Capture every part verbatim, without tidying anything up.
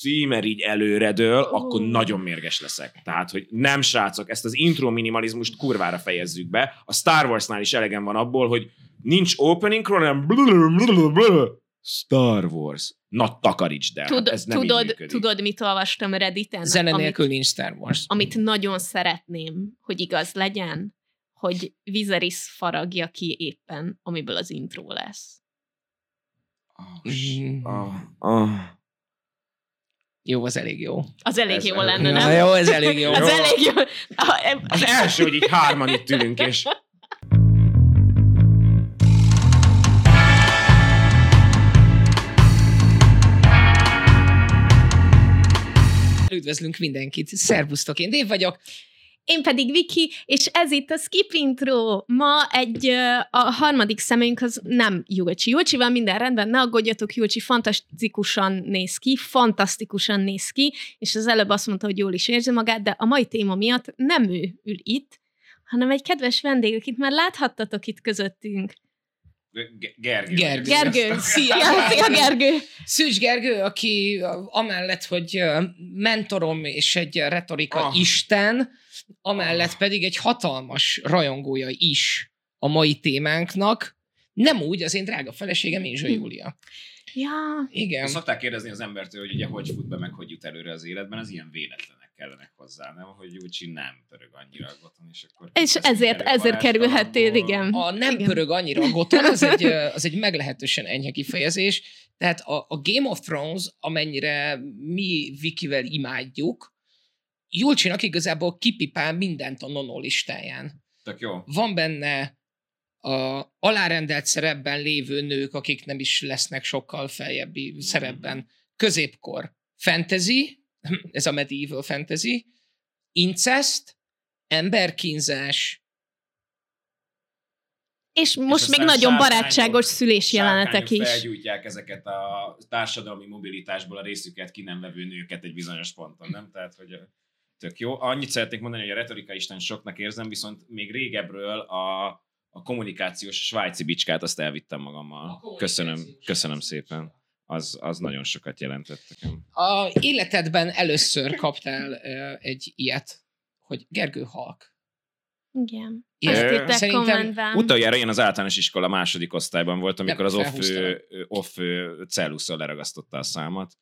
címer így előredől, oh. akkor nagyon mérges leszek. Tehát, hogy nem srácok, ezt az intro minimalizmust kurvára fejezzük be. A Star Warsnál is elegem van abból, hogy nincs opening crawl, hanem blablabla. Star Wars. Na, takarítsd el. Tud, hát ez nem tudod, tudod, mit olvastam Redditen? Zene nélkül nincs Star Wars. Amit nagyon szeretném, hogy igaz legyen, hogy Viserys faragja ki éppen, amiből az intro lesz. Oh, oh, oh. Jó, az elég jó. Az elég ez jó el... lenne, nem? Na, jó, ez elég jó. Az elég jó. Az első, hogy így hárman itt ülünk, és... Üdvözlünk mindenkit. Szervusztok, én Dave vagyok. Én pedig Viki, és ez itt a Skip Intro. Ma egy, a harmadik személyünk az nem Julcsi. Julcsival minden rendben, ne aggódjatok, Julcsi fantasztikusan néz ki, fantasztikusan néz ki, és az előbb azt mondta, hogy jól is érzi magát, de a mai téma miatt nem ő ül itt, hanem egy kedves vendég, akit már láthattatok itt közöttünk. Gergő. Gergő. Gergő. Szia. Szia, Gergő. Szűcs Gergő, aki amellett, hogy mentorom és egy retorika oh. isten, amellett pedig egy hatalmas rajongója is a mai témánknak, nem úgy az én drága feleségem Ézsa Júlia. Ja. Igen. Szokták kérdezni az embertől, hogy ugye hogy fut be, meg hogy jut előre az életben, az ilyen véletlenek kellenek hozzá, nem? Hogy Júcsi nem pörög annyira a goton, és akkor... És ezért, ezért kerülhettél, igen. A nem igen. pörög annyira a goton, az egy, az egy meglehetősen enyhe kifejezés. Tehát a, a Game of Thrones, amennyire mi Vikivel imádjuk, Julcsinak igazából kipipál mindent a nono listáján. Tök jó. Van benne a alárendelt szerepben lévő nők, akik nem is lesznek sokkal feljebbi szerepben. Középkor fantasy, ez a medieval fantasy, incest, emberkínzás. És most és még nagyon barátságos szülés jelenetek is. Felgyújtják ezeket a társadalmi mobilitásból a részüket ki nem vevő nőket egy bizonyos ponton, nem? Tehát, hogy tök jó. Annyit szeretnék mondani, hogy a retorika isten soknak érzem, viszont még régebről a, a kommunikációs svájci bicskát azt elvittem magammal. Köszönöm, köszönöm szépen. Az, az nagyon sokat jelentett nekem. A életedben először kaptál uh, egy ilyet, hogy Gergő halk. Igen. Ezt írták kommentben. Utoljára én az általános iskola második osztályban volt, amikor az off, off cellusszal leragasztotta a számat.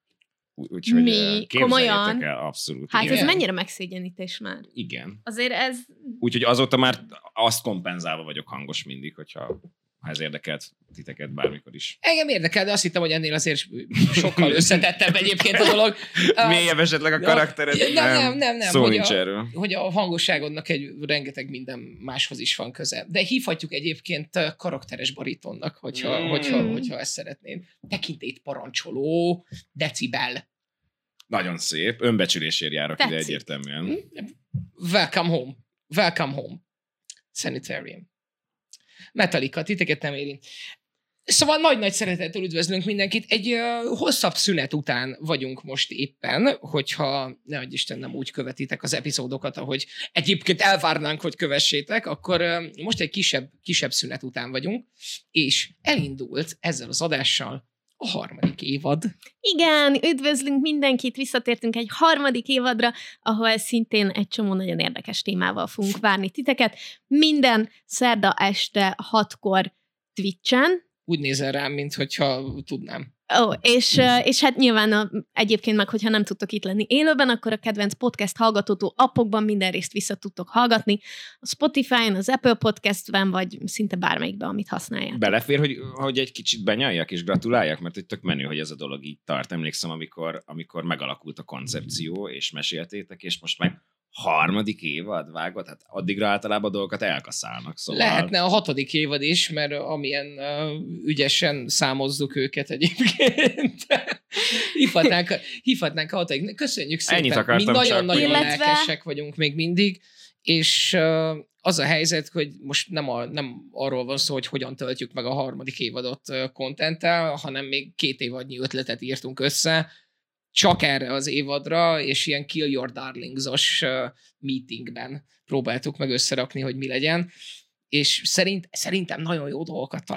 Úgyhogy mi? Komolyan? El, abszolút. Hát igen. Ez mennyire megszégyenítés már? Igen. Azért ez... Úgyhogy azóta már azt kompenzálva vagyok hangos mindig, hogyha ha ez érdekelt titeket bármikor is. Engem érdekel, de azt hittem, hogy ennél azért sokkal összetettebb egyébként a dolog. Mélyebb esetleg a karaktered? Nem, nem, nem. nem Szó hogy nincs a, erről. Hogy a hangosságodnak egy rengeteg minden máshoz is van köze. De hívhatjuk egyébként karakteres barítonnak, hogyha, mm. hogyha, hogyha ezt szeretnéd. Tekintélyt parancsoló, decibel. Nagyon szép. Önbecsülésért járok Tetszik. ide egyértelműen. Welcome home. Welcome home. Sanitarium. Metallica, titeket nem érint. Szóval nagy-nagy szeretettel üdvözlünk mindenkit. Egy uh, hosszabb szünet után vagyunk most éppen, hogyha nehogy Isten nem úgy követitek az epizódokat, ahogy egyébként elvárnánk, hogy kövessétek, akkor uh, most egy kisebb, kisebb szünet után vagyunk, és elindult ezzel az adással a harmadik évad. Igen, üdvözlünk mindenkit, visszatértünk egy harmadik évadra, ahol szintén egy csomó nagyon érdekes témával fogunk várni titeket. Minden szerda este hatkor Twitchen. Úgy nézel rám, minthogyha tudnám. Ó, oh, és, és hát nyilván a, egyébként meg, hogyha nem tudtok itt lenni élőben, akkor a kedvenc podcast hallgatótó appokban minden részt vissza tudtok hallgatni. A Spotify-on, az Apple Podcast-ben, vagy szinte bármelyikben, amit használják. Belefér, hogy, hogy egy kicsit benyaljak és gratuláljak, mert egy tök menő, hogy ez a dolog így tart. Emlékszem, amikor, amikor megalakult a koncepció, és meséltétek, és most meg harmadik évad vágott, hát addigra általában a dolgokat elkaszálnak. Szóval... Lehetne a hatodik évad is, mert amilyen uh, ügyesen számozzuk őket egyébként. hívhatnánk, hívhatnánk a hatodik. Köszönjük szépen. Mi nagyon-nagyon Illetve... lelkesek vagyunk még mindig, és uh, az a helyzet, hogy most nem, a, nem arról van szó, hogy hogyan töltjük meg a harmadik évadot kontenttel, uh, hanem még két évadnyi ötletet írtunk össze, csak erre az évadra, és ilyen Kill Your Darlings-os uh, meetingben próbáltuk meg összerakni, hogy mi legyen, és szerint, szerintem nagyon jó dolgokat talált,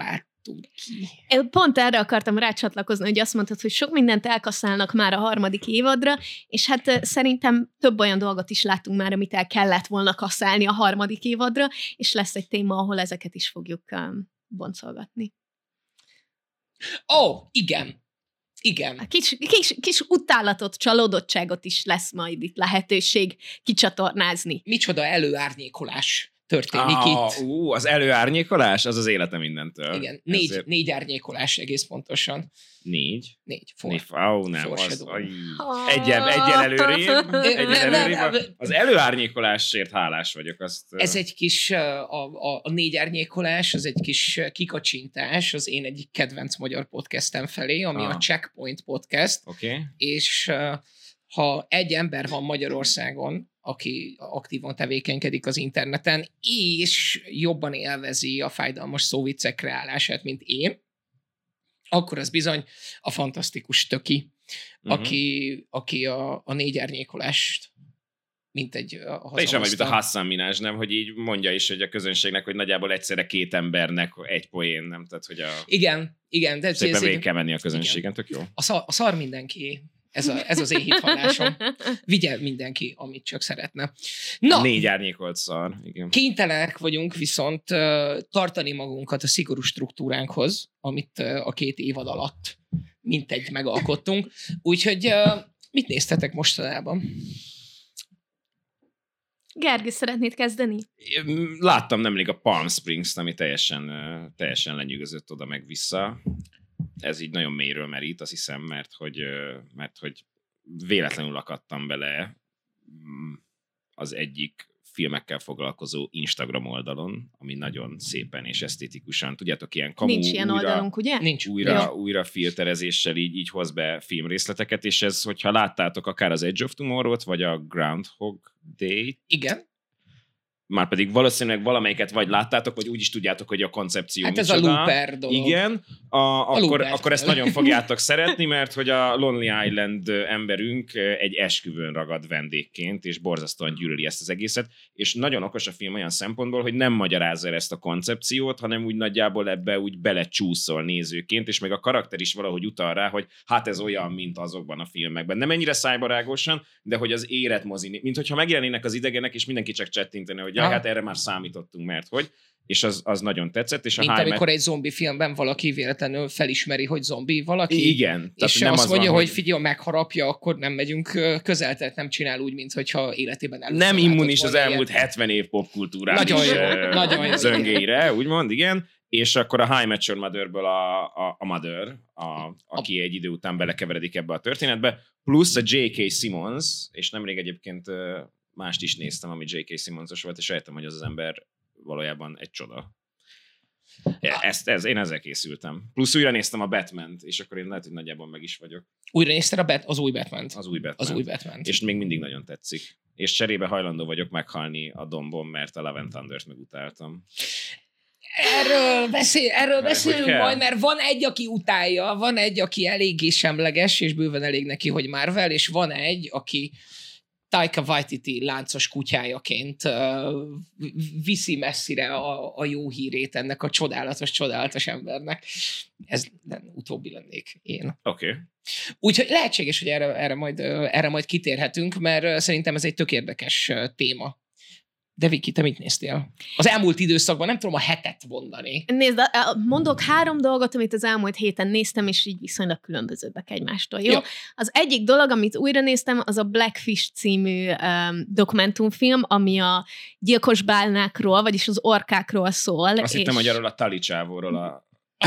adtunk ki. Én pont erre akartam rácsatlakozni, hogy azt mondtad, hogy sok mindent elkaszálnak már a harmadik évadra, és hát szerintem több olyan dolgot is láttunk már, amit el kellett volna kaszálni a harmadik évadra, és lesz egy téma, ahol ezeket is fogjuk um, boncolgatni. Ó, oh, igen. Igen. Kis, kis, kis utálatot, csalódottságot is lesz majd itt lehetőség kicsatornázni. Micsoda előárnyékolás történik ah, itt. Ú, az előárnyékolás, az az élete mindentől. Igen, négy, Ezért... négy árnyékolás egész pontosan. Négy? Négy. For. Négy. Ó, nem, For az, aj, egyen, egyen előrébb, egyen előrébb. Az előárnyékolásért hálás vagyok. Azt, Ez egy kis, a, a, a négy árnyékolás, az egy kis kikacsintás az én egyik kedvenc magyar podcastem felé, ami ah. a Checkpoint Podcast. Okay. És ha egy ember van Magyarországon, aki aktívan tevékenykedik az interneten, és jobban élvezi a fájdalmas szóviccek kreálását, mint én, akkor az bizony a fantasztikus Töki, uh-huh. aki, aki a, a négy árnyékolást mint egy hazahozta. Te is vagy, mint a Hassan Minaj, nem? Hogy így mondja is, hogy a közönségnek, hogy nagyjából egyszerre két embernek egy poén, nem? Tehát, hogy a... Igen, igen. De szépen ez végig kell menni a közönségen, igen. Tök jó. A szar, a szar mindenki. Ez, a, ez az én hitvallásom. Vigye mindenki, amit csak szeretne. Na, négy árnyékolt szar. Igen. Kénytelenek vagyunk viszont uh, tartani magunkat a szigorú struktúránkhoz, amit uh, a két évad alatt mintegy megalkottunk. Úgyhogy uh, mit néztetek mostanában? Gergő, szeretnéd kezdeni? Láttam nemrég a Palm Springs-t, ami teljesen, teljesen lenyűgözött oda meg vissza. Ez így nagyon mélyről merít, azt hiszem, mert hogy, mert hogy véletlenül akadtam bele az egyik filmekkel foglalkozó Instagram oldalon, ami nagyon szépen és esztétikusan, tudjátok, ilyen kamu Nincs ilyen újra, oldalunk, ugye? Nincs. Újra, újra filterezéssel így, így hoz be filmrészleteket, és ez, hogyha láttátok akár az Edge of Tomorrow-t, vagy a Groundhog Day-t, igen. már pedig valószínűleg valamelyiket vagy láttátok, vagy úgy is tudjátok, hogy a koncepció hát micsoda. Ez a Looper dolog. Igen, a, a akkor, Looper. akkor ezt nagyon fogjátok szeretni, mert hogy a Lonely Island emberünk egy esküvőn ragad vendégként, és borzasztóan gyűlöli ezt az egészet, és nagyon okos a film olyan szempontból, hogy nem magyarázza el ezt a koncepciót, hanem úgy nagyjából ebbe úgy belecsúszol nézőként, és meg a karakter is valahogy utal rá, hogy hát ez olyan, mint azokban a filmekben. Nem ennyire szájbarágosan, de hogy az életmozi, mint hogyha megjelennének az idegenek, és mindenki csak csettintene, hogy ja, hát erre már számítottunk, mert hogy, és az, az nagyon tetszett. És a mint High amikor Met... egy zombi filmben valaki véletlenül felismeri, hogy zombi valaki. Igen. És nem azt az mondja, van, hogy figyelj, megharapja, akkor nem megyünk közel, tehát nem csinál úgy, mintha életében először nem immunis az ilyen. elmúlt hetven év popkultúrális nagyon jó, nagyon jó. zöngéire, úgymond, igen. És akkor a High Met Your Mother-ből a, a, a Mother, a, aki a... egy idő után belekeveredik ebbe a történetbe, plusz a J K. Simmons, és nemrég egyébként mást is néztem, ami J K. Simmonsos volt, és rájöttem, hogy az az ember valójában egy csoda. Ezt, ez, én ezzel készültem. Plusz újra néztem a Batman-t, és akkor én lehet, hogy nagyjából meg is vagyok. Újra nézted a Bat- az új Batman-t? Az új Batman. Az új Batman-t. És még mindig nagyon tetszik. És cserébe hajlandó vagyok meghalni a dombon, mert a Love and Thundert megutáltam. Erről, beszél, erről beszélünk kell? majd, mert van egy, aki utálja, van egy, aki eléggé semleges, és bőven elég neki, hogy Marvel, és van egy, aki Taika Waititi láncos kutyájaként uh, viszi messzire a, a jó hírét ennek a csodálatos, csodálatos embernek. Ez nem utóbbi lennék én. Oké. Okay. Úgyhogy lehetséges, hogy erre, erre, majd, erre majd kitérhetünk, mert szerintem ez egy tök érdekes téma. De Viki, te mit néztél? Az elmúlt időszakban nem tudom a hetet mondani. Nézd, mondok három dolgot, amit az elmúlt héten néztem, és így viszonylag különbözőbbek egymástól, jó? jó. Az egyik dolog, amit újra néztem, az a Blackfish című um, dokumentumfilm, ami a gyilkos bálnákról, vagyis az orkákról szól. Azt és... hittem, hogy arról a Talicsávóról a...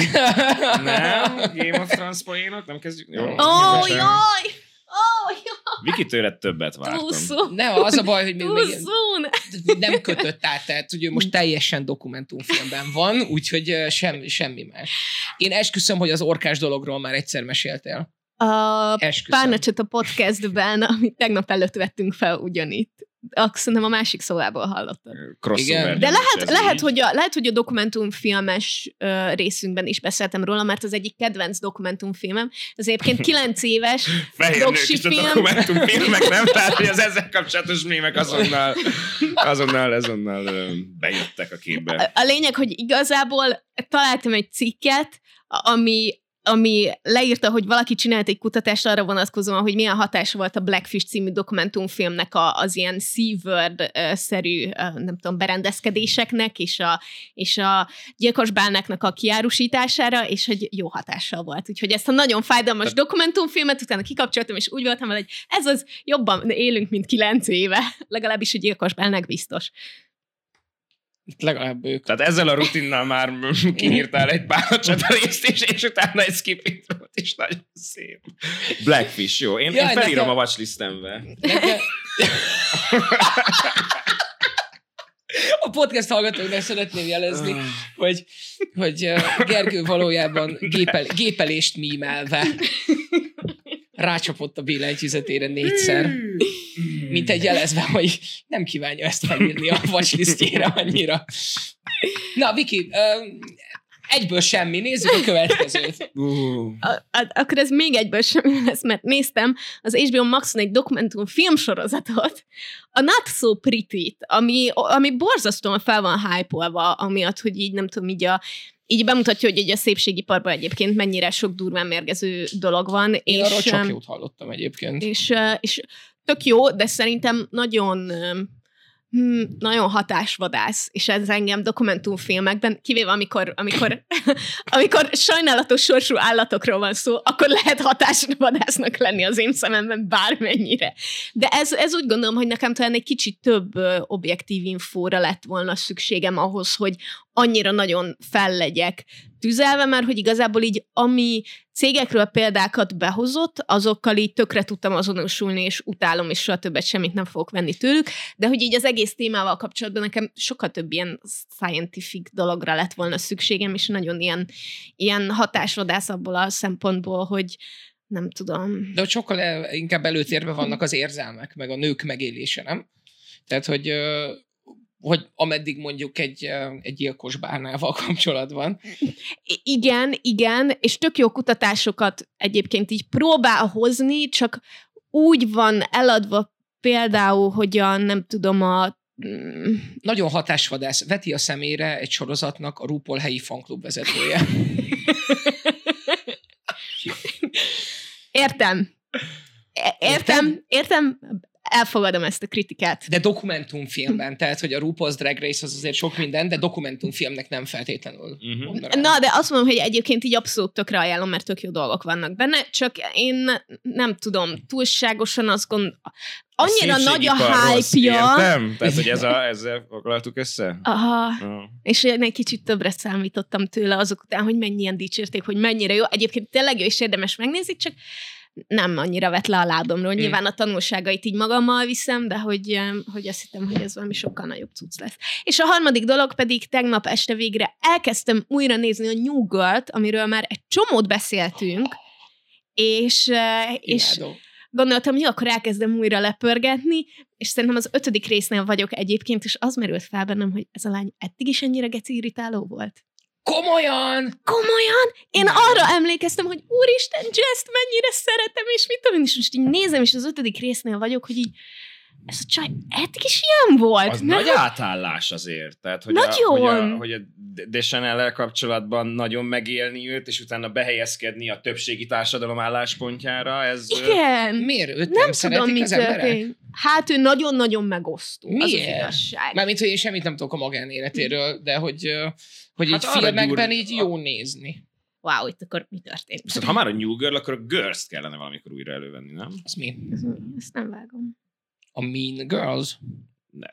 nem? Game of Thrones poénok? Nem kezdjük? Jó. Ó, oh, jaj! Oh, Viki, tőled többet vártam. Nem, az a baj, hogy még, még nem kötött át, tehát ugye most teljesen dokumentumfilmben van, úgyhogy sem, semmi más. Én esküszöm, hogy az orkás dologról már egyszer meséltél. A Párnacsot a podcastben, amit tegnap előtt vettünk fel ugyanitt. Azt szerintem a másik szólából hallottad. Crossover. De lehet, ez lehet, így. hogy a, lehet, hogy a dokumentumfilmes ö, részünkben is beszéltem róla, mert az egyik kedvenc dokumentumfilmem. Ez egyébként kilenc éves Fehér nők doksi is a film. dokumentumfilmek, nem? Tehát, hogy az ezzel kapcsolatos mémek azonnal, azonnal, azonnal ö, bejöttek a képbe. A lényeg, hogy igazából találtam egy cikket, ami ami leírta, hogy valaki csinált egy kutatást arra vonatkozóan, hogy milyen hatása volt a Blackfish című dokumentumfilmnek a, az ilyen SeaWorld-szerű, nem tudom, berendezkedéseknek, és a, és a gyilkos bálnáknak a kiárusítására, és hogy jó hatással volt. Úgyhogy ezt a nagyon fájdalmas dokumentumfilmet utána kikapcsoltam, és úgy voltam vele, hogy ez az jobban élünk, mint kilenc éve. Legalábbis a gyilkos bálnák biztos. Legalább ők. Tehát ezzel a rutinnal már kiírtál egy pálacsata részt, és, és utána egy skipping volt is nagyon szép. Blackfish, jó. Én, Jaj, én felírom nekem... a watchlistembe. Nekem... A podcast hallgatóknak szeretném jelezni, hogy, hogy Gergő valójában gépel, gépelést mímelve rácsapott a billentyűzetére négyszer, mint egy jelezve, hogy nem kívánja ezt felírni a watchlistjére annyira. Na, Viki, egyből semmi, nézzük a következőt. Uh. A, a, akkor ez még egyből semmi lesz, mert néztem az há bé o Maxon egy dokumentum filmsorozatot, a Not So Pretty-t, ami, ami borzasztóan fel van hype-olva, amiatt, hogy így nem tudom, így a így bemutatja, hogy egy a szépségiparban egyébként mennyire sok durván mérgező dolog van. Én és, arról csak jót hallottam egyébként. És, és tök jó, de szerintem nagyon, hmm, nagyon hatásvadász, és ez engem dokumentumfilmekben, kivéve amikor, amikor, amikor sajnálatos sorsú állatokról van szó, akkor lehet hatásvadásznak lenni az én szememben bármennyire. De ez, ez úgy gondolom, hogy nekem talán egy kicsit több objektív infóra lett volna szükségem ahhoz, hogy annyira nagyon fellegyek tüzelve, mert hogy igazából így ami cégekről példákat behozott, azokkal így tökre tudtam azonosulni, és utálom, és soha többet semmit nem fogok venni tőlük, de hogy így az egész témával kapcsolatban nekem sokkal több ilyen scientific dologra lett volna szükségem, és nagyon ilyen, ilyen hatásvadász abból a szempontból, hogy nem tudom. De hogy sokkal el, inkább előtérben vannak az érzelmek, meg a nők megélése, nem? Tehát, hogy... hogy ameddig mondjuk egy, egy gyilkos bálnával kapcsolatban. Igen, igen, és tök jó kutatásokat egyébként így próbál hozni, csak úgy van eladva például, hogy a, nem tudom, a... Nagyon hatásvadász. Veti a szemére egy sorozatnak a RuPaul helyi fanklub vezetője. Értem. Értem, értem, elfogadom ezt a kritikát. De dokumentumfilmben, tehát, hogy a RuPaul's Drag Race az azért sok minden, de dokumentumfilmnek nem feltétlenül. Uh-huh. Na, de azt mondom, hogy egyébként így abszolút tökre ajánlom, mert tök jó dolgok vannak benne, csak én nem tudom, túlságosan azt gondolom, annyira nagy a hype-ja. Értem? Tehát, hogy ez a, ezzel foglaltuk össze? Aha. Oh. És én egy kicsit többre számítottam tőle azok után, hogy mennyien dicsérték, hogy mennyire jó. Egyébként tényleg jó, és érdemes megnézni, csak nem annyira vett le a ládomról. Mm. Nyilván a tanulságait így magammal viszem, de hogy, hogy azt hittem, hogy ez valami sokkal nagyobb cucc lesz. És a harmadik dolog pedig tegnap este végre elkezdtem újra nézni a New Girl-t, amiről már egy csomót beszéltünk, és, és gondoltam, jó, akkor elkezdem újra lepörgetni, és szerintem az ötödik résznél vagyok egyébként, és az merült fel bennem, hogy ez a lány eddig is ennyire geci irritáló volt. Komolyan? Komolyan? Én nem. Arra emlékeztem, hogy úristen, Jess-t mennyire szeretem, és mit tudom, és most így nézem, és az ötödik résznél vagyok, hogy így ez a csaj eddig is ilyen volt. Az nem? nagy átállás azért. Tehát, hogy nagyon. A, hogy a, hogy a Deschanel-el kapcsolatban nagyon megélni őt, és utána behelyezkedni a többségi társadalom álláspontjára. Ez, igen. Miért? Őt nem, nem szeretik tudom, az emberek? Hát ő nagyon-nagyon megosztó. Miért? Az az igazság. Mármint, hogy én semmit nem tudok a magánéletéről, de hogy, hogy hát így filmekben gyúr... így jó nézni. Wow, itt akkor mi történt? Viszont ha már a New Girl, akkor a Girls-t kellene valamikor újra elővenni, nem? Az mi? Ezt nem vágom. A Mean Girls? Nem.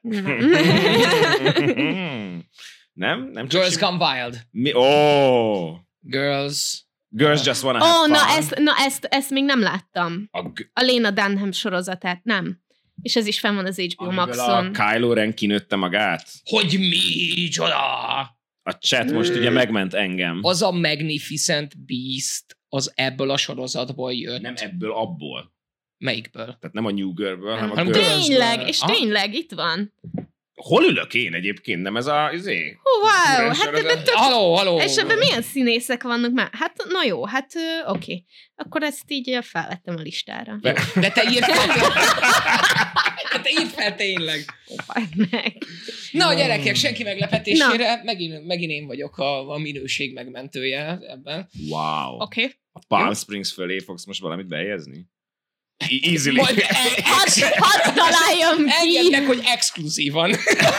Nem. nem? nem Girls Gone Wild. Mi? Oh! Girls... Girls Just Wanna Have Ó, oh, Fun. na, ezt, na ezt, ezt még nem láttam. A, g- A Lena Dunham sorozatát, nem. És ez is fenn van az há bé o Maxon. a Kylo Ren kinőtte magát. Hogy mi? Csoda! A chat most ugye megment engem. Az a Magnificent Beast az ebből a sorozatból jött. Nem ebből, abból. Melyikből? Tehát nem a New Girl-ből, hanem a Hanem Girl. Girls. Tényleg, és Aha. tényleg itt van. Hol ülök én egyébként? Nem ez a... Izé? Hú, wow, Furán hát sorozat. ebben tök... Haló, haló! És ebben milyen színészek vannak már? Hát, na jó, hát ö, oké. Akkor ezt így ö, felvettem a listára. Jó, de te írd fel. De te írd fel tényleg. Hagyd meg. Na, gyerekek, senki meglepetésére, megint, megint én vagyok a, a minőség megmentője ebben. Wow. Oké. Okay. A Palm Springs fölé fogsz most valamit behelyezni? E- Easily. Majd Hadd hadd találjam engedd ki! meg, hogy exkluzívan.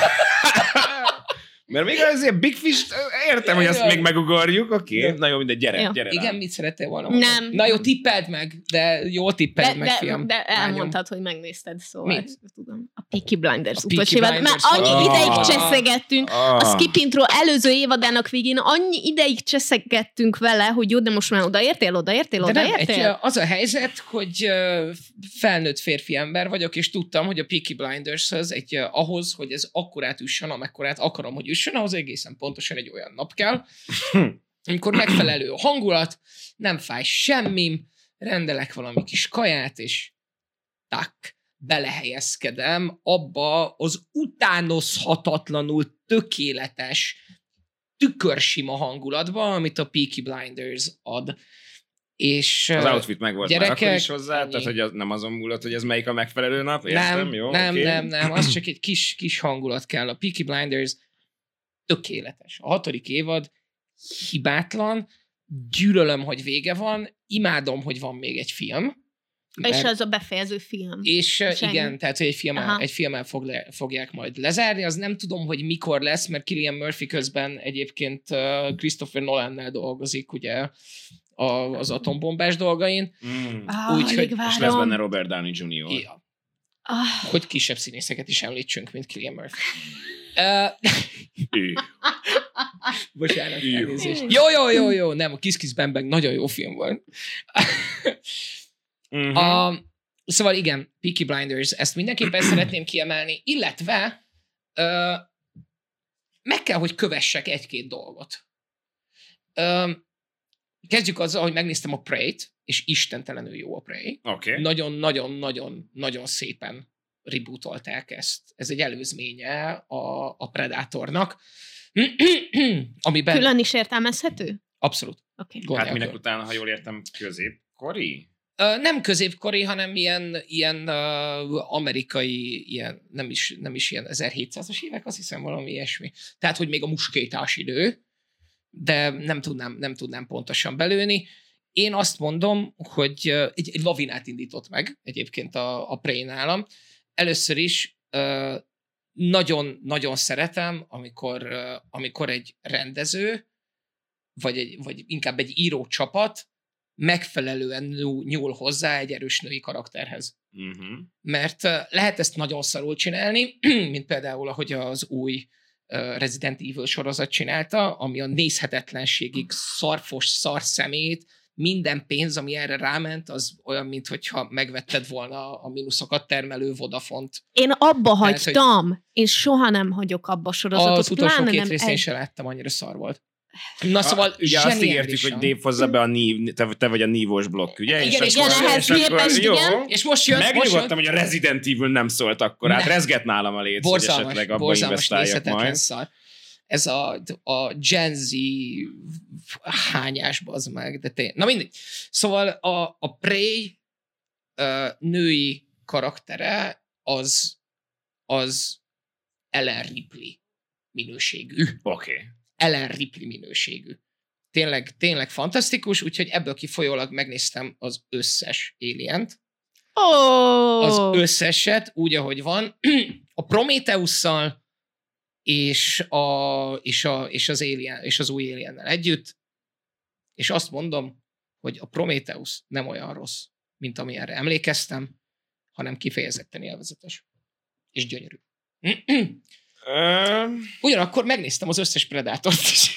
Mert még az ilyen Big Fish, értem, hogy azt még megugorjuk, oké? Okay? Na jó, mindegy, gyere, Jó. gyere rá. Igen, mit szerettél volna mondani? Nem. Na jó, tippeld meg, de jó tippeld De, meg, de, fiam. de Lányom. elmondtad, hogy megnézted, szóval. Mit? Tudom. A Peaky Blinders A utolsó Peaky évad. Már Blinders. annyi Ah. ideig cseszegettünk. Ah. A Skip Intro előző évadának végén annyi ideig cseszegettünk vele, hogy jó, de most már odaértél, odaértél, De nem, egy, odaértél. az a helyzet, hogy ö, felnőtt férfi ember vagyok, és tudtam, hogy a Peaky Blinders-höz egy, ö, ahhoz, hogy ez akkorát üssön, amekkorát akarom, hogy üssön, ahhoz egészen pontosan egy olyan nap kell, amikor megfelelő a hangulat, nem fáj semmim, rendelek valami kis kaját, és tak, belehelyezkedem abba az utánozhatatlanul tökéletes, tükörsima hangulatba, amit a Peaky Blinders ad. És Az ö, outfit meg volt gyerekek, már akkor is hozzá, ennyi. tehát hogy az nem azon múlott, hogy ez melyik a megfelelő nap, értem, nem, jó? nem, oké. nem, nem, az csak egy kis, kis hangulat kell. A Peaky Blinders tökéletes. A hatodik évad hibátlan, gyűlölöm, hogy vége van, imádom, hogy van még egy film. És mert- az a befejező film. és uh, Semmi. igen, tehát hogy egy filmmel, Aha. egy filmmel fog le, fogják majd lezárni, az nem tudom, hogy mikor lesz, mert Cillian Murphy közben egyébként uh, Christopher Nolannel dolgozik, ugye a, az atombombás dolgain. Mm. Ah, Úgyhogy- alig És lesz várom. benne Robert Downey junior Ja. Ah, Hogy kisebb színészeket is említsünk, mint Cillian Murphy. Uh, Ő. bocsánat, Jó. elnézést. Jó, jó, jó, jó, nem, a Kiss Kiss Bang Bang nagyon jó film volt. Mhm. A, szóval igen, Peaky Blinders, ezt mindenképpen szeretném kiemelni, illetve ö, meg kell, hogy kövessek egy-két dolgot. Ö, kezdjük azzal, hogy megnéztem a Prey-t, és istentelenül jó a Prey. Oké. Nagyon-nagyon-nagyon-nagyon szépen rebootolták ezt. Ez egy előzménye a, a Predatornak, amiben külön is értelmezhető? abszolút. Oké. gond Hát nélkül. minek utána, ha jól értem, középkori? Ö, nem középkori, hanem ilyen, ilyen uh, amerikai, ilyen, nem, is, nem is ilyen ezerhétszázas évek, azt hiszem valami ilyesmi. Tehát, hogy még a muskétás idő, de nem tudnám, nem tudnám pontosan belőni. Én azt mondom, hogy uh, egy, egy lavinát indított meg egyébként a, a Prey nálam. Először is uh, nagyon-nagyon szeretem, amikor, uh, amikor egy rendező, vagy, egy, vagy inkább egy író csapat megfelelően nyúl hozzá egy erős női karakterhez. Uh-huh. Mert uh, lehet ezt nagyon szarul csinálni, mint például, ahogy az új uh, Resident Evil sorozat csinálta, ami a nézhetetlenségig szarfos szar szemét, minden pénz, ami erre ráment, az olyan, mintha megvetted volna a mínuszokat termelő Vodafont. Én abba Tehát, hagytam. Én soha nem hagyok abba a sorozatot. Az utolsó pláne két nem részt én egy- sem láttam, annyira szar volt. Na szóval Ah, ugye azt ígértük, zseniálisan. hogy Dave hozza be a nív, te, te vagy a nívós blokk, ugye? Igen, és igen, most- ehhez és akkor- képest jó. igen. És most jön, most jön, Megnyugodtam, hogy a Resident Evil nem szólt akkor, hát Nem. rezget nálam a léc, hogy borzalmas, esetleg abba borzalmas, investáljak nézhetetlen majd. szar. Ez a, a Gen Z hányás, bazd meg, de tény. Na mindegy. Szóval a, a Prey uh, női karaktere az, az Ellen Ripley minőségű. Oké. Okay. Ellen Ripley minőségű. Tényleg, tényleg fantasztikus, úgyhogy ebből kifolyólag megnéztem az összes Alien-t. Ó! Az összeset, úgy, ahogy van. A Prometheus-szal és, a, és, a, és, az Alien, és az új Aliennel együtt, és azt mondom, hogy a Prometheus nem olyan rossz, mint amilyenre emlékeztem, hanem kifejezetten élvezetes. És gyönyörű. Ö, Ugyanakkor megnéztem az összes Predátort is.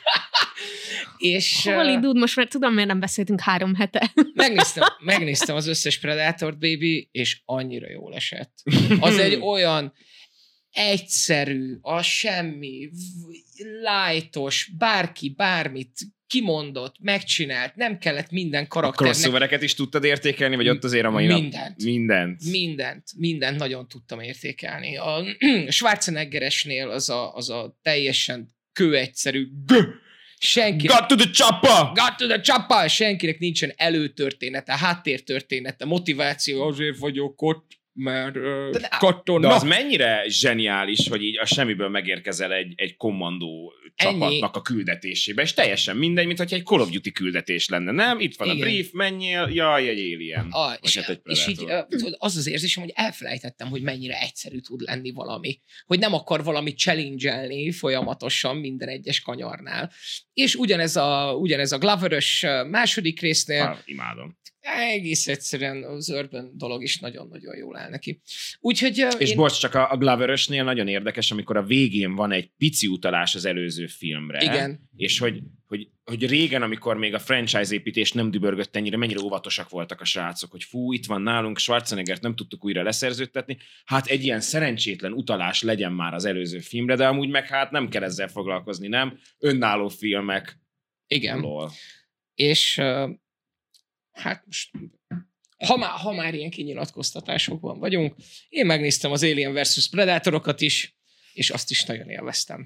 és Holy uh, dude, most már tudom, miért nem beszéltünk három hete. megnéztem, megnéztem az összes Predátort, baby, és annyira jól esett. Az egy olyan, egyszerű, a semmi, lightos, bárki, bármit kimondott, megcsinált, nem kellett minden A karakternek. crossovereket is tudtad értékelni, vagy ott azért a mai mindent, nap? Mindent. Mindent. Mindent nagyon tudtam értékelni. A Schwarzeneggeresnél az a, az a teljesen kőegyszerű g senki. Got to the chopper! Got to the chopper! Senkinek nincsen előtörténete, háttértörténete, motiváció, azért vagyok ott, mert uh, katona. De az mennyire zseniális, hogy így a semmiből megérkezel egy, egy kommandó csapatnak a küldetésébe, és teljesen mindegy, mint hogy egy Call of Duty küldetés lenne, nem? Itt van Igen. a brief, menjél, jaj, egy alien. A, és, hát egy és így uh, az az érzésem, hogy elfelejtettem, hogy mennyire egyszerű tud lenni valami. Hogy nem akar valamit challenge-elni folyamatosan minden egyes kanyarnál. És ugyanez a, ugyanez a Glover-ös második résznél Ha, imádom. egész egyszerűen az Urban dolog is nagyon-nagyon jól áll neki. Úgyhogy... És én... bocs, csak a, a Glover-ösnél nagyon érdekes, amikor a végén van egy pici utalás az előző filmre. Igen. És hogy, hogy, hogy régen, amikor még a franchise építés nem dübörgött ennyire, mennyire óvatosak voltak a srácok, hogy fú, itt van nálunk, Schwarzeneggert nem tudtuk újra leszerződtetni, hát egy ilyen szerencsétlen utalás legyen már az előző filmre, de amúgy meg hát nem kell ezzel foglalkozni, nem? Önálló filmek. Igen. Lol. És uh, hát most ha már, ha már ilyen kinyilatkoztatásokban vagyunk, én megnéztem az Alien versus Predátorokat is, és azt is nagyon élveztem.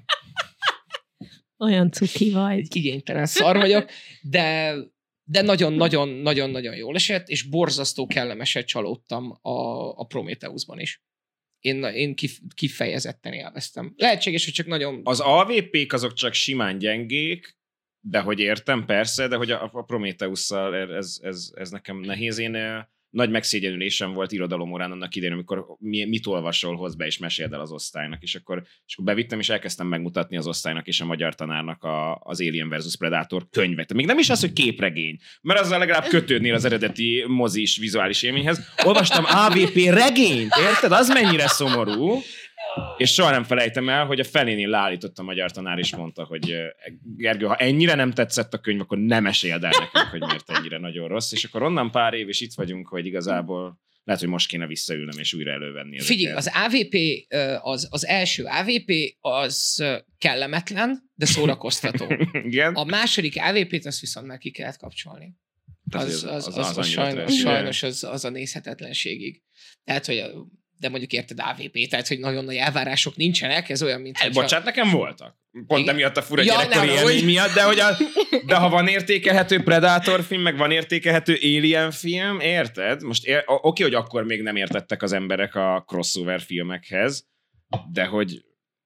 Olyan cuki vagy. Egy igénytelen szar vagyok, de de nagyon-nagyon-nagyon-nagyon jól esett, és borzasztó kellemeset csalódtam a, a Prometheusban is. Én, én kif, kifejezetten élveztem. Lehetséges, hogy csak nagyon... Az á vé pék azok csak simán gyengék, de hogy értem, persze, de hogy a, a Prometheus-szal ez, ez, ez nekem nehéz. Én nagy megszégyenülésem volt irodalomórán annak idején, amikor mi, mit olvasol, hoz be és meséld el az osztálynak, és akkor, és akkor bevittem, és elkezdtem megmutatni az osztálynak és a magyar tanárnak a, az Alien versus Predator könyvet. Még nem is az, hogy képregény, mert azzal legalább kötődnél az eredeti mozis vizuális élményhez. Olvastam á vé pé regényt, érted? Az mennyire szomorú. És soha nem felejtem el, hogy a felénél leállított a magyar tanár, és mondta, hogy Gergő, ha ennyire nem tetszett a könyv, akkor nem meséld el nekünk, hogy miért ennyire nagyon rossz. És akkor onnan pár év, és itt vagyunk, hogy igazából lehet, hogy most kéne visszaülnöm, és újra elővenni ezeket. Figyelj, az á vé pé, az, az első á vé pé, az kellemetlen, de szórakoztató. Igen? A második á vé pét azt viszont már ki kellett kapcsolni. Az, az, az, az, az sajnos, sajnos az, az a nézhetetlenségig. Tehát, hogy de mondjuk érted á vé pé, tehát, hogy nagyon nagy elvárások nincsenek, ez olyan, mint... Hát, bocsánat, nekem voltak. Pont igen? emiatt a fura Ja, gyerekkori nem, élmény hogy... miatt, de, hogy a, de ha van értékelhető Predator film, meg van értékelhető Alien film, érted? Most ér, oké, hogy akkor még nem értettek az emberek a crossover filmekhez, de hogy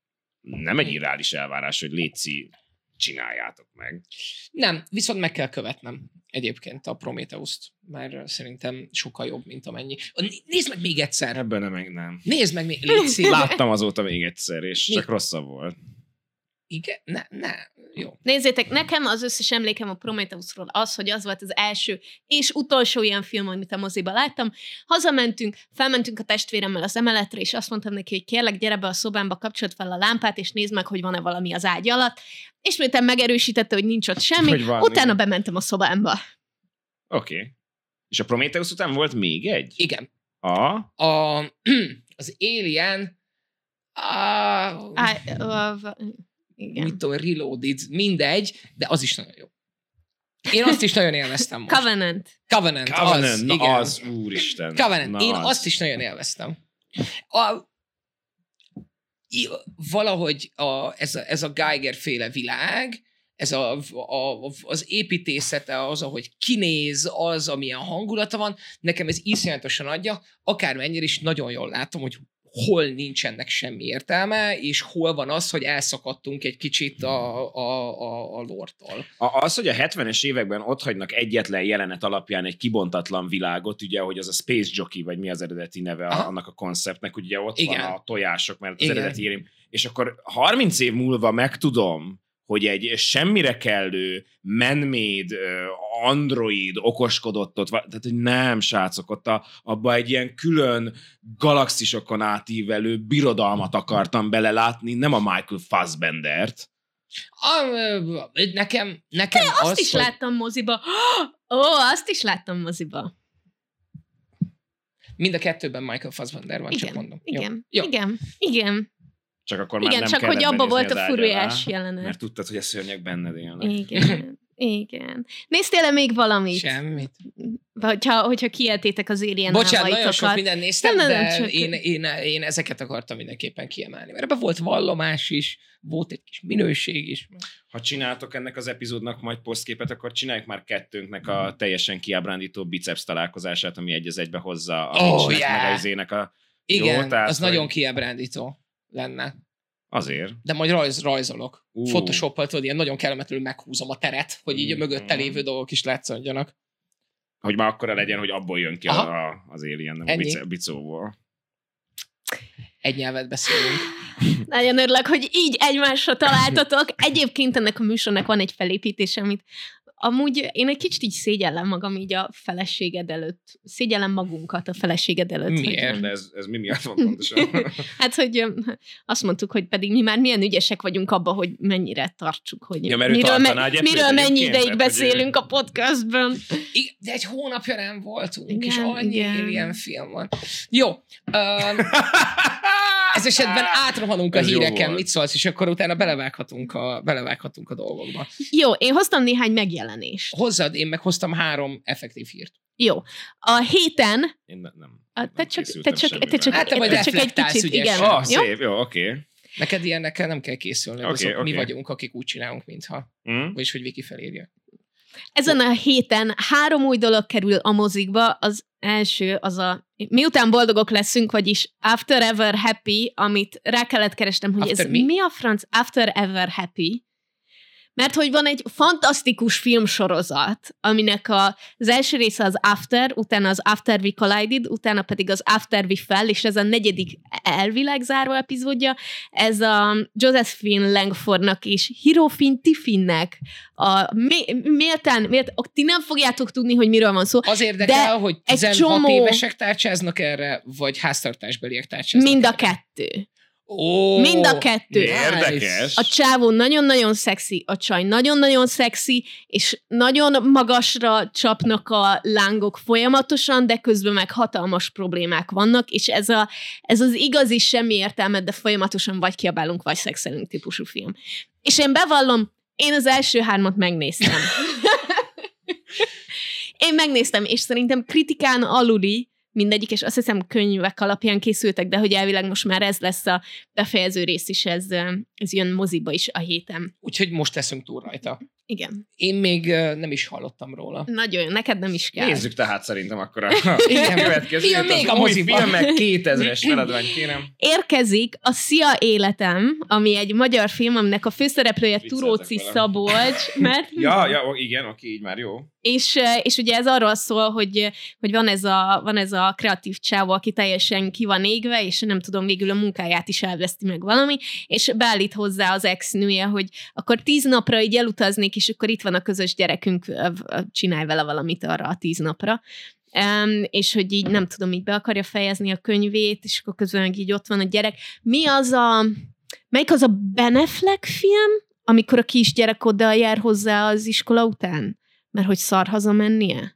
nem egy irreális elvárás, hogy létszi, csináljátok meg. Nem, viszont meg kell követnem egyébként a Prometheust, mert szerintem sokkal jobb, mint amennyi. Nézd meg még egyszer! Ebben nem, meg nem. Nézd meg még, légy szíves. Láttam azóta még egyszer, és Mi? csak rosszabb volt. Igen? Ne, ne. Jó. Nézzétek, nekem az összes emlékem a Prometheusról az, hogy az volt az első és utolsó ilyen film, amit a moziba láttam. Hazamentünk, felmentünk a testvéremmel az emeletre, és azt mondtam neki, hogy kérlek, gyere be a szobámba, kapcsold fel a lámpát, és nézd meg, hogy van-e valami az ágy alatt. És miután megerősítette, hogy nincs ott semmi, van, utána igen. bementem a szobámba. Oké. Okay. És a Prometheus után volt még egy? Igen. A? A, az Alien a, Á, a, igen. mit tudom, Reloaded, mindegy, de az is nagyon jó. Én azt is nagyon élveztem most. Covenant. Covenant, Covenant, az, na igen. az, úristen. Covenant, na én az. azt is nagyon élveztem. A, i- valahogy a, ez, a, ez a Geiger-féle világ, ez a, a, az építészete, az, ahogy kinéz, az, amilyen hangulata van, nekem ez iszonyatosan adja, akármennyire is nagyon jól látom, hogy hol nincs ennek semmi értelme, és hol van az, hogy elszakadtunk egy kicsit a, a, a, a lore-tól. A, az, hogy a hetvenes években otthagynak egyetlen jelenet alapján egy kibontatlan világot, ugye, hogy az a Space Jockey, vagy mi az eredeti neve a, annak a konceptnek, ugye ott igen. van a tojások, mert az igen. eredeti érém. És akkor harminc év múlva megtudom, hogy egy semmire kellő man-made android okoskodott ott, tehát hogy nem, srácok, ott a, abba egy ilyen külön galaxisokon átívelő birodalmat akartam belelátni, nem a Michael Fassbendert. A, nekem, nekem De az, azt is hogy... láttam moziba. Ó, oh, azt is láttam moziba. Mind a kettőben Michael Fassbender van, Igen, csak mondom. igen, Jó. Jó. igen, igen. Csak akkor Igen, már nem csak kellett hogy abba benézni volt az a ágy alá, furujás jelenet. mert Furujás jelenet. Mert tudtad, hogy a szörnyek benned élnek. Igen. Igen. Néztél-e még valamit? Semmit. Hogyha, hogyha kieltétek az Alien Bocsánat, nagyon sok álmaitokat. mindent néztem, Nem, nem, de csak- én, én, én ezeket akartam mindenképpen kiemelni. Mert ebben volt vallomás is, volt egy kis minőség is. Ha csináltok ennek az epizódnak majd posztképet, akkor csináljuk már kettőnknek a teljesen kiábrándító biceps találkozását, ami egy az egybe hozza a Oh, Lynchnek yeah. meg a izének a... Igen, Jó, tehát, az hogy- nagyon kiábrándító lenne. Azért. De majd rajz, rajzolok. Ú. Photoshop-al tudod, ilyen nagyon kellemetlenül meghúzom a teret, hogy így a Mm. mögötte lévő dolgok is látszódjanak. Hogy már akkora legyen, hogy abból jön ki Aha. a, a, az Alien, nem a Ennyi. bice- bicóból. Egy nyelvet beszélünk. Nagyon örülök, hogy így egymásra találtatok. Egyébként ennek a műsornak van egy felépítés, amit amúgy én egy kicsit így szégyellem magam így a feleséged előtt. Szégyellem magunkat a feleséged előtt. Miért? Hogy- De ez, ez mi miatt van pontosan? Hát, hogy öm, azt mondtuk, hogy pedig mi már milyen ügyesek vagyunk abba, hogy mennyire tartsuk, hogy Ja, mert ő miről, tartaná egyet miről őt mennyi egyébként, ideig tehát, beszélünk hogy- a podcastben. Igen, de egy hónapja nem voltunk, Igen, és annyi igen. Alien film van. Jó. Um, ez esetben átrohanunk a Ez jó híreken, volt. mit szólsz, és akkor utána belevághatunk a, belevághatunk a dolgokba. Jó, én hoztam néhány megjelenést. Hozzad, én meg hoztam három effektív hírt. Jó. A héten, Én ne, nem. a, te nem csak, te készültem csak, te semmiben. csak, Hát te majd te csak egy reflektálsz kicsit, ügyesen. igen. Ah, Jó? szép, jó, oké. Neked ilyenekkel nem kell készülni, Oké, okay, azok mi oké. vagyunk, akik úgy csinálunk, mintha. Hm? Vagyis, hogy Viki felírja. Ezen a héten három új dolog kerül a mozikba. Az első az a miután boldogok leszünk, vagyis After Ever Happy, amit rá kellett keresnem, hogy After ez mi? mi a franc After Ever Happy. Mert hogy van egy fantasztikus filmsorozat, aminek a, az első része az After, utána az After We Collided, utána pedig az After We Fell, és ez a negyedik elvileg záró epizódja. Ez a Josephine Langfordnak és Hirofin Tiffinnek a mé- méltán, méltán, ti nem fogjátok tudni, hogy miről van szó. Az érdekel, hogy tizenhat csomó- évesek tárcsáznak erre, vagy háztartásbeliek tárcsáznak Mind a erre? kettő. Ó, Mind a kettő. Érdekes. A csávó nagyon-nagyon szexi, a csaj nagyon-nagyon szexi, és nagyon magasra csapnak a lángok folyamatosan, de közben meg hatalmas problémák vannak, és ez, a, ez az igazi semmi értelmet, de folyamatosan vagy kiabálunk, vagy szexelünk típusú film. És én bevallom, én az első hármat megnéztem. Én megnéztem, és szerintem kritikán aluli mindegyik, és azt hiszem könyvek alapján készültek, de hogy elvileg most már ez lesz a befejező rész is, ez, ez jön moziba is a héten. Úgyhogy most teszünk túl rajta. Igen. Én még uh, nem is hallottam róla. Nagyon jó, neked nem is kell. Nézzük tehát szerintem akkor a, Igen. a következő. Igen, még a új moziba. filmek kétezres feladvány, kérem. Érkezik a Szia Életem, ami egy magyar film, aminek a főszereplője Vicceltek Turóczi velem. Szabolcs, mert Ja, ja, ó, igen, oké, így már jó. És, és ugye ez arról szól, hogy, hogy van, ez a, van ez a kreatív csávó, aki teljesen ki van égve, és nem tudom, végül a munkáját is elveszti meg valami, és beállít hozzá az ex-nője, hogy akkor tíz napra így elutaznék, és akkor itt van a közös gyerekünk, csinálj vele valamit arra a tíz napra. Um, és hogy így nem tudom, így be akarja fejezni a könyvét, és akkor közben meg így ott van a gyerek. Mi az a... Melyik az a Ben Affleck film, amikor a kisgyerek oda jár hozzá az iskola után? Mert hogy szar hazamennie?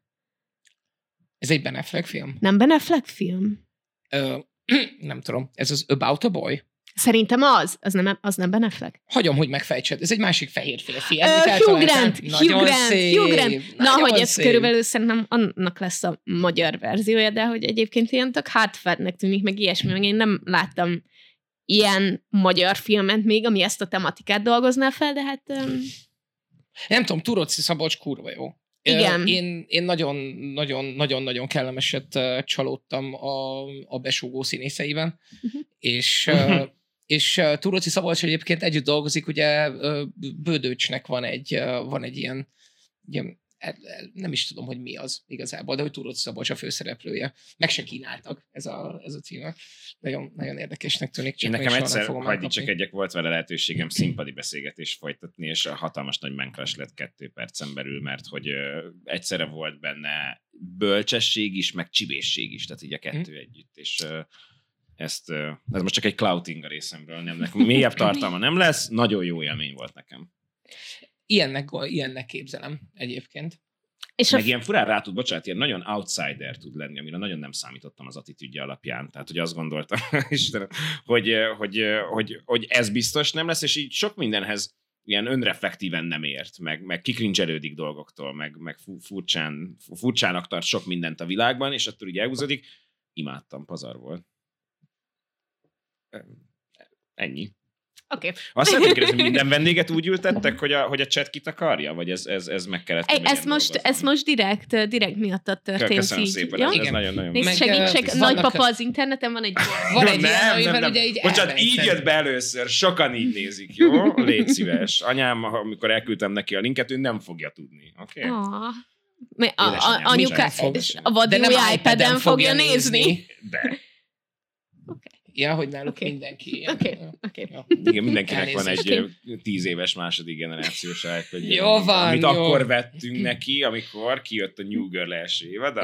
Ez egy Ben Affleck film? Nem Ben Affleck film? Ö, nem tudom. Ez az About a Boy? Szerintem az. Az nem, az nem Ben Affleck. Hagyom, hogy megfejtsed. Ez egy másik fehérféle film. Ö, Mit Hugh eltaláltál? Grant, Nagyon Hugh Grant, szép, Hugh Grant. Na, nagyon hogy ez szép. körülbelül szerintem annak lesz a magyar verziója, de hogy egyébként ilyen tök hardfatnek tűnik, meg ilyesmi, meg én nem láttam ilyen magyar filmet még, ami ezt a tematikát dolgozná fel, de hát... Um... Nem tudom, Turóczi Szabolcs kurva jó. Igen. Ö, Én, én nagyon, nagyon, nagyon, nagyon kellemeset uh, csalódtam a, a besúgó színészeiben, Uh-huh. és, uh, és uh, Turóczi Szabolcs egyébként együtt dolgozik, ugye uh, Bődöcsnek van egy, uh, van egy ilyen, ilyen el, el, nem is tudom, hogy mi az igazából, de hogy Turóczi Szabolcs a főszereplője. Meg se kínáltak ez a, ez a címe. Nagyon, nagyon érdekesnek tűnik. Én Csak nekem még soha nem egyszer, fogom hagyj megkapni. csak egyek, volt vele lehetőségem színpadi beszélgetést folytatni, és a hatalmas nagy menkres lett kettő percen belül, mert hogy ö, egyszerre volt benne bölcsesség is, meg csibészség is, tehát így a kettő Mm. együtt, és ö, ezt, ö, ez most csak egy clouting a részemről, nem nekem mélyebb tartalma nem lesz, nagyon jó élmény volt nekem. Ilyennek, ilyennek képzelem egyébként. És meg a... ilyen furán rá tud, bocsánat, ilyen nagyon outsider tud lenni, amire nagyon nem számítottam az attitűdje alapján. Tehát, hogy azt gondoltam, Istenem, hogy, hogy, hogy, hogy ez biztos nem lesz, és így sok mindenhez ilyen önreflektíven nem ért, meg, meg kikrincselődik dolgoktól, meg, meg furcsán, furcsának tart sok mindent a világban, és attól így elhúzódik. Imádtam, pazar volt. Ennyi. Oké. Okay. Azt szeretném kérdezni, minden vendéget úgy ültettek, hogy a, hogy a chat kitakarja? Vagy ez, ez, ez meg kellett? Ej, ez most, ez most direkt, direkt miattad történt. Köszönöm így. szépen, Ja? ez, ez nagyon-nagyon... Nézd, segítség, nagypapa az interneten van egy... Van egy nem, ilyen, nem, amivel nem. ugye így Bocsánat, így jött be először, sokan így nézik, jó? Légy szíves. Anyám, amikor elküldtem neki a linket, ő nem fogja tudni, oké? Okay? Oh. A, a, a, anyuka a vadiói iPad-en fogja nézni. nézni. De. Okay. Ja, hogy náluk okay. mindenki. Oké, okay. okay. Ja. Igen, mindenkinek van egy okay. tíz éves második generációs iPad. Jó van, amit jó. akkor vettünk neki, amikor kijött a New Girl első évad.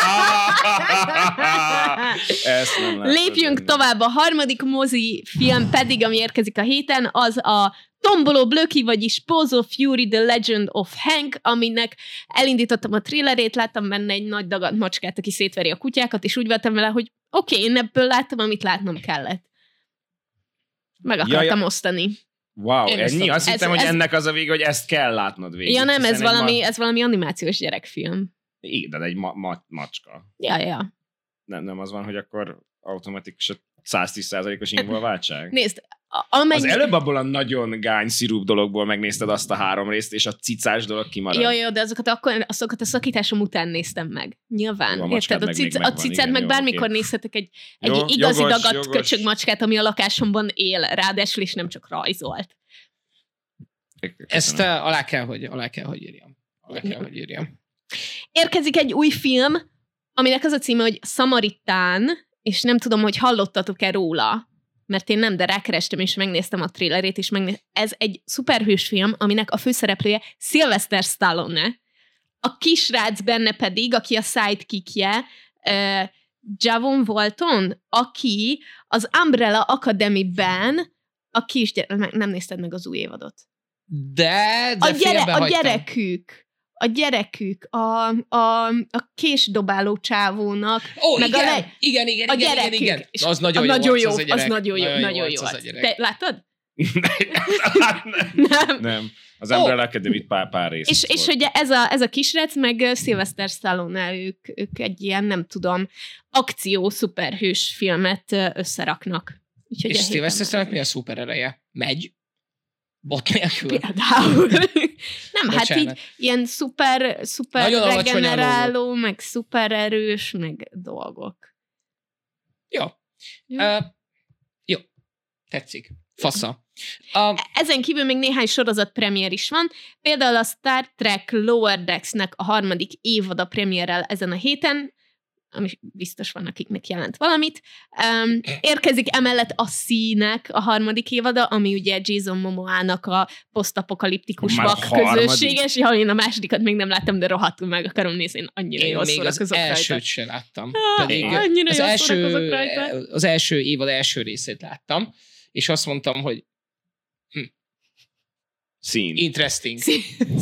Ezt nem látod. Lépjünk tovább. A harmadik mozi film pedig, ami érkezik a héten, az a Tomboló Blöki, vagyis Paws of Fury, The Legend of Hank, aminek elindítottam a thrillerét, láttam benne egy nagy dagat macskát, aki szétveri a kutyákat, és úgy vettem vele, hogy oké, okay, én ebből láttam, amit látnom kellett. Meg akartam ja, ja. osztani. Wow, én ennyi? Azt ez, hittem, ez, hogy ennek az a vége, hogy ezt kell látnod végig. Ja nem, ez valami, ma... ez valami animációs gyerekfilm. Igen, de egy ma- ma- macska. Ja, ja. Nem, nem az van, hogy akkor automatikus száz tíz százalékos involváltság? Nézd, amennyi... Az előbb abból a nagyon gány szirup dologból megnézted azt a három részt, és a cicás dolog kimarad. Jó, jó, de azokat, akkor, azokat a szakításom után néztem meg. Nyilván. Jó, a érted? A, meg cic, megvan, a cicát igen, meg jó, bármikor okay. nézhetek egy, egy jó, igazi jogos, dagat jogos. köcsög macskát, ami a lakásomban él, ráadásul is nem csak rajzolt. Köszönöm. Ezt uh, alá kell, hogy, alá kell, hogy írjam. Alá kell, hogy írjam. Érkezik egy új film, aminek az a címe, hogy Szamaritán, és nem tudom, hogy hallottatok-e róla, mert én nem, de rákerestem, és megnéztem a trailerét, és megnéztem. Ez egy szuperhős film, aminek a főszereplője Sylvester Stallone, a kisrác benne pedig, aki a sidekickje, uh, Javon Walton, aki az Umbrella Academy-ben a kisgyerek, nem nézted meg az új évadot. De, de a, gyere, a gyerekük. A gyerekük, a, a, a késdobáló csávónak. Ó, meg igen, a le... igen, igen, a igen, gyerekük. igen, igen. Az nagyon, nagyon jó, jó, az, az, az nagyon jó, nagyon, nagyon jó. Az Te láttad? nem. nem. Nem. Az Umbrella oh. Academy pár, pár rész. És, és ugye ez a, ez a kisrác, meg Sylvester Stallone, ők, ők egy ilyen, nem tudom, akció szuperhős filmet összeraknak. Úgyhogy és Sylvester Stallone mi a szuper ereje? Megy? Bot nélkül? Például. Nem, Bocsánat. hát így ilyen szuper, szuper regeneráló, meg szuper erős, meg dolgok. Jó. Jó. Uh, jó. Tetszik. Fassa. Uh, Ezen kívül még néhány sorozat premier is van. Például a Star Trek Lower Decks-nek a harmadik évada premierrel ezen a héten, ami biztos van, akiknek jelent valamit. Um, érkezik emellett a Színek a harmadik évada, ami ugye Jason Momoa-nak a posztapokaliptikus vak közösséges. Ja, én a másodikat még nem láttam, de rohadtul meg akarom nézni, én annyira én jól még az szórakozok rajta. elsőt sem láttam. Ah, Pedig annyira az jól első, szórakozok rajta. az első évad első részét láttam, és azt mondtam, hogy hm, Szín. interesting. Szín.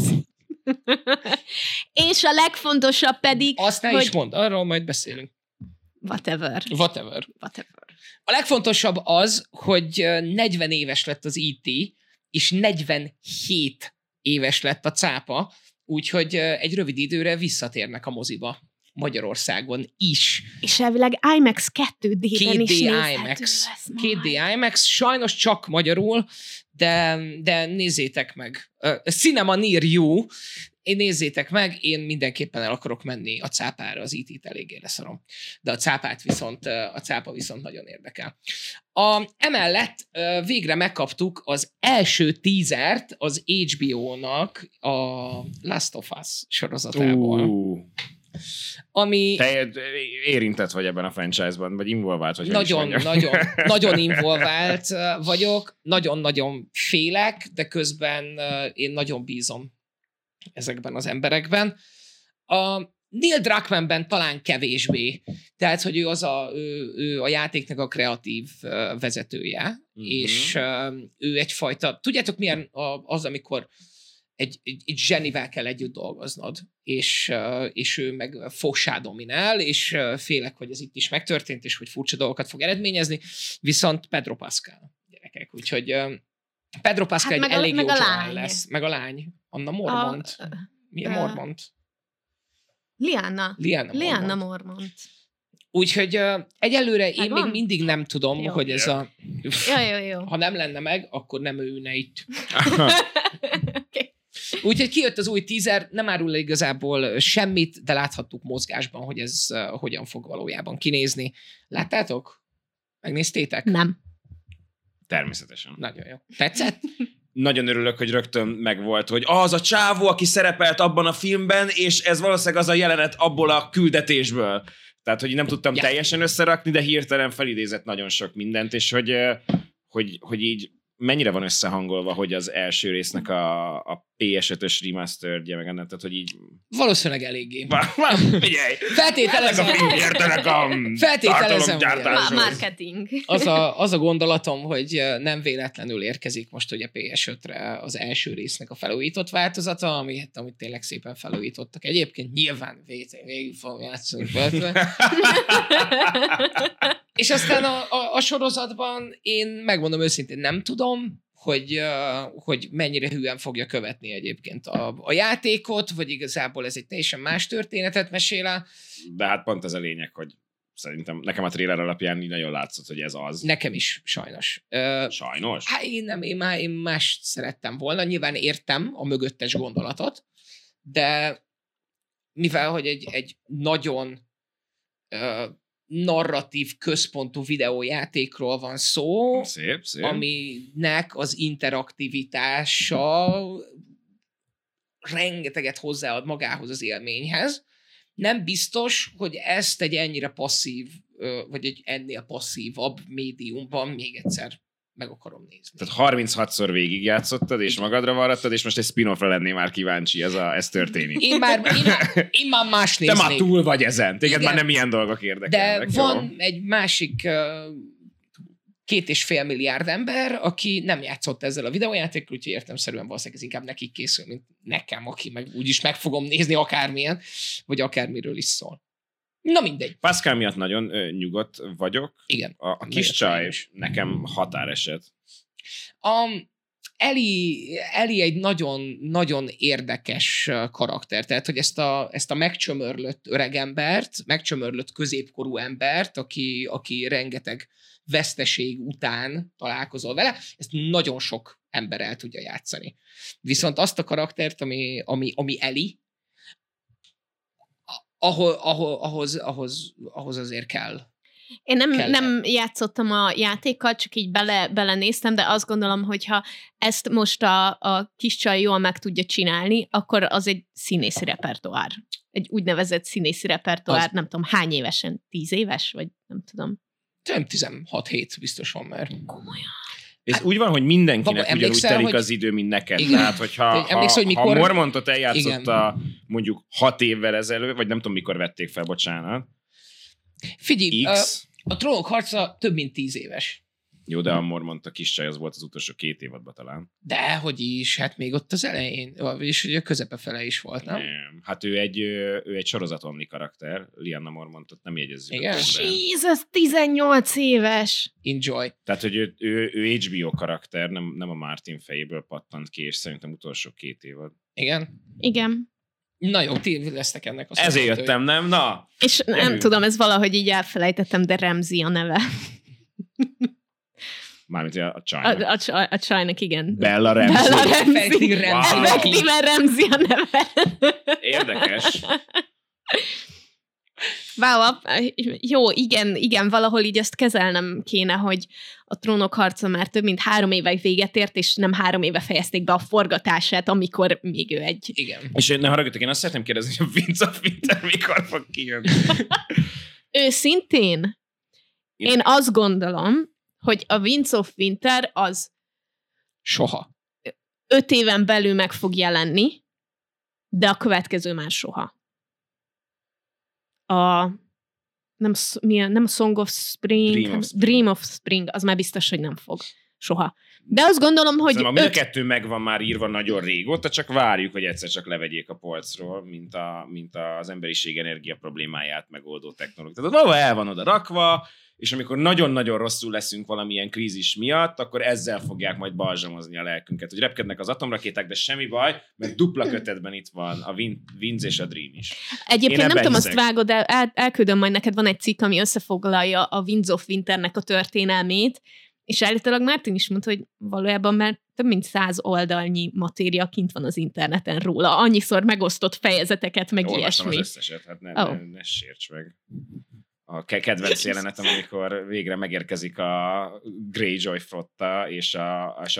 És a legfontosabb pedig... Azt ne hogy... is mondd, arról majd beszélünk. Whatever. Whatever. Whatever. A legfontosabb az, hogy negyven éves lett az í té, és negyvenhét éves lett a cápa, úgyhogy egy rövid időre visszatérnek a moziba. Magyarországon is. És elvileg IMAX kettő dé-ben is nézhető IMAX. lesz majd. két dé IMAX, sajnos csak magyarul, de, de nézzétek meg. Uh, Cinema Near You, én nézzétek meg, én mindenképpen el akarok menni a cápára, az í té-t eléggé leszarom. De a cápát viszont, a cápa viszont nagyon érdekel. A, emellett uh, végre megkaptuk az első tízert az há bé ó-nak a Last of Us sorozatából. Uh. Ami... Te érintett vagy ebben a franchise-ban, vagy involvált vagy? Nagyon, nagyon, nagyon involvált vagyok, nagyon-nagyon félek, de közben én nagyon bízom ezekben az emberekben. A Neil Druckmannben talán kevésbé, tehát, hogy ő, az a, ő, ő a játéknak a kreatív vezetője, uh-huh. és ő egyfajta, tudjátok milyen az, amikor egy, egy, egy zsenivel kell együtt dolgoznod, és, és ő meg fossá dominál, és félek, hogy ez itt is megtörtént, és hogy furcsa dolgokat fog eredményezni, viszont Pedro Pascal gyerekek, úgyhogy Pedro Pascal hát egy elég jó Joel lesz. Meg a lány. Anna Mormont. A, Milyen uh, Mormont? Liana. Liana, Liana Mormont. Mormont. Úgyhogy uh, egyelőre én még mindig nem tudom, jó. hogy ez a... Jó, jó, jó. Ha nem lenne meg, akkor nem ő ülne itt. Okay. Úgyhogy kijött az új teaser, nem árul el igazából semmit, de láthattuk mozgásban, hogy ez uh, hogyan fog valójában kinézni. Láttátok? Megnéztétek? Nem. Természetesen. Nagyon jó. Tetszett? Nagyon örülök, hogy rögtön megvolt, hogy az a csávó, aki szerepelt abban a filmben, és ez valószínűleg az a jelenet abból a küldetésből. Tehát, hogy nem tudtam ja. teljesen összerakni, de hirtelen felidézett nagyon sok mindent, és hogy, hogy, hogy így mennyire van összehangolva, hogy az első résznek a, a pé es ötös remasteredje, meg ennek, tehát, hogy így... Valószínűleg eléggé. Figyelj! Feltételezem, feltételezem, marketing. Az a, az a gondolatom, hogy nem véletlenül érkezik most ugye pé es ötre az első résznek a felújított változata, ami, amit tényleg szépen felújítottak. Egyébként nyilván végig fogom játszani. És aztán a, a, a sorozatban én megmondom őszintén nem tudom, hogy, uh, hogy mennyire hűen fogja követni egyébként a, a játékot, vagy igazából ez egy teljesen más történetet mesél el. De hát pont ez a lényeg, hogy szerintem nekem a trailer alapján így nagyon látszott, hogy ez az. Nekem is, sajnos. Uh, sajnos? Hát én nem, én, már, én mást szerettem volna. Nyilván értem a mögöttes gondolatot, de mivel, hogy egy, egy nagyon uh, narratív központú videójátékról van szó, szép, szép. aminek az interaktivitása rengeteget hozzáad magához az élményhez. Nem biztos, hogy ezt egy ennyire passzív, vagy egy ennél passzívabb médiumban még egyszer meg akarom nézni. Tehát harminchatszor végigjátszottad, és magadra varrattad, és most egy spin-offra lennél már kíváncsi, ez, a, ez történik. Én már, én, én már más néznék. Te már túl vagy ezen, téged igen. Már nem ilyen dolgok érdekelnek. De van jó? Egy másik uh, két és fél milliárd ember, aki nem játszott ezzel a videójátékkal, úgyhogy értelemszerűen valószínűleg ez inkább nekik készül, mint nekem, aki meg úgyis meg fogom nézni akármilyen, vagy akármiről is szól. Na mindegy. Pascal miatt nagyon ö, nyugodt vagyok. Igen. A, a kis csaj nekem határeset. Um, Eli, Eli egy nagyon, nagyon érdekes karakter, tehát, hogy ezt a, ezt a megcsömörlött öregembert, megcsömörlött középkorú embert, aki, aki rengeteg veszteség után találkozol vele, ezt nagyon sok ember el tudja játszani. Viszont azt a karaktert, ami, ami, ami Eli, ahol, ahol, ahhoz, ahhoz, ahhoz azért kell. Én nem, nem játszottam a játékkal, csak így bele, belenéztem, de azt gondolom, hogyha ezt most a, a kis csaj jól meg tudja csinálni, akkor az egy színészi repertoár. Egy úgynevezett színészi repertoár, az... nem tudom, hány évesen? Tíz éves? Vagy nem tudom. Nem tizenhat hét biztos van már. Komolyan. Ez hát, úgy van, hogy mindenkinek Baba, ugyanúgy telik hogy... az idő, mint neked. Igen. Tehát, hogyha ha, hogy mikor... ha Mormontot eljátszotta mondjuk hat évvel ezelőtt, vagy nem tudom, mikor vették fel, bocsánat. Figyelj, a, a Trónok harca több mint tíz éves. Jó, de a Mormont a kis csaj, az volt az utolsó két évadban talán. De, hogy is, hát még ott az elején, és ugye a közepe fele is volt, nem? Nem. Hát ő egy, ő egy sorozatonni karakter, Liana Mormontot nem jegyezzük. Igen? Jesus, tizennyolc éves! Enjoy. Tehát, hogy ő, ő, ő há bé o karakter, nem, nem a Martin fejéből pattant ki, és szerintem utolsó két évad. Igen? Igen. Na jó, ti lesztek ennek a ezért jöttem, nem? Na! És nem Jövünk. Tudom, ez valahogy így elfelejtettem, de Ramsey a neve. Mármint a, a csajnak. A, a, csaj, a csajnak, igen. Bella Ramsey. Bella Ramsey. Wow. Effektíven Ramsey a neve. Érdekes. Wow, jó, igen, igen, valahol így ezt kezelnem kéne, hogy a Trónok harca már több mint három éve véget ért, és nem három éve fejezték be a forgatását, amikor még ő egy... Igen. És ne haragudjatok, én azt szeretném kérdezni, hogy a Winds of Winter mikor fog kijönni. Őszintén, én... én azt gondolom, hogy a Winds of Winter az soha. Öt éven belül meg fog jelenni, de a következő már soha. A nem, milyen, nem a Song of Spring, Dream of Spring. Dream of Spring, az már biztos, hogy nem fog. Soha. De azt gondolom, hogy... Szerintem a mind a kettő megvan már írva nagyon régóta, csak várjuk, hogy egyszer csak levegyék a polcról, mint, a, mint az emberiség energia problémáját megoldó technológia. Tehát valahol el van oda rakva, és amikor nagyon-nagyon rosszul leszünk valamilyen krízis miatt, akkor ezzel fogják majd balzsamozni a lelkünket, hogy repkednek az atomrakéták, de semmi baj, mert dupla kötetben itt van a Winds és a Dream is. Egyébként nem tudom, azt vágod, el, el, elküldöm majd neked, van egy cikk, ami összefoglalja a Winds of Winternek a történelmét, és állítólag Martin is mondta, hogy valójában már több mint száz oldalnyi matéria kint van az interneten róla. Annyiszor megosztott fejezeteket, meg Olvastam ilyesmi. az összeset, hát ne, oh. ne, ne sérts meg. A kedvenc jelenetem, amikor végre megérkezik a Greyjoy flotta, és a... És a...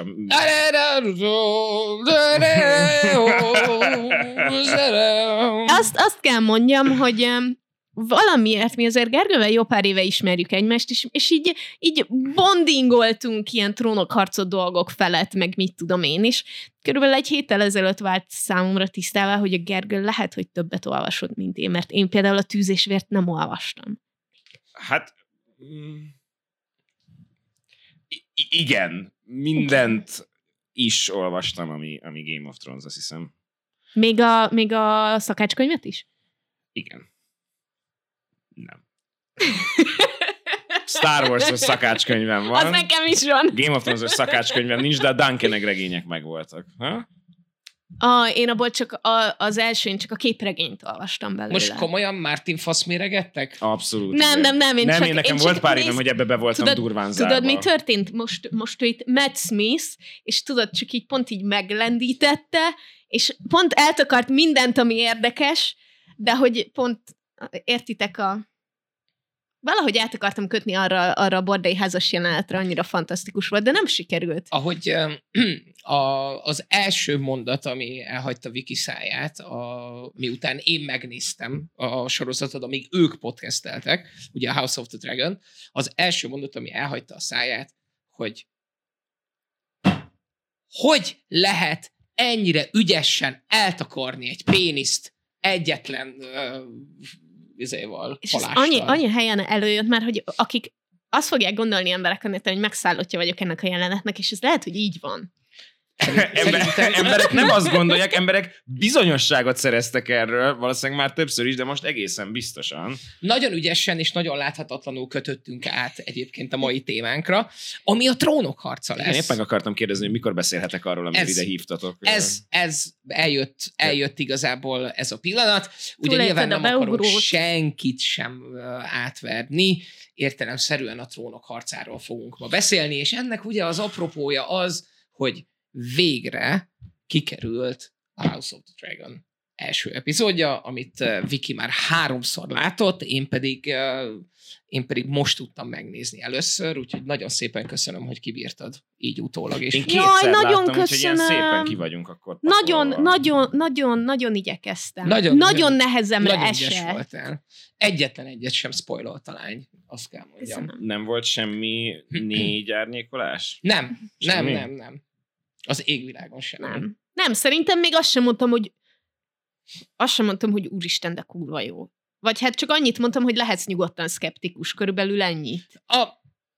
azt, azt kell mondjam, hogy valamiért mi azért Gergővel jó pár éve ismerjük egymást, és, és így, így bondingoltunk ilyen trónokharcot dolgok felett, meg mit tudom én is. Körülbelül egy héttel ezelőtt vált számomra tisztává, hogy a Gergő lehet, hogy többet olvasott, mint én, mert én például a Tűz és Vért nem olvastam. Hát... I- igen, mindent is olvastam, ami, ami Game of Thrones, azt hiszem. Még a, még a szakácskönyvet is? Igen. Nem. Star Wars-os szakácskönyvem van. Az nekem is van. Game of Thrones-os szakácskönyvem nincs, de a Duncan regények megvoltak. Ha? A, én abból csak a, az első, én csak a képregényt olvastam belőle. Most komolyan Martin fasz méregettek? Abszolút. Nem, nem, nem. Én nem, csak, én nekem én volt csak pár néz... évem, hogy ebbe be voltam tudod, durván zárva. Tudod, mi történt? Most, most ő itt Matt Smith, és tudod, csak így pont így meglendítette, és pont eltakart mindent, ami érdekes, de hogy pont értitek a... Valahogy át akartam kötni arra, arra a bordai házas jelenetre, annyira fantasztikus volt, de nem sikerült. Ahogy a, az első mondat, ami elhagyta Viki száját, a, miután én megnéztem a sorozatot, amíg ők podcasteltek, ugye a House of the Dragon, az első mondat, ami elhagyta a száját, hogy hogy lehet ennyire ügyesen eltakarni egy péniszt egyetlen uh, izéval, és ez halással. annyi, annyi helyen előjött már, hogy akik azt fogják gondolni emberek, hogy megszállottja vagyok ennek a jelenetnek, és ez lehet, hogy így van. Ember, emberek nem azt gondolják, emberek bizonyosságot szereztek erről, valószínűleg már többször is, de most egészen biztosan. Nagyon ügyesen és nagyon láthatatlanul kötöttünk át egyébként a mai témánkra, ami a trónok harca lesz. Én éppen akartam kérdezni, hogy mikor beszélhetek arról, amit ide hívtatok. Ez, ez eljött, eljött igazából ez a pillanat. Ugye Túl nyilván nem beugrós. akarunk senkit sem átverni, értelemszerűen a trónok harcáról fogunk ma beszélni, és ennek ugye az apropója az, hogy végre kikerült a House of the Dragon első epizódja, amit uh, Viki már háromszor látott, én pedig, uh, én pedig most tudtam megnézni először, úgyhogy nagyon szépen köszönöm, hogy kibírtad így utólag. És én kétszer Jaj, láttam, nagyon úgyhogy ilyen köszönöm. szépen ki vagyunk akkor. Nagyon, pakolva. nagyon, nagyon, nagyon igyekeztem. Nagyon, nagyon nehezemre nagyon ügyes esett. voltál. Egyetlen egyet sem spoilolt a lány, azt kell mondjam. Köszönöm. Nem volt semmi négy árnyékolás? Nem, nem, Semmi? nem, nem. Az égvilágon sem. Nem. Nem, szerintem még azt sem mondtam, hogy azt sem mondtam, hogy úristen, de kurva jó. Vagy hát csak annyit mondtam, hogy lehetsz nyugodtan szkeptikus, körülbelül ennyit. A...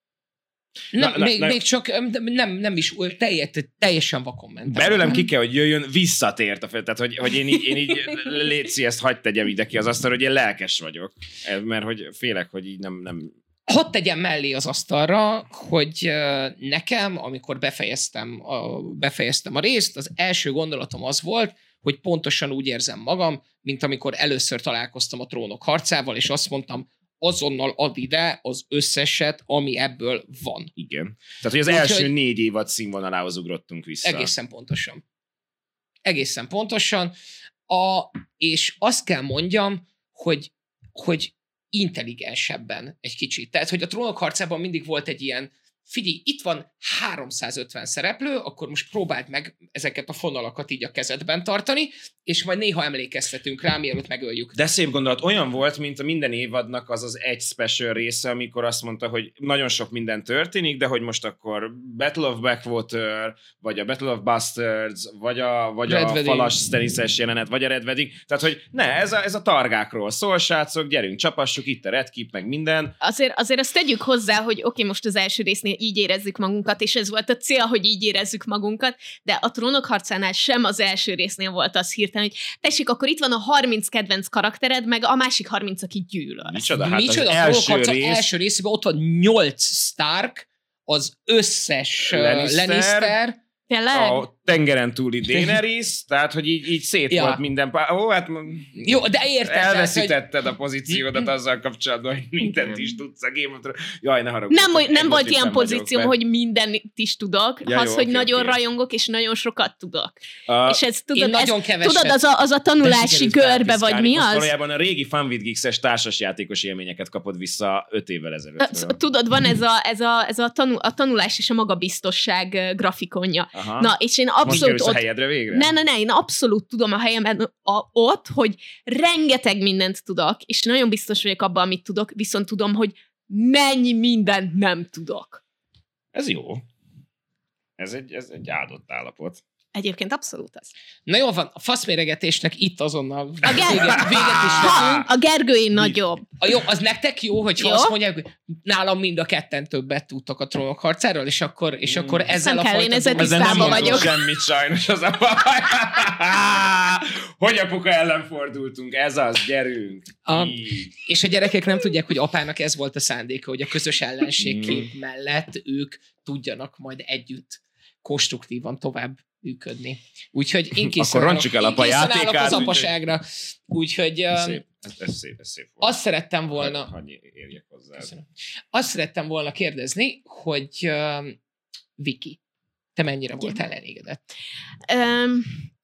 Nem, Na, na, még, na. még csak nem, nem is teljes, teljesen vakon mentem. Belőlem ki kell, hogy jöjjön, visszatért a fel. Tehát, hogy, hogy én így, én így létszi, ezt hagyd tegyem ide ki az asztalra, hogy én lelkes vagyok. Mert hogy félek, hogy így nem... nem... Hadd tegyem mellé az asztalra, hogy nekem, amikor befejeztem a, befejeztem a részt, az első gondolatom az volt, hogy pontosan úgy érzem magam, mint amikor először találkoztam a trónok harcával, és azt mondtam, azonnal add ide az összeset, ami ebből van. Igen. Tehát, hogy az Úgy, első hogy... négy évad színvonalához ugrottunk vissza. Egészen pontosan. Egészen pontosan. A, és azt kell mondjam, hogy, hogy intelligensebben egy kicsit. Tehát, hogy a trónok harcában mindig volt egy ilyen, figyelj, itt van háromszázötven szereplő, akkor most próbáld meg ezeket a fonalakat így a kezedben tartani, és majd néha emlékeztetünk rá, mielőtt megöljük. De szép gondolat, olyan volt, mint a minden évadnak az az egy special része, amikor azt mondta, hogy nagyon sok minden történik, de hogy most akkor Battle of Backwater, vagy a Battle of Bastards, vagy a, vagy a falas Stannis-es jelenet, vagy a Red Wedding. Tehát, hogy ne, ez a, ez a targákról szól, srácok, gyerünk, csapassuk, itt a Red Keep, meg minden. Azért, azért azt tegyük hozzá, hogy oké, okay, most az első résznél így érezzük magunkat, és ez volt a cél, hogy így érezzük magunkat, de a Trónok harcánál sem az első résznél volt az hirtelen, hogy tessék, akkor itt van a harminc kedvenc karaktered, meg a másik harminc, aki gyűlöl. Micsoda, hát Micsoda, az a első első, rész... első részében ott van nyolc Stark, az összes Lannister, Lannister, Lannister Tényleg? a tengeren túli Daenerys, tehát, hogy így, így szét Ja. volt minden pár... Ó, hát jó, de érted. elveszítetted a pozíciódat azzal kapcsolatban, hogy mindent is tudsz a Game of Thrones. Jaj, ne haragudj. Nem, hogy- nem Egy volt itt ilyen nem vagyok pozícióm, be. hogy mindent is tudok, Ja, az, jó, hogy oké, nagyon oké. rajongok, és nagyon sokat tudok. A- És ez tudod, Én ez, nagyon keveset. tudod az, a, az a tanulási sikerült görbe, vagy felpiszkálni. mi Most az? valójában a régi Fun with Geeks-es társasjátékos élményeket kapod vissza öt évvel ezelőtt. Tudod, van ez a, ez a, ez a, tanul, a tanulás és a magabiztosság ö, grafikonja. Aha. Na, és én Most abszolút kerülsz a ott... helyedre végre? Ne, ne, ne, én abszolút tudom a helyemben a, ott, hogy rengeteg mindent tudok, és nagyon biztos vagyok abban, amit tudok, viszont tudom, hogy mennyi mindent nem tudok. Ez jó. Ez egy, ez egy áldott állapot. Egyébként abszolút az. Na jó van, a faszméregetésnek itt azonnal A, Ger- véget, véget is ha, vetünk. a Gergői nagyobb. A jó, az nektek jó, hogy Jó. azt mondják, hogy nálam mind a ketten többet tudtok a Trónok harcáról, és akkor, és Mm. akkor ezzel Nem a kell, én fajta ezzel dolog- Ezzel nem tisztában mondok vagyok. semmit sajnos, az a baj. Hogy apuka ellen fordultunk, ez az, gyerünk. A- Így. És a gyerekek nem tudják, hogy apának ez volt a szándéka, hogy a közös ellenségkép Mm. mellett ők tudjanak majd együtt konstruktívan tovább működni. Úgyhogy én készen Akkor állok- roncsuk el én apa készen állok játékát, az úgyhogy- apaságra. Úgyhogy Ez um, szép, ez, ez szép, ez szép volt. azt szerettem volna... Hagyj érjek hozzá. Köszönöm. Azt szerettem volna kérdezni, hogy uh, Viki, te mennyire voltál elégedett? Öm,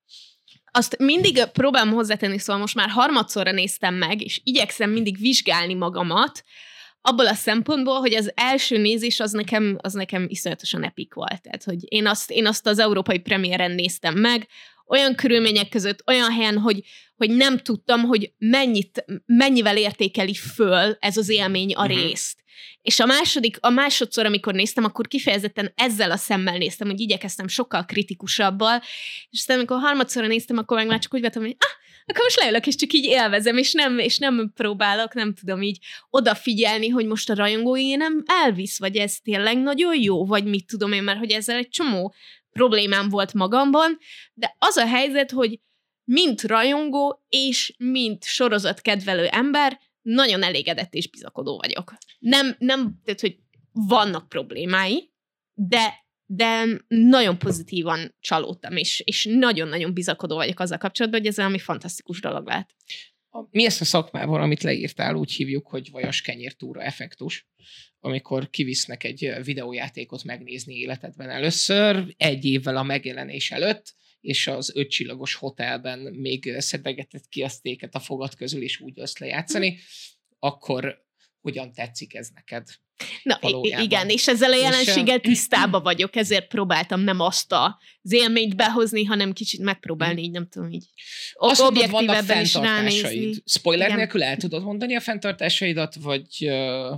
azt mindig próbálom hozzátenni, szóval most már harmadszorra néztem meg, és igyekszem mindig vizsgálni magamat, abból a szempontból, hogy az első nézés az nekem, az nekem iszonyatosan epik volt. Tehát, hogy én azt, én azt az európai premiéren néztem meg, olyan körülmények között, olyan helyen, hogy, hogy nem tudtam, hogy mennyit, mennyivel értékeli föl ez az élmény a Mhm. részt. És a második, a másodszor, amikor néztem, akkor kifejezetten ezzel a szemmel néztem, hogy igyekeztem sokkal kritikusabbal, és aztán amikor harmadszorra néztem, akkor meg már csak úgy vettem, hogy ah, akkor most leülök, és csak így élvezem, és nem, és nem próbálok, nem tudom így odafigyelni, hogy most a rajongói nem elvisz, vagy ez tényleg nagyon jó, vagy mit tudom én, mert hogy ezzel egy csomó problémám volt magamban, de az a helyzet, hogy mint rajongó, és mint sorozatkedvelő ember, nagyon elégedett és bizakodó vagyok. Nem, nem, tehát, hogy vannak problémái, de, de nagyon pozitívan csalódtam, és, és nagyon-nagyon bizakodó vagyok azzal kapcsolatban, hogy ez valami fantasztikus dolog lehet. Mi ezt a szakmában, amit leírtál, úgy hívjuk, hogy vajas kenyértúra effektus, amikor kivisznek egy videójátékot megnézni életedben először, egy évvel a megjelenés előtt, és az ötcsillagos hotelben még szedegetett ki a sztéket a fogad közül, és úgy azt lejátszani, akkor hogyan tetszik ez neked? Na, valójában. igen, és ezzel a És, jelenséggel uh, tisztában vagyok, ezért próbáltam nem azt az élményt behozni, hanem kicsit megpróbálni, így nem tudom, így Azt mondod, vannak objektívebben is ránézni. fenntartásaid. Spoiler Igen. nélkül el tudod mondani a fenntartásaidat, vagy... Uh...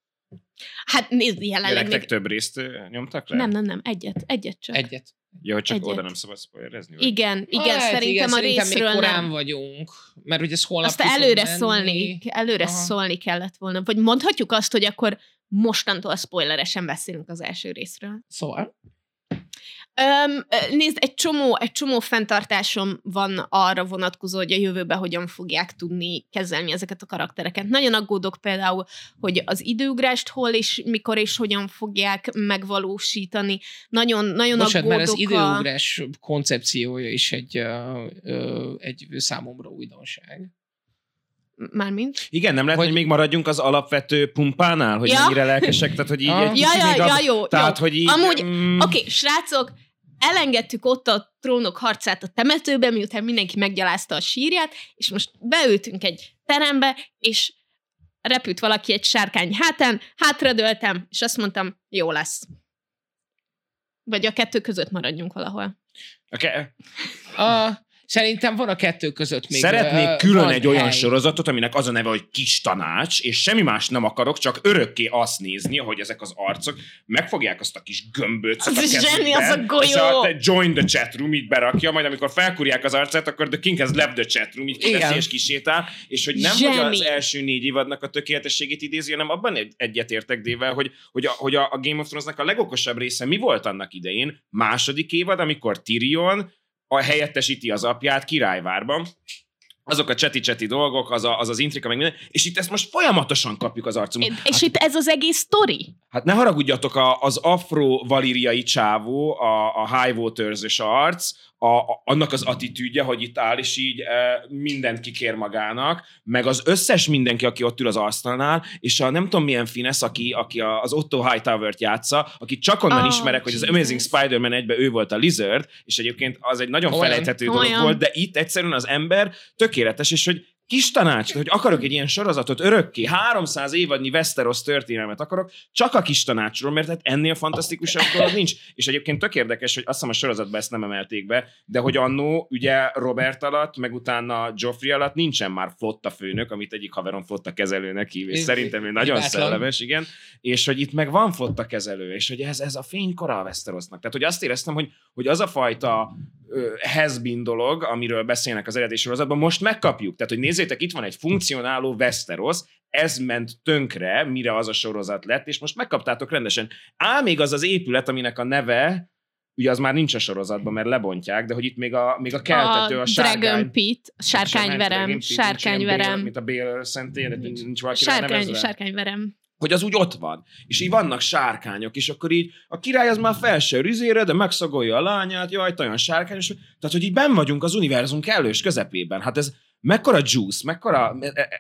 Hát nézd, jelenleg Gyerektek még... több részt ö, nyomtak le? Nem, nem, nem, egyet, egyet csak. Egyet. Ja, hogy csak Egyet. oda nem szabad spoilerezni? vagy? Igen, igen, Hát, szerintem igen, a szerintem részről még korán nem. vagyunk, mert ugye ez holnap Azt ki fog előre menni. szólni, előre Aha. szólni kellett volna. Vagy mondhatjuk azt, hogy akkor mostantól spoileresen beszélünk az első részről. Szóval? Öm, nézd, egy csomó, egy csomó fenntartásom van arra vonatkozó, hogy a jövőben hogyan fogják tudni kezelni ezeket a karaktereket. Nagyon aggódok például, hogy az időugrást hol és mikor és hogyan fogják megvalósítani. Nagyon, nagyon Bocsánat, aggódok mert az a... időugrás koncepciója is egy, ö, ö, egy számomra újdonság. Mármint? Igen, nem lehet, Hogy- hogy, még maradjunk az alapvető pumpánál, hogy Ja. mennyire lelkesek, tehát hogy így Ah. egy Ja, kicsit ja, még ja, a- jó, Tehát, jó. hogy így... Amúgy, mm, Oké, okay, srácok, elengedtük ott a Trónok harcát a temetőbe, miután mindenki meggyalázta a sírját, és most beültünk egy terembe, és repült valaki egy sárkány hátán, hátradőltem, és azt mondtam, jó lesz. Vagy a kettő között maradjunk valahol. Okay. A, Szerintem van a kettő között még. Szeretnék uh, külön egy olyan hely. sorozatot, aminek az a neve, hogy Kis Tanács, és semmi más nem akarok, csak örökké azt nézni, hogy ezek az arcok megfogják azt a kis gömböcöt a Az kezükben, zseni, az a golyó. és a join the chat room így berakja, majd amikor felkúrják az arcát, akkor the king has left the chat room, így kiveszi és kisétál, és hogy nem Zseni. hogy az első négy évadnak a tökéletességét idézi, hanem abban egy- egyetértek Dével, hogy, hogy, a, hogy a, a Game of Thrones-nak a legokosabb része mi volt annak idején? Második évad, amikor Tyrion a helyettesíti az apját Királyvárban, azok a cseti-cseti dolgok, az az, az intrika, meg minden, és itt ezt most folyamatosan kapjuk az arcunkon. És itt ez az egész sztori? Hát ne haragudjatok, a, az afro-valíriai csávó, a, a High Waters-ös arc, a, a, annak az attitűdje, hogy itt áll, és így e, mindent kikér magának, meg az összes mindenki, aki ott ül az asztalnál, és a nem tudom milyen finesz, aki, aki a, az Otto Hightower-t játsza, akit csak onnan Oh, ismerek, hogy az Jesus. Amazing Spider-Man egyben ő volt a Lizard, és egyébként az egy nagyon Olyan. felejthető dolog Olyan. volt, de itt egyszerűen az ember tökéletes, és hogy kis tanács, hogy akarok egy ilyen sorozatot örökké, háromszáz évadnyi Westeros történelmet akarok, csak a kis tanácsról, mert hát ennél fantasztikusabb dolog nincs. És egyébként tök érdekes, hogy azt hiszem a sorozatban ezt nem emelték be, de hogy annó ugye Robert alatt, meg utána Joffrey alatt nincsen már flotta főnök, amit egyik haverom flotta kezelőnek hív, és Ez- szerintem ő nagyon hibátlan. szellemes, igen, és hogy itt meg van flotta kezelő, és hogy ez, ez a fénykora a Westerosnak. Tehát, hogy azt éreztem, hogy, hogy az a fajta has-been dolog, amiről beszélnek az eredeti sorozatban, most megkapjuk. Tehát, hogy nézzétek, itt van egy funkcionáló Westeros, ez ment tönkre, mire az a sorozat lett, és most megkaptátok rendesen. Á, még az az épület, aminek a neve, ugye az már nincs a sorozatban, mert lebontják, de hogy itt még a, még a keltető, a, A sárkány... Dragon Pit, sárkányverem, Dragon Pit, nincs ilyen sárkányverem. Bale, mint a Bale szentély, de nincs, nincs valaki Sárkány, ránevezve. sárkányverem. Hogy az úgy ott van. És így vannak sárkányok, és akkor így a király az már fel se rüzére, de megszagolja a lányát, jaj, olyan sárkány, és tehát, hogy így benn vagyunk az univerzum kellős közepében. Hát ez mekkora juice, mekkora...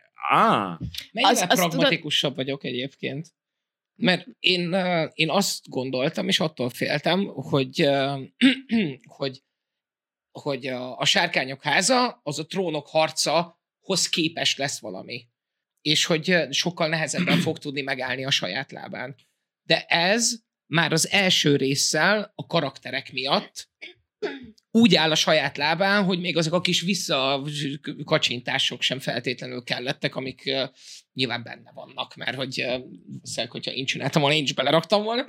Á, Mennyire Az- azt pragmatikusabb vagyok egyébként. Mert én, uh, én azt gondoltam, és attól féltem, hogy, uh, hogy, hogy a, a sárkányok háza, az a trónok harcahoz képes lesz valami. És hogy uh, sokkal nehezebben fog tudni megállni a saját lábán. De ez már az első résszel a karakterek miatt úgy áll a saját lábán, hogy még azok a kis visszakacsintások sem feltétlenül kellettek, amik uh, nyilván benne vannak, mert hogy uh, szeg, hogyha én csináltam volna, én is beleraktam volna.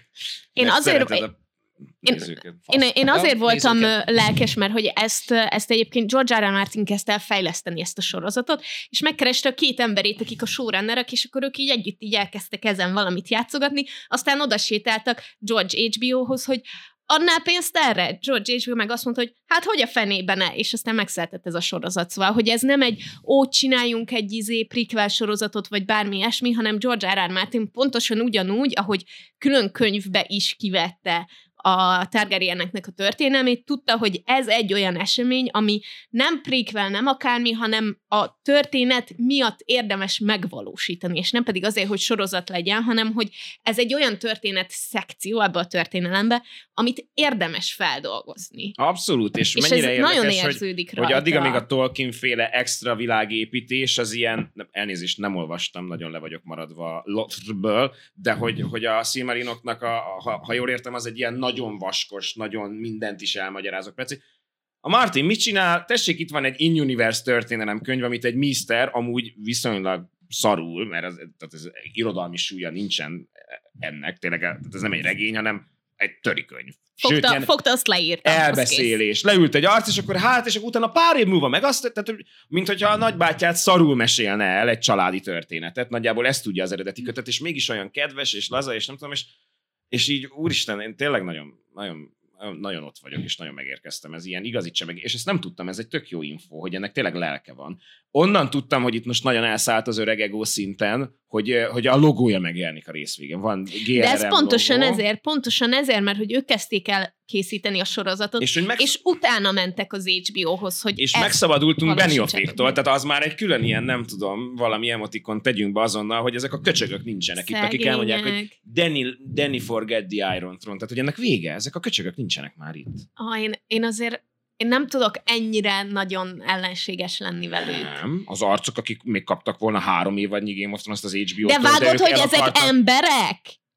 Én mert azért... szereted a Én- nézőket. Én, én azért Ja, voltam nézzük ö, lelkes, mert hogy ezt, ö, ezt egyébként George R. R. Martin kezdte el fejleszteni ezt a sorozatot, és megkereste a két emberét, akik a showrunnerek, és akkor ők így együtt így elkezdtek ezen valamit játszogatni, aztán oda sétáltak George há bé ó-hoz, hogy annál pénzt erre? George há bé ó meg azt mondta, hogy hát hogy a fenében ne, és aztán megszületett ez a sorozat. Szóval, hogy ez nem egy ó, csináljunk egy izé prequel sorozatot, vagy bármi ilyesmi, hanem George R. R. Martin pontosan ugyanúgy, ahogy külön könyvbe is kivette a Targaryeneknek a történelmét, tudta, hogy ez egy olyan esemény, ami nem prequel, nem akármi, hanem a történet miatt érdemes megvalósítani, és nem pedig azért, hogy sorozat legyen, hanem hogy ez egy olyan történet szekció ebbe a történelembe, amit érdemes feldolgozni. Abszolút, és, És mennyire ez érdekes, nagyon hogy, érződik hogy rajta. addig, amíg a Tolkien-féle extra világépítés, az ilyen, nem, elnézést, nem olvastam, nagyon le vagyok maradva Lotrből, de hogy, hogy a Silmarinoknak, a, a, ha, ha jól értem, az egy ilyen nagyon vaskos, nagyon mindent is elmagyarázok. Persze, a Martin mit csinál? Tessék, itt van egy in-universe történelem könyv, amit egy mister amúgy viszonylag szarul, mert ez, tehát ez irodalmi súlya nincsen ennek, tényleg ez nem egy regény, hanem egy törikönyv. Fogta, ilyen fogta, azt leírta. az kész. elbeszélés. Leült egy arc, és akkor hát, és akkor utána pár év múlva meg azt, tehát, mint hogyha a nagybátyát szarul mesélne el egy családi történetet. Nagyjából ezt tudja az eredeti kötet, és mégis olyan kedves, és laza, és nem tudom, és, és így, úristen, én tényleg nagyon, nagyon, nagyon ott vagyok, és nagyon megérkeztem. Ez ilyen igazítsa meg, és ezt nem tudtam, ez egy tök jó info, hogy ennek tényleg lelke van. Onnan tudtam, hogy itt most nagyon elszállt az öreg ego szinten, hogy, hogy a logója megjelenik a részvégen. Van gé er em De ez pontosan logó, ezért, pontosan ezért, mert hogy ők kezdték el készíteni a sorozatot, és, hogy meg... és utána mentek az há bé ó-hoz, hogy És ezt megszabadultunk valósítsátok Beniofféktól, meg. tehát az már egy külön ilyen, nem tudom, valami emotikon tegyünk be azonnal, hogy ezek a köcsögök nincsenek itt, akik elmondják, hogy Szegények. Danny, Danny forget the Iron Throne, tehát hogy ennek vége, ezek a köcsögök nincsenek már itt. Ah, én, én azért én nem tudok ennyire nagyon ellenséges lenni velük. Nem, az arcok, akik még kaptak volna három évadnyi Game of Thrones-t az há bé ó-tól, De vágod, ők hogy el ezek akartak- emberek?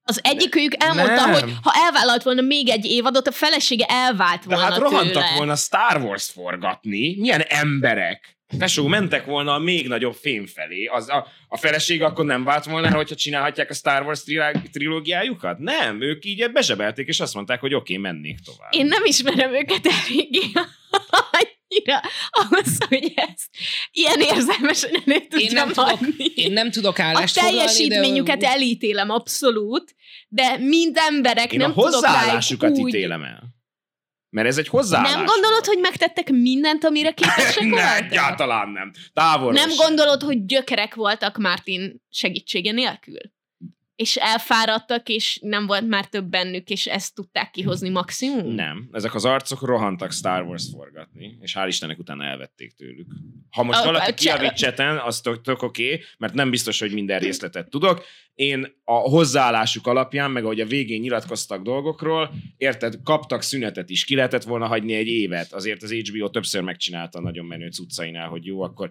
Az egyikőjük elmondta, Nem. hogy ha elvállalt volna még egy évadot, a felesége elvált De volna hát rohantak tőle. volna Star Wars forgatni. Milyen emberek? Tesó, mentek volna a még nagyobb fém felé. Az a, a feleség akkor nem vált volna, hogyha csinálhatják a Star Wars trilá- trilógiájukat? Nem, ők így bezsebelték, és azt mondták, hogy oké, okay, mennék tovább. Én nem ismerem őket eléggé annyira ahhoz, hogy ezt ilyen érzelmesen elő Én nem, tudjam tudok, adni. én nem tudok A állást foglalni, teljesítményüket de... elítélem abszolút, de mind emberek Én nem a tudok hozzáállásukat rájuk úgy... ítélem el. Mert ez egy hozzáállás. Nem gondolod, volt. hogy megtettek mindent, amire képesek Nem, voltak? egyáltalán nem. Távolról Nem sem. gondolod, hogy gyökerek voltak Martin segítsége nélkül? És elfáradtak, és nem volt már több bennük, és ezt tudták kihozni maximum? Nem. Ezek az arcok rohantak Star Wars forgatni, és hál' Istennek utána elvették tőlük. Ha most A- valaki a- kijavít cseten, az tök, tök oké, okay, mert nem biztos, hogy minden részletet tudok. Én a hozzáállásuk alapján, meg ahogy a végén nyilatkoztak dolgokról, érted, kaptak szünetet is, ki lehetett volna hagyni egy évet. Azért az há bé ó többször megcsinálta nagyon menő cuccainál, hogy jó, akkor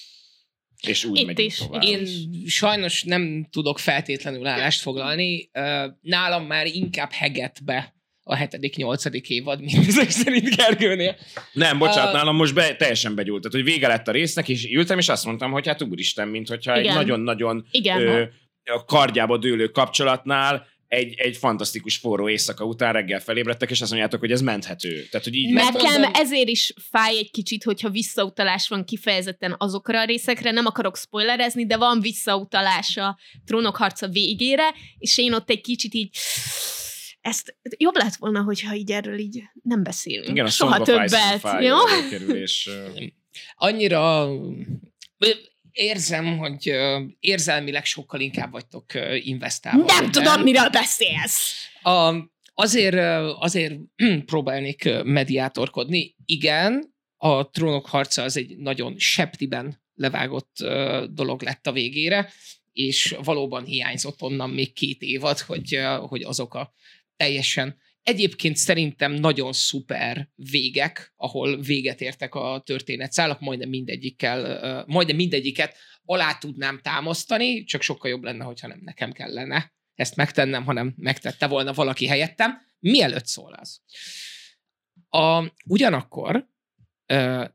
és úgy Itt megyünk is. tovább. Én sajnos nem tudok feltétlenül állást foglalni. Ö, Nálam már inkább hegett be a hetedik, nyolcadik évad, mint ezek szerint Gergőnél. Nem, bocsánat, A- nálam most be, teljesen begyúlt. Tehát, hogy vége lett a résznek, és ültem, és azt mondtam, hogy hát úristen, mint hogyha egy Igen. nagyon-nagyon Igen. ö, a kardjába dőlő kapcsolatnál egy, egy fantasztikus forró éjszaka után reggel felébredtek, és azt mondjátok, hogy ez menthető. Tehát, hogy így Meg- Nekem mondom- ezért is fáj egy kicsit, hogyha visszautalás van kifejezetten azokra a részekre, nem akarok spoilerezni, de van visszautalás a Trónok harca végére, és én ott egy kicsit így ezt jobb lett volna, hogyha így erről így nem beszélünk. igen, a Soha Song of Ice and többet. Fire Jó? kerül, és ö, Annyira érzem, hogy ö, érzelmileg sokkal inkább vagytok ö, investálva. Nem ebben. tudom, miről beszélsz. A, azért, ö, azért próbálnék ö, mediátorkodni. Igen, a Trónok harca az egy nagyon septiben levágott ö, dolog lett a végére, és valóban hiányzott onnan még két évad, hogy, ö, hogy azok a teljesen egyébként szerintem nagyon szuper végek, ahol véget értek a történetszálak, majdnem mindegyikkel, ö, majdnem mindegyiket alá tudnám támasztani, csak sokkal jobb lenne, hogyha nem nekem kellene ezt megtennem, hanem megtette volna valaki helyettem, mielőtt szól az. A, ugyanakkor ö,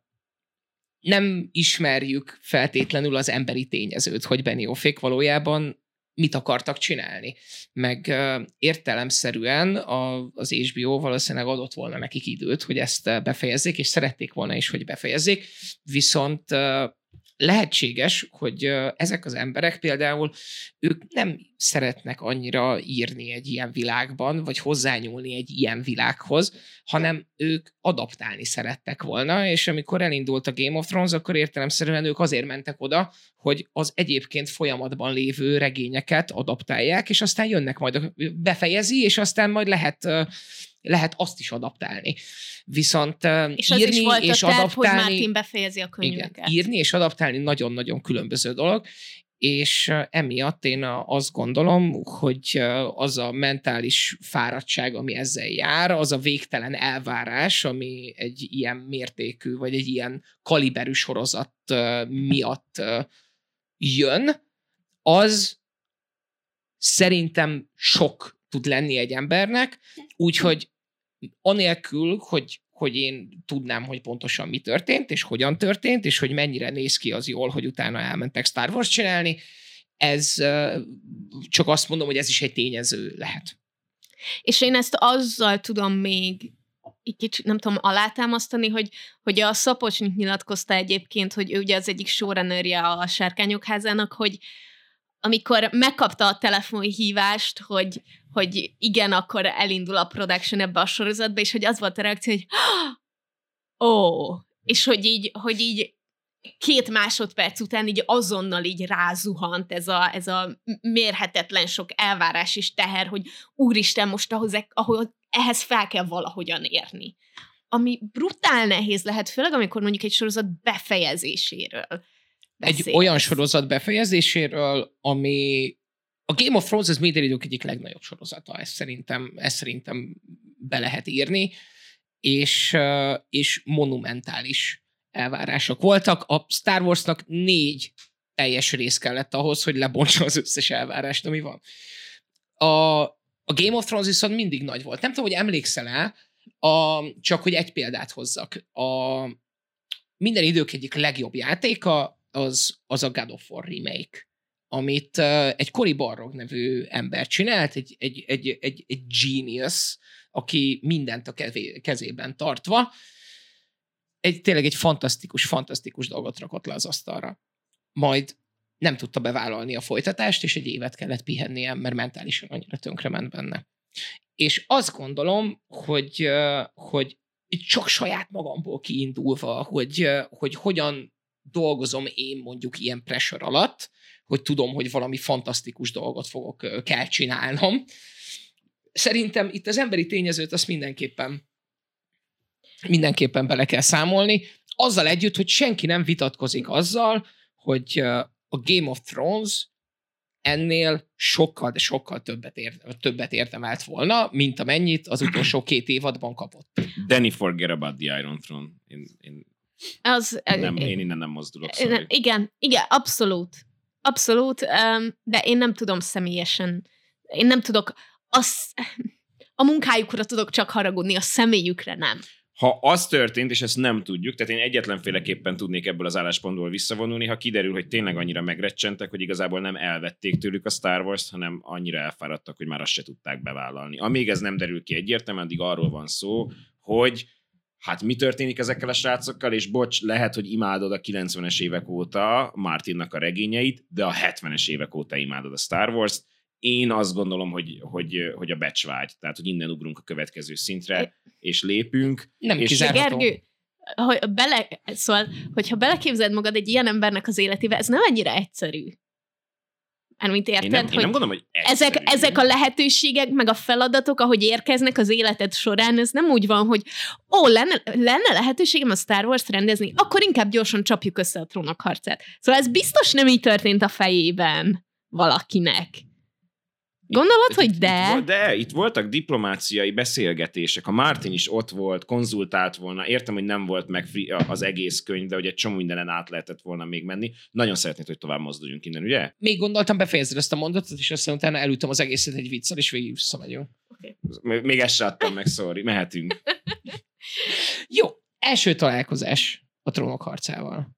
nem ismerjük feltétlenül az emberi tényezőt, hogy Benioffék valójában mit akartak csinálni. Meg ö, értelemszerűen a, az há bé ó valószínűleg adott volna nekik időt, hogy ezt ö, befejezzék, és szerették volna is, hogy befejezzék, viszont ö, lehetséges, hogy ö, ezek az emberek például, ők nem szeretnek annyira írni egy ilyen világban, vagy hozzányúlni egy ilyen világhoz, hanem ők adaptálni szerettek volna, és amikor elindult a Game of Thrones, akkor értelemszerűen ők azért mentek oda, hogy az egyébként folyamatban lévő regényeket adaptálják, és aztán jönnek majd, befejezi, és aztán majd lehet, ö, lehet azt is adaptálni. Viszont ö, És az írni is volt és a terv, hogy adaptálni... Martin befejezi a Igen, könyveket. írni és adaptálni nagyon-nagyon különböző dolog, és uh, emiatt én uh, azt gondolom, hogy uh, az a mentális fáradtság, ami ezzel jár, az a végtelen elvárás, ami egy ilyen mértékű, vagy egy ilyen kaliberű sorozat uh, miatt uh, jön, az szerintem sok tud lenni egy embernek, úgyhogy anélkül, hogy hogy én tudnám, hogy pontosan mi történt, és hogyan történt, és hogy mennyire néz ki az jól, hogy utána elmentek Star Wars csinálni, ez csak azt mondom, hogy ez is egy tényező lehet. És én ezt azzal tudom még egy kicsit, nem tudom, alátámasztani, hogy, hogy a Szapocsnik nyilatkozta egyébként, hogy ő ugye az egyik showrunnerje a Sárkányok házának, hogy amikor megkapta a telefonhívást, hogy, hogy igen, akkor elindul a production ebbe a sorozatba, és hogy az volt a reakció, hogy ó, oh! És hogy így, hogy így két másodperc után így azonnal így rázuhant ez a, ez a mérhetetlen sok elvárás és teher, hogy úristen, most ahhoz, ahol ehhez fel kell valahogyan érni. Ami brutál nehéz lehet, főleg amikor mondjuk egy sorozat befejezéséről beszélsz. Egy olyan sorozat befejezéséről, ami a Game of Thrones az minden idők egyik legnagyobb sorozata, ezt szerintem, ezt szerintem be lehet írni, és, és monumentális elvárások voltak. A Star Warsnak négy teljes rész kellett ahhoz, hogy lebontsa az összes elvárást, ami van. A A Game of Thrones viszont mindig nagy volt. Nem tudom, hogy emlékszel-e, a, csak hogy egy példát hozzak. A minden idők egyik legjobb játéka az, az a God of War remake, amit uh, egy Cory Barlog nevű ember csinált, egy, egy, egy, egy, egy genius, aki mindent a kevé, kezében tartva, egy, tényleg egy fantasztikus, fantasztikus dolgot rakott le az asztalra. Majd nem tudta bevállalni a folytatást, és egy évet kellett pihennie, mert mentálisan annyira tönkrement benne. És azt gondolom, hogy, hogy csak saját magamból kiindulva, hogy, hogy hogyan dolgozom én mondjuk ilyen pressure alatt, hogy tudom, hogy valami fantasztikus dolgot fogok, kell csinálnom. Szerintem itt az emberi tényezőt azt mindenképpen mindenképpen bele kell számolni, azzal együtt, hogy senki nem vitatkozik azzal, hogy a Game of Thrones ennél sokkal, de sokkal többet, ér, többet érdemelt volna, mint amennyit az utolsó két évadban kapott. Danny, forget about the Iron Throne. Én, én, az, nem, én innen nem mozdulok. Sorry. Igen, igen, abszolút. Abszolút, de én nem tudom személyesen, én nem tudok, az, a munkájukra tudok csak haragudni, a személyükre nem. Ha az történt, és ezt nem tudjuk, tehát én egyetlenféleképpen tudnék ebből az álláspontból visszavonulni, ha kiderül, hogy tényleg annyira megrecsentek, hogy igazából nem elvették tőlük a Star Wars-t, hanem annyira elfáradtak, hogy már azt se tudták bevállalni. Amíg ez nem derül ki egyértelműen, addig arról van szó, hogy hát mi történik ezekkel a srácokkal, és bocs, lehet, hogy imádod a kilencvenes évek óta Martinnak a regényeit, de a hetvenes évek óta imádod a Star Wars-t. Én azt gondolom, hogy, hogy, hogy a becsvágy, tehát hogy innen ugrunk a következő szintre, és lépünk. Nem és kizárható. Gergő, hogy bele, szóval, hogyha beleképzeld magad egy ilyen embernek az életébe, ez nem annyira egyszerű. Mármint érted, én nem, hogy, én nem gondolom, hogy ezek, ezek a lehetőségek, meg a feladatok, ahogy érkeznek az életed során, ez nem úgy van, hogy ó, lenne, lenne lehetőségem a Star Wars-t rendezni, akkor inkább gyorsan csapjuk össze a Trónok harcát. Szóval ez biztos nem így történt a fejében valakinek. Gondolod, hogy de? Itt, de, itt voltak diplomáciai beszélgetések. A Martin is ott volt, konzultált volna. Értem, hogy nem volt meg az egész könyv, de hogy egy csomó mindenen át lehetett volna még menni. Nagyon szeretnéd, hogy tovább mozduljunk innen, ugye? Még gondoltam befejezni ezt a mondatot, és aztán utána elültem az egészet egy viccel, és végig visszamegyünk. Okay. Még ezt se adtam meg, sorry. Mehetünk. Jó, első találkozás a Trónok harcával.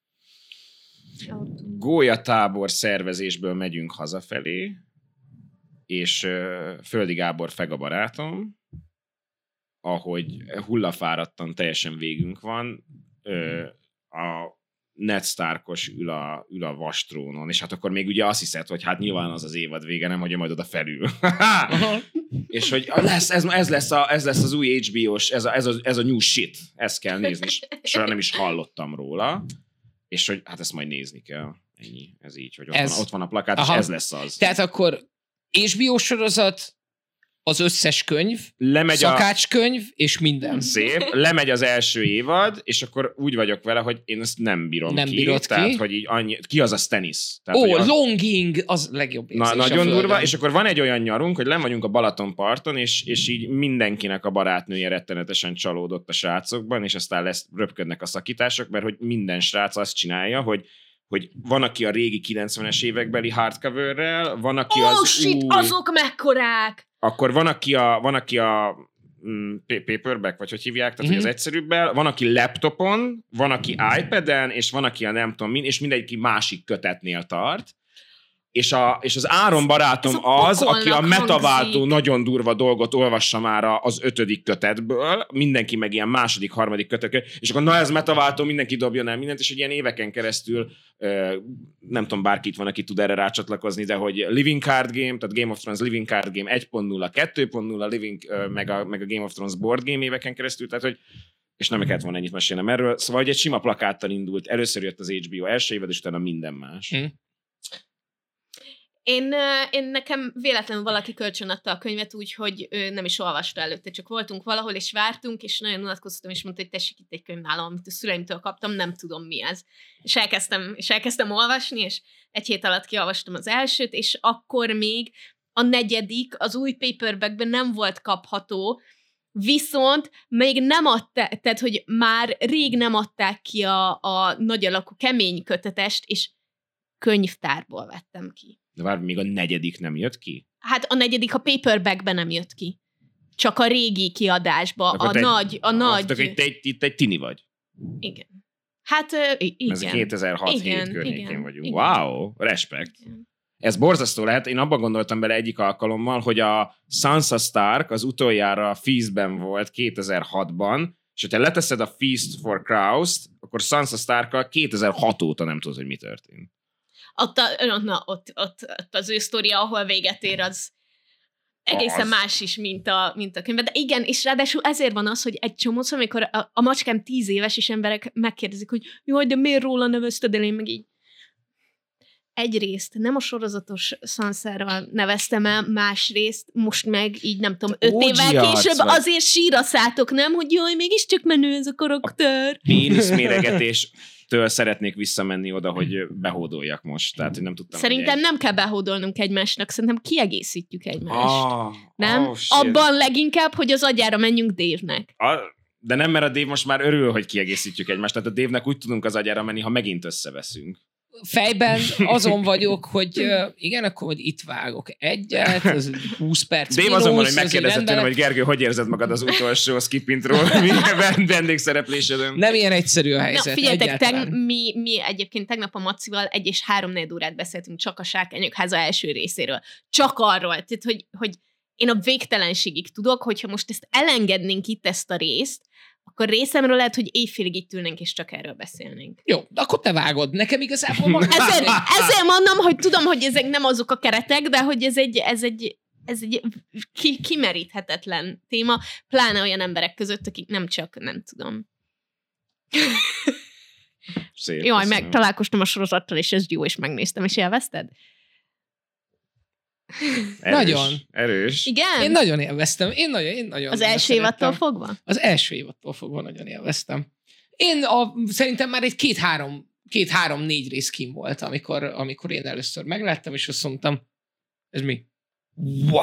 Gólyatábor szervezésből megyünk hazafelé, és uh, Földi Gábor Fega barátom, ahogy hullafáradtan teljesen végünk van, uh, a Ned Starkos ül a, ül a vastrónon, és hát akkor még ugye azt hiszed, hogy hát nyilván az az évad vége, nem, hogy majd oda felül. És hogy lesz, ez, ez, lesz a, ez lesz az új há bé ó-s, ez a, ez, a, ez a new shit, ezt kell nézni, és soha nem is hallottam róla, és hogy hát ezt majd nézni kell. Ennyi, ez így, hogy ott, ez, van, ott van a plakát, aha, és ez lesz az. Tehát akkor há bé ó sorozat, az összes könyv, lemegy szakácskönyv, a... és minden. Szép, lemegy az első évad, és akkor úgy vagyok vele, hogy én ezt nem bírom nem ki. Bírod tehát, ki. hogy így annyi... Ki az a Stannis? Tehát, Ó, a... Longing, az legjobb érzés. Na, nagyon durva, és akkor van egy olyan nyarunk, hogy len vagyunk a Balatonparton, és, és így mindenkinek a barátnője rettenetesen csalódott a srácokban, és aztán lesz, röpködnek a szakítások, mert hogy minden srác azt csinálja, hogy hogy van, aki a régi kilencvenes évekbeli hardcoverrel, van, aki oh, az shit, új... azok mekkorák! Akkor van, aki a, van, aki a mm, paperback, vagy hogy hívják, tehát mm-hmm. hogy az egyszerűbbel, van, aki laptopon, van, aki iPad-en, és van, aki a nem tudom min, és mindegyik másik kötetnél tart. És, a, és az Áron barátom az, aki a metaváltó hangzik. Nagyon durva dolgot olvassa már az ötödik kötetből, mindenki meg ilyen második, harmadik kötet, és akkor na ez metaváltó, mindenki dobjon el mindent, és egy ilyen éveken keresztül, nem tudom, bárki itt van, aki tud erre rácsatlakozni, de hogy Living Card Game, tehát Game of Thrones Living Card Game egy pont nulla, kettő pont nulla, Living, meg, a, meg a Game of Thrones Board Game éveken keresztül, tehát hogy és nem kellett volna ennyit mesélnem erről, szóval hogy egy sima plakáttal indult, először jött az há bé ó első évad, és utána minden más. Hmm. Én, én nekem véletlenül valaki kölcsönadta a könyvet úgy, hogy ő nem is olvasta előtte, csak voltunk valahol, és vártunk, és nagyon unatkoztam, és mondta, hogy tessék itt egy könyv nálam, amit a szüleimtől kaptam, nem tudom mi ez. És elkezdtem, és elkezdtem olvasni, és egy hét alatt kiolvastam az elsőt, és akkor még a negyedik az új paperbackben nem volt kapható, viszont még nem adták, tehát hogy már rég nem adták ki a, a nagy alakú kemény kötetest, és könyvtárból vettem ki. De várj, még a negyedik nem jött ki? Hát a negyedik a paperbackben nem jött ki. Csak a régi kiadásba. Akkor A te egy- nagy, a nagy... Akkor itt egy, itt egy tini vagy. Igen. Hát ö, i- igen. Ez kétezer-hat-hét Igen, környékén igen, vagyunk. igen. Wow, respekt. Igen. Ez borzasztó lehet. Én abban gondoltam bele egyik alkalommal, hogy a Sansa Stark az utoljára a Feastben volt kétezer-hatban, és ha te leteszed a Feast for Crows-t, akkor Sansa Starkkal kétezer-hat óta nem tudod, hogy mi történt. Ott, a, na, ott, ott, ott az ő sztoria, ahol véget ér, az egészen Az. más is, mint a, mint a könyvben. De igen, és ráadásul ezért van az, hogy egy csomószor, amikor a, a macskám tíz éves, és emberek megkérdezik, hogy jaj, de miért róla nevezted el, én meg így. Egyrészt nem a sorozatos Sansáról neveztem el, másrészt most meg így nem tudom, öt Úgy évvel játsz, később vagy. azért síraszátok, nem? Hogy jaj, mégiscsak menő ez a karakter. Péniszméregetéstől szeretnék visszamenni oda, hogy behódoljak most. Tehát, hogy nem tudtam. Szerintem hogy nem kell behódolnunk egymásnak, szerintem kiegészítjük egymást. Ah, Nem? oh, shit. Abban leginkább, hogy az agyára menjünk Dave-nek. A, de nem, mert a Dave most már örül, hogy kiegészítjük egymást. Tehát a Dave-nek úgy tudunk az agyára menni, ha megint összeveszünk. Fejben azon vagyok, hogy uh, igen, akkor hogy itt vágok egyet, az húsz perc Dave mínusz, azon van, hogy az így megkérdezett tőlem, rendben. hogy Gergő, hogy érzed magad az utolsó skipintról vendégszerepléseden? Nem ilyen egyszerű a Na, helyzet. figyeljetek, egyáltalán. teg, mi, mi egyébként tegnap a Macival egy és három négy órát beszéltünk csak a Sárkányok háza első részéről. Csak arról. Tehát, hogy, hogy én a végtelenségig tudok, hogyha most ezt elengednénk itt ezt a részt, akkor részemről lehet, hogy éjfélig itt ülnénk, és csak erről beszélnénk. Jó, de akkor te vágod. Nekem igazából van. Ezért, ezért mondom, hogy tudom, hogy ezek nem azok a keretek, de hogy ez egy, ez egy, ez egy ki, kimeríthetetlen téma, pláne olyan emberek között, akik nem csak, nem tudom. Szép, Jaj, köszönöm. meg találkoztam a sorozattal, és ez jó, és megnéztem, és élvezted? Erős, Nagyon. Erős. Igen? Én nagyon élveztem. Én nagyon, én nagyon Az első szerettem. évattól fogva? Az első évattól fogva nagyon élveztem. Én a, szerintem már egy két-három, két-három-négy rész kim volt, amikor, amikor én először megláttam, és azt mondtam, ez mi? Wow!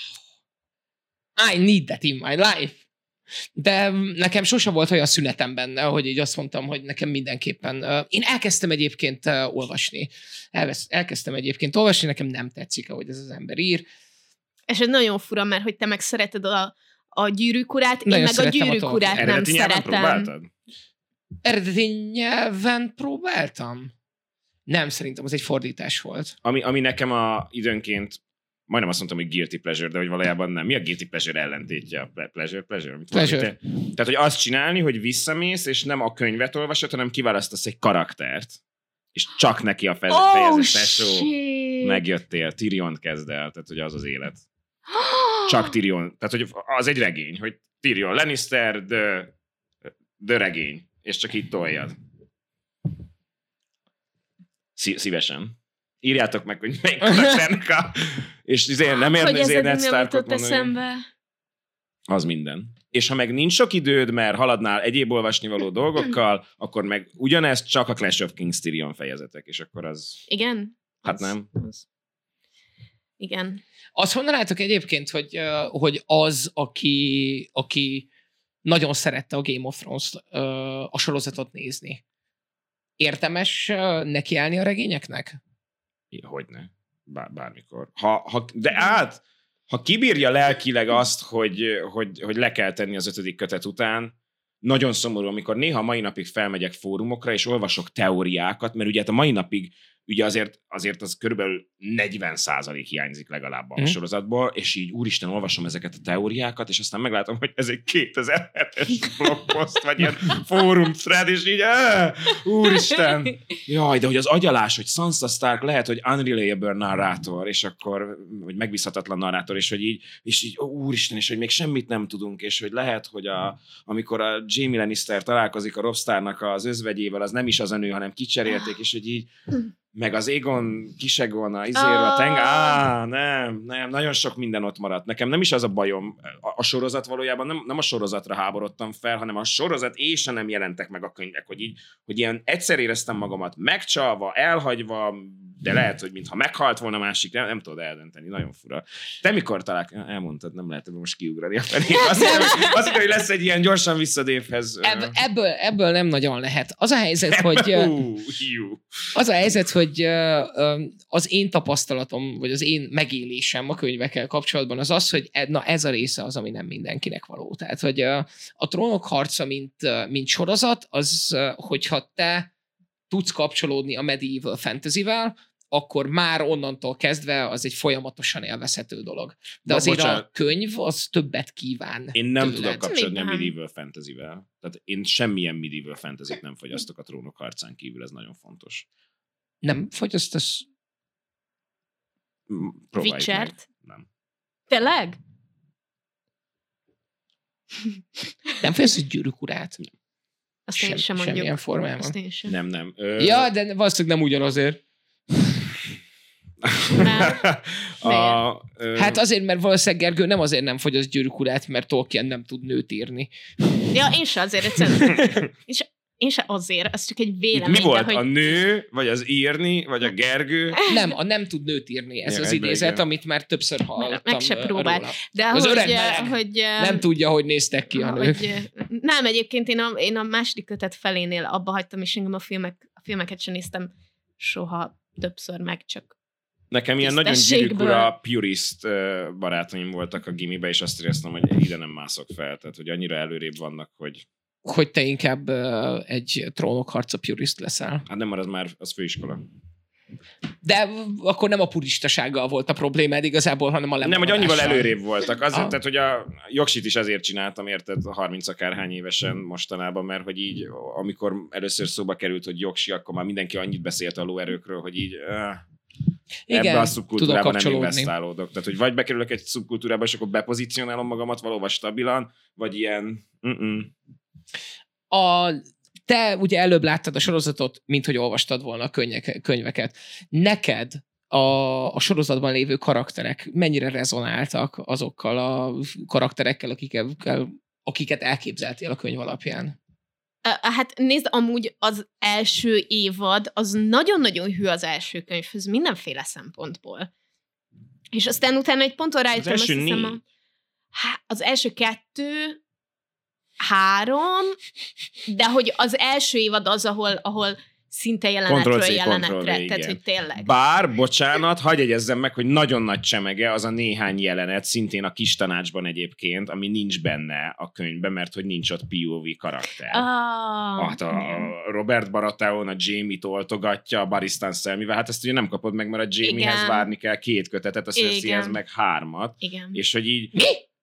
I need that in my life. De nekem sose volt olyan szünetem benne, hogy így azt mondtam, hogy nekem mindenképpen... Uh, én elkezdtem egyébként uh, olvasni. Elvesz, elkezdtem egyébként olvasni, nekem nem tetszik, ahogy ez az ember ír. És ez nagyon fura, mert hogy te meg szereted a, a gyűrűk urát, én Nagyon meg a szerettem a gyűrűk Tolkien. urát nem Eredeti nyelven szeretem. próbáltad? Eredeti nyelven próbáltam? Nem, szerintem az egy fordítás volt. Ami, ami nekem a időnként, majdnem azt mondtam, hogy guilty pleasure, de hogy valójában nem. Mi a guilty pleasure ellentétje? A ple- pleasure? Pleasure? Mit Pleasure. mondod? Tehát, hogy azt csinálni, hogy visszamész, és nem a könyvet olvasod, hanem kiválasztasz egy karaktert, és csak neki a fez- Oh, fejezet tesó. shit! Megjöttél, Tyrion kezd el, tehát hogy az az élet. Csak Tyrion, tehát hogy az egy regény, hogy Tyrion Lannister, de, de regény, és csak itt toljad. Szí- szívesen. Írjátok meg, hogy melyik karakternek a... És azért nem Hogy érne ez azért eddig Ned nem Starkot jutott mondani. eszembe. Az minden. És ha meg nincs sok időd, mert haladnál egyéb olvasnivaló dolgokkal, akkor meg ugyanezt csak a Clash of Kings Tyrion fejezetek, és akkor az... Igen? Hát Az- nem. Az. Igen. Azt mondanátok egyébként, hogy, uh, hogy az, aki, aki nagyon szerette a Game of Thrones uh, a sorozatot nézni, érdemes uh, nekiállni a regényeknek? Hogyne. Bár, bármikor. Ha, ha, de át, ha kibírja lelkileg azt, hogy, hogy, hogy le kell tenni az ötödik kötet után, nagyon szomorú, amikor néha a mai napig felmegyek fórumokra, és olvasok teóriákat, mert ugye hát a mai napig ugye azért, azért az körülbelül negyven százalék hiányzik legalább a Mm. sorozatból, és így úristen, olvasom ezeket a teóriákat, és aztán meglátom, hogy ez egy kétezer-hetes blogpost, vagy ilyen fórum thread, és így, áh, úristen! Jaj, de hogy az agyalás, hogy Sansa Stark lehet, hogy unreliable narrátor, és akkor, vagy megbízhatatlan narrátor, és hogy így, és így, ó, úristen, és hogy még semmit nem tudunk, és hogy lehet, hogy a, amikor a Jaime Lannister találkozik a Robb Starknak az özvegyével, az nem is az a nő, hanem kicserélték, és hogy így, meg az Aegon, Kisegon, a izéről, a teng... Á, nem, nem, nagyon sok minden ott maradt. Nekem nem is az a bajom. A, a sorozat valójában nem, nem a sorozatra háborodtam fel, hanem a sorozat és nem jelentek meg a könyvek, hogy így, hogy ilyen egyszer éreztem magamat megcsalva, elhagyva, de lehet, hogy mintha meghalt volna másik, nem, nem tudod eldönteni, nagyon fura. Te mikor talál... Elmondtad, nem lehet most kiugrani a felé. Azt hiszem, hogy lesz egy ilyen gyorsan vissza Dave-hez. Ebb, ebből, ebből nem nagyon lehet. Az a helyzet, hogy... az a helyzet, hogy az én tapasztalatom, vagy az én megélésem a könyvekkel kapcsolatban az az, hogy na ez a része az, ami nem mindenkinek való. Tehát, hogy a Trónok harca, mint, mint sorozat, az, hogyha te tudsz kapcsolódni a medieval fantasyvel, akkor már onnantól kezdve az egy folyamatosan élvezhető dolog. De Na, azért bocsánat. a könyv az többet kíván. Én nem tőled. tudok kapcsolódni a Mit nem? medieval fantasyvel. Tehát én semmilyen medieval fantasyt nem fogyasztok a Trónok harcán kívül, ez nagyon fontos. Nem fogyasztasz? Mm, próbáljuk Witchert? meg. Nem. Tényleg? Nem fogyasztasz Gyűrűk urát? Azt én Sem- sem mondjuk. semmilyen formában. Azt én sem. Nem, nem. Ö... Ja, de valószínűleg nem ugyanazért. a, ö... Hát azért, mert valószínűleg Gergő nem azért nem fogyaszt Gyűrűk urát, mert Tolkien nem tud nőt írni. Ja, én se azért, egyszerűen. És én se azért, ez csak egy Itt vélemény. mi volt? de, A hogy... nő, vagy az írni, vagy a Gergő? Nem, a nem tud nőt írni, ez Ja, az egyben idézet, igen. amit már többször hallottam. Meg se ö, próbált. róla. De Az hogy, öreg eh, meleg. hogy eh, Nem tudja, hogy néztek ki a nők. hogy, eh, nem, egyébként én a, én a második kötet felénél abba hagytam, és engem a, filmek, a filmeket sem néztem soha többször meg, csak Nekem ilyen nagyon Tisztességből. Gyűrűk ura purist ö, barátaim voltak a gimibe, és azt éreztem, hogy ide nem mászok fel. Tehát, hogy annyira előrébb vannak, hogy Hogy te inkább uh, egy Trónok harca purist leszel. hát nem, mert az már az főiskola. De akkor nem a puristasággal volt a problémád igazából, hanem a Nem, hogy annyival lemaradással. előrébb voltak. Azért, Ah. tehát, hogy a jogsit is azért csináltam, érted, harminc akárhány évesen mostanában, mert hogy így, amikor először szóba került, hogy jogsi, akkor már mindenki annyit beszélt a lóerőkről, hogy így uh, Igen, ebbe a tudok szubkultúrában nem kapcsolódni. investálódok. Tehát, hogy vagy bekerülök egy szubkultúrába, és akkor bepozícionálom magamat valóban stabilan, vagy ilyen mm-mm. A, te ugye előbb láttad a sorozatot, mint hogy olvastad volna a könnyek, könyveket. Neked a, a sorozatban lévő karakterek mennyire rezonáltak azokkal a karakterekkel, akikkel, akiket elképzeltél a könyv alapján? Uh, hát nézd, amúgy az első évad, az nagyon-nagyon hű az első könyvhöz, mindenféle szempontból. És aztán utána egy ponton rájöttem, Az azt első hiszem, négy. a, há, az első kettő, három, de hogy az első évad az, ahol, ahol szinte jelenetről Ctrl-C, jelenetre. Ctrl-V, Tehát, igen. hogy tényleg. Bár, bocsánat, hagyj jegyezzem meg, hogy nagyon nagy csemege az a néhány jelenet, szintén a kis tanácsban egyébként, ami nincs benne a könyvben, mert hogy nincs ott pé o vé karakter. Ah, Hát a Robert Baratheon a Jamie-t oltogatja a Barristan Selmy-vel, hát ezt ugye nem kapod meg, mert a Jamiehez Igen. várni kell két kötetet, a Cerseihez Igen. meg hármat, igen. és hogy így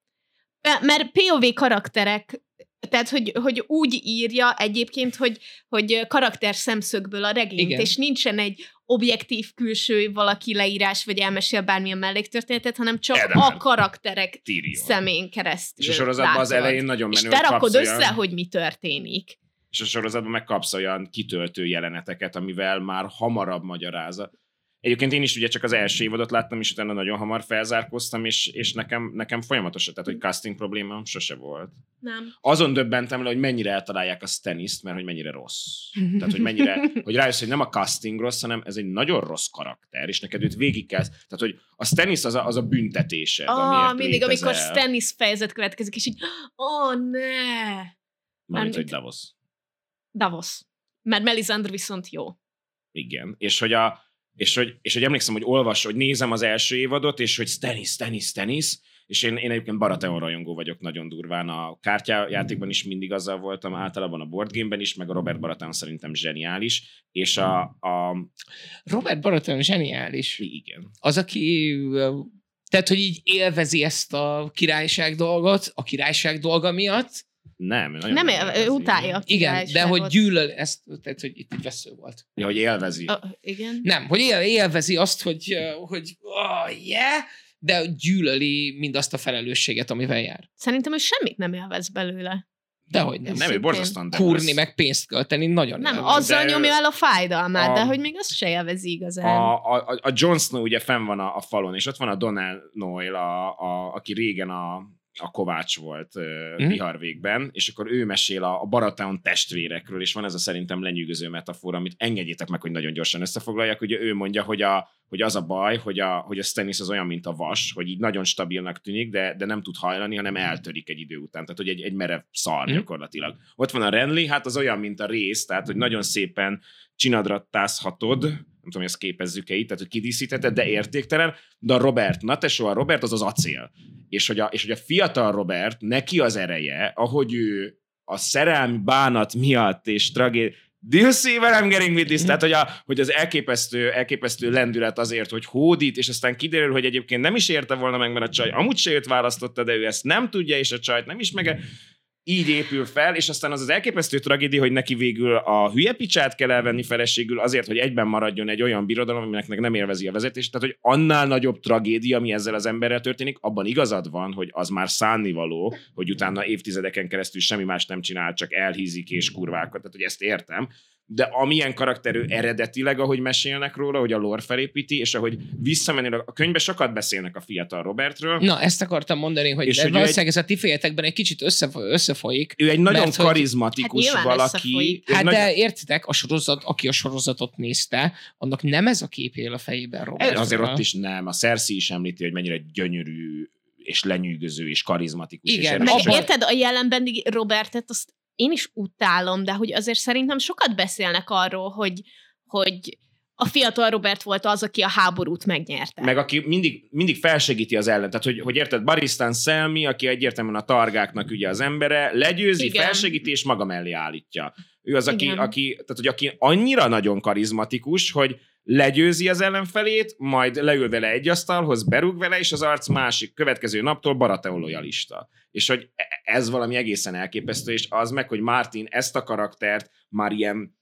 Mert pé o vé karakterek, tehát, hogy, hogy úgy írja egyébként, hogy, hogy karakter szemszögből a regényt, Igen. és nincsen egy objektív külső valaki leírás, vagy elmesél bármilyen melléktörténetet, hanem csak Edelman. a karakterek Tyrion. szemén keresztül És a sorozatban az látod. elején nagyon És menő, te hogy rakod kapsz össze, olyan, hogy mi történik. és a sorozatban megkapsz olyan kitöltő jeleneteket, amivel már hamarabb magyarázza. Egyébként én is ugye csak az első évadot láttam, és utána nagyon hamar felzárkóztam, és, és nekem, nekem folyamatosan, tehát hogy casting problémám sose volt. Nem. Azon döbbentem le, hogy mennyire eltalálják a Stannis-t, mert hogy mennyire rossz. Tehát, hogy mennyire, hogy rájössz, hogy nem a casting rossz, hanem ez egy nagyon rossz karakter, és neked őt végig kell, tehát, hogy a Stannis az a, az a büntetésed, Ah, amiért mindig, létezel. amikor Stannis fejezet következik, és így, ó, oh, ne! Mármint, hogy Mármint- Davos. Davos. Mert Melisandre viszont jó. Igen. És hogy, a, és hogy, és hogy emlékszem, hogy olvas, hogy nézem az első évadot, és hogy Stannis, Stannis, Stannis, és én, én egyébként Baratheon rajongó vagyok nagyon durván. A kártyájátékban is mindig azzal voltam, általában a board game-ben is, meg a Robert Baratheon szerintem zseniális, és a... a Robert Baratheon zseniális. igen. Az, aki... Tehát, hogy így élvezi ezt a királyság dolgot, a királyság dolga miatt. Nem, nagyon Nem, élvezi. ő utálja a Igen, de királyságot. hogy gyűlöl ezt, tehát, hogy itt egy vesző volt. Ja, hogy élvezi. Oh, igen. Nem, hogy él, élvezi azt, hogy, hogy oh, yeah, de gyűlöli mindazt a felelősséget, amivel jár. Szerintem ő semmit nem élvez belőle. Dehogy nem. Nem, ő szintén. borzasztóan Kurni, depressz. meg pénzt költeni, nagyon Nem, élvezi. azzal de- nyomja el a fájdalmát, A- de hogy még azt se élvezi igazán. A, a, a Jon Snow ugye fenn van a, a falon, és ott van a Donal Noyle, a, a, aki régen a a Kovács volt uh, Viharvégben, és akkor ő mesél a, a Baratheon testvérekről, és van ez a szerintem lenyűgöző metafora, amit engedjétek meg, hogy nagyon gyorsan összefoglaljak. Ugye ő mondja, hogy, a, hogy az a baj, hogy a, hogy a Stannis az olyan, mint a vas, hogy így nagyon stabilnak tűnik, de, de nem tud hajlani, hanem eltörik egy idő után. Tehát, hogy egy, egy merev szar mm. gyakorlatilag. Ott van a Renly, hát az olyan, mint a rész, tehát, hogy nagyon szépen csinadrattázhatod, nem tudom, hogy ezt képezzük-e itt, tehát, hogy kidíszítheted, de értéktelen, de a Robert, na tesó, a Robert az az acél. És hogy, a, és hogy a fiatal Robert, neki az ereje, ahogy ő a szerelmi bánat miatt és tragédia, do you see where I'm getting with this? Tehát, hogy, a, hogy az elképesztő, elképesztő lendület azért, hogy hódít, és aztán kiderül, hogy egyébként nem is érte volna meg, mert a csaj amúgy se őt választotta, de ő ezt nem tudja, és a csajt nem is meg... Így épül fel, és aztán az az elképesztő tragédia, hogy neki végül a hülye picsát kell elvenni feleségül azért, hogy egyben maradjon egy olyan birodalom, aminek nem élvezi a vezetést. Tehát, hogy annál nagyobb tragédia, ami ezzel az emberrel történik, abban igazad van, hogy az már szánnivaló, hogy utána évtizedeken keresztül semmi más nem csinál, csak elhízik és kurvákat. Tehát, hogy ezt értem. De amilyen karakterű eredetileg, ahogy mesélnek róla, hogy a lore felépíti, és ahogy visszamenőleg a könyvben sokat beszélnek a fiatal Robertről. Na, ezt akartam mondani, hogy, hogy valószínűleg egy... ez a ti fejetekben egy kicsit össze, összefolyik. Ő egy nagyon mert, karizmatikus hát valaki. Hát nagy... de értitek, a sorozat, aki a sorozatot nézte, annak nem ez a kép él a fejében Robertről. Azért ott is nem. A Cersei is említi, hogy mennyire gyönyörű és lenyűgöző és karizmatikus. Igen, és meg érted, a jelenben Robertet azt én is utálom, de hogy azért szerintem sokat beszélnek arról, hogy, hogy a fiatal Robert volt az, aki a háborút megnyerte. Meg aki mindig, mindig felsegíti az ellen. Tehát, hogy, hogy érted, Barristan Selmy, aki egyértelműen a targáknak ugye az embere, legyőzi, igen. felsegíti és maga mellé állítja. Ő az, aki, aki, tehát, hogy aki annyira nagyon karizmatikus, hogy legyőzi az ellenfelét, majd leül vele egy asztalhoz, berúg vele, és az arc másik következő naptól Baratheon lojalista. És hogy ez valami egészen elképesztő, és az meg, hogy Martin ezt a karaktert már ilyen,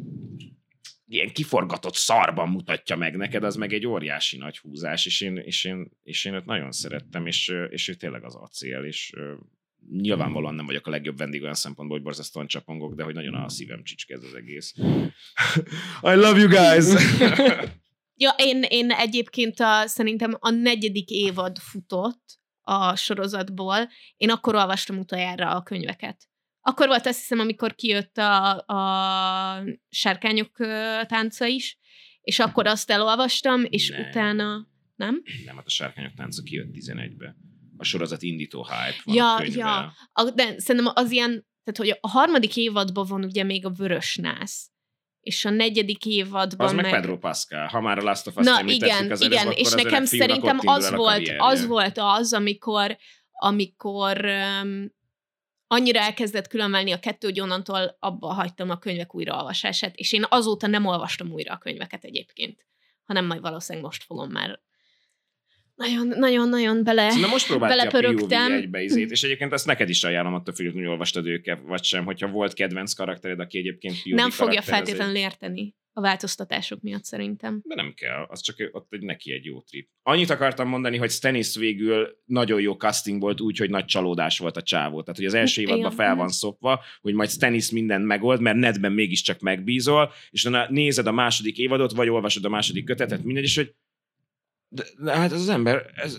ilyen kiforgatott szarban mutatja meg neked, az meg egy óriási nagy húzás, és én, és én, és én őt nagyon szerettem, és, és ő tényleg az acél, és nyilvánvalóan nem vagyok a legjobb vendég olyan szempontból, hogy borzasztóan csapongok, de hogy nagyon a szívem csicske ez az egész. I love you guys! Ja, én, én egyébként a, szerintem a negyedik évad futott a sorozatból. Én akkor olvastam utoljára a könyveket. Akkor volt azt hiszem, amikor kijött a, a Sárkányok tánca is, és akkor azt elolvastam, és nem. utána... Nem? Nem, hát a Sárkányok tánca kijött tizenegybe. A sorozat indító hype van ja, a könyvvel. Ja, a, de szerintem az ilyen, tehát hogy a harmadik évadban van ugye még a Vörös Nász, és a negyedik évadban az meg... meg Pedro Pascal. Ha már a Last of Us Na, említettük az igen, előbb, és akkor nekem szerintem az volt, az volt az, amikor, amikor um, annyira elkezdett különválni a kettő, hogy onnantól abba hagytam a könyvek újraolvasását, és én azóta nem olvastam újra a könyveket egyébként, hanem majd valószínűleg most fogom már nagyon-nagyon bele szóval most próbáltál a pé o vé egybe izét, és egyébként azt neked is ajánlom, attól függetlenül, hogy olvastad őket, vagy sem, hogyha volt kedvenc karaktered, aki egyébként pé o vé nem fogja feltétlenül egy... érteni a változtatások miatt szerintem. De nem kell, az csak ott egy neki egy jó trip. Annyit akartam mondani, hogy Stannis végül nagyon jó casting volt úgy, hogy nagy csalódás volt a csávó. Tehát, hogy az első évadban fel van szopva, hogy majd Stannis mindent megold, mert Nedben mégiscsak megbízol, és nézed a második évadot, vagy olvasod a második kötetet, mindegy, és hogy De, de hát az, az ember, ez,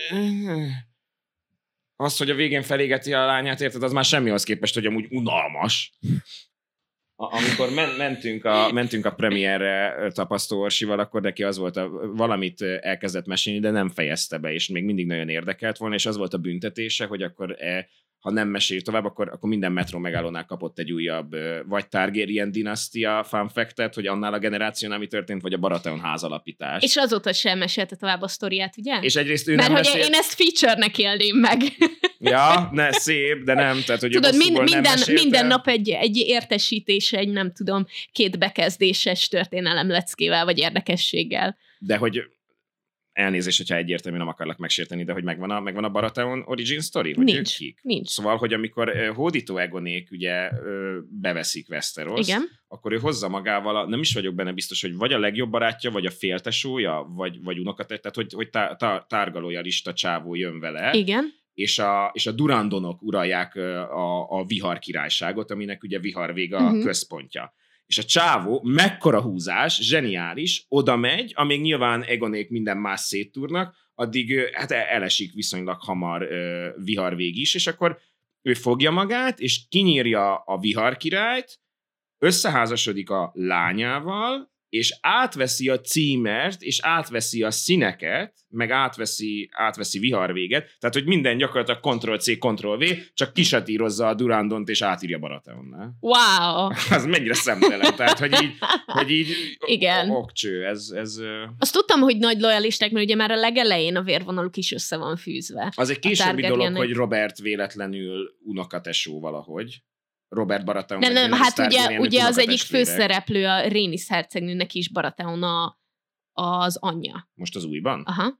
az, hogy a végén felégeti a lányát, érted, az már semmihoz képest, hogy amúgy unalmas. A, amikor men, mentünk, a, mentünk a premierre Tapasztó Orsival, akkor neki az volt, a, valamit elkezdett mesélni, de nem fejezte be, és még mindig nagyon érdekelt volna, és az volt a büntetése, hogy akkor e, ha nem mesél tovább, akkor, akkor minden metró megállónál kapott egy újabb vagy Targaryen dinasztia fun fact-et, hogy annál a generációnál mi történt, vagy a Baratheon házalapítás. És azóta sem mesélte tovább a sztoriát, ugye? És egyrészt ő Mert nem hogy mesél... én ezt feature-nek élném meg. Ja, ne, szép, de nem. Tehát, hogy tudod, mind, minden, nem minden nap egy, egy értesítés, egy nem tudom, két bekezdéses történelem leckével, vagy érdekességgel. De hogy elnézést, hogyha egyértelműen nem akarlak megsérteni, de hogy megvan a, megvan a Baratheon origin story? Hogy nincs, kik? nincs. Szóval, hogy amikor uh, hódító Egonék ugye uh, beveszik Westeros, igen. akkor ő hozza magával, a, nem is vagyok benne biztos, hogy vagy a legjobb barátja, vagy a féltesója, vagy, vagy unokatest, tehát hogy, hogy tá, tá, tárgalója lista csávó jön vele. Igen. És a, és a Durandonok uralják a, a Vihar királyságot, aminek ugye Viharvég a uh-huh. központja. És a csávó, mekkora húzás, zseniális, oda megy, amíg nyilván Egonék minden más széttúrnak, addig hát elesik viszonylag hamar viharvég is, és akkor ő fogja magát, és kinyírja a viharkirályt, összeházasodik a lányával, és átveszi a címert, és átveszi a színeket, meg átveszi, átveszi viharvéget, tehát, hogy minden gyakorlatilag Ctrl-C, Ctrl-V, csak kisatírozza a Durandont, és átírja Baratheonnál. Wow! Az mennyire szemtelen, tehát, hogy így, hogy így igen. okcső, ez... ez Azt tudtam, hogy nagy lojalisták, mert ugye már a legelején a vérvonaluk is össze van fűzve. Az egy későbbi dolog, hogy Robert véletlenül unokatesó valahogy. Robert Baratheon. Nem, nem, hát ugye, ugye az egyik főszereplő, a Rhaenys hercegnőnek is Baratheon a, az anyja. Most az újban? Aha.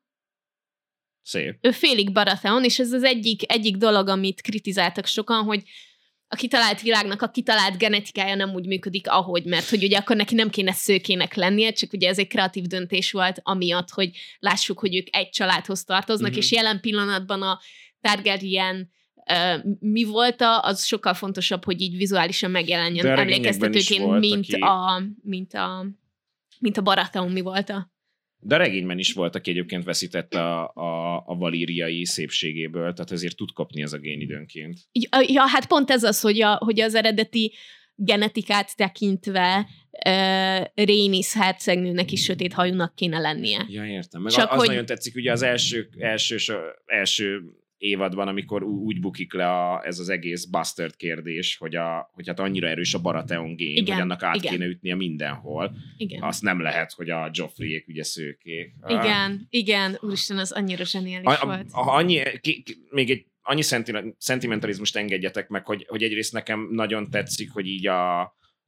Szép. Ő félig Baratheon, és ez az egyik, egyik dolog, amit kritizáltak sokan, hogy a kitalált világnak a kitalált genetikája nem úgy működik, ahogy, mert hogy ugye akkor neki nem kéne szőkének lennie, csak ugye ez egy kreatív döntés volt, amiatt, hogy lássuk, hogy ők egy családhoz tartoznak, mm-hmm. és jelen pillanatban a Targaryen Uh, mi volt a, az sokkal fontosabb, hogy így vizuálisan megjelenjen emlékeztetőként, mint, aki... a, mint, a, mint a Baratheon mi volt a... De a regényben is volt, aki egyébként veszített a, a, a valíriai szépségéből, tehát ezért tud kapni ez a gén időnként. Ja, ja, hát pont ez az, hogy, a, hogy az eredeti genetikát tekintve uh, Rhaenys hercegnőnek is sötét hajúnak kéne lennie. Ja, értem. Meg Csak az hogy... nagyon tetszik, ugye az első, első, első évadban, amikor úgy bukik le a, ez az egész bastard kérdés, hogy, a, hogy hát annyira erős a Baratheon gén, igen, hogy annak át igen. kéne ütnie mindenhol. Igen. Azt nem lehet, hogy a Joffreyék ugye szőkék. Igen, ah. igen, úristen, az annyira zseniális a, volt. A, a, annyi, ki, ki, még egy annyi szentimentalizmust engedjetek meg, hogy, hogy egyrészt nekem nagyon tetszik, hogy így a,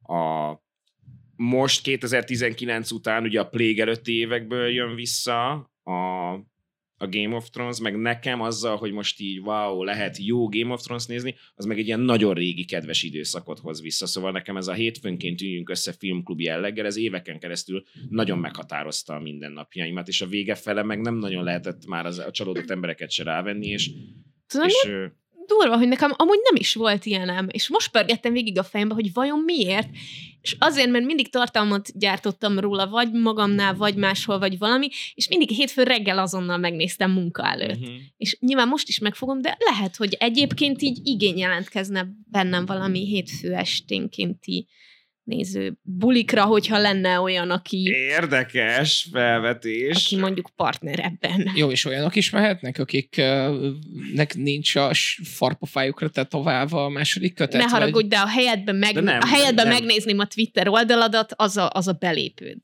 a most kétezer-tizenkilenc után ugye a Plague előtti évekből jön vissza a a Game of Thrones, meg nekem azzal, hogy most így wow, lehet jó Game of Thrones nézni, az meg egy ilyen nagyon régi kedves időszakot hoz vissza. Szóval nekem ez a hétfőnként üljünk össze filmklub jelleggel, ez éveken keresztül nagyon meghatározta a mindennapjaimat, és a vége fele meg nem nagyon lehetett már az, a csalódott embereket se rávenni, és... Tudom, és durva, hogy nekem amúgy nem is volt ilyenem, és most pörgettem végig a fejembe, hogy vajon miért, és azért, mert mindig tartalmat gyártottam róla, vagy magamnál, vagy máshol, vagy valami, és mindig hétfő reggel azonnal megnéztem munka előtt. Uh-huh. És nyilván most is megfogom, de lehet, hogy egyébként így igény jelentkezne bennem valami hétfő esténkénti néző bulikra, hogyha lenne olyan, aki... Érdekes felvetés. Aki mondjuk partner ebben. Jó, és olyanok is mehetnek, akiknek nincs a farpofájukra tetoválva a második kötet? Ne haragudj, vagy... de a helyedben, meg... de nem, a helyedben nem. megnézném a Twitter oldaladat, az a, az a belépőd.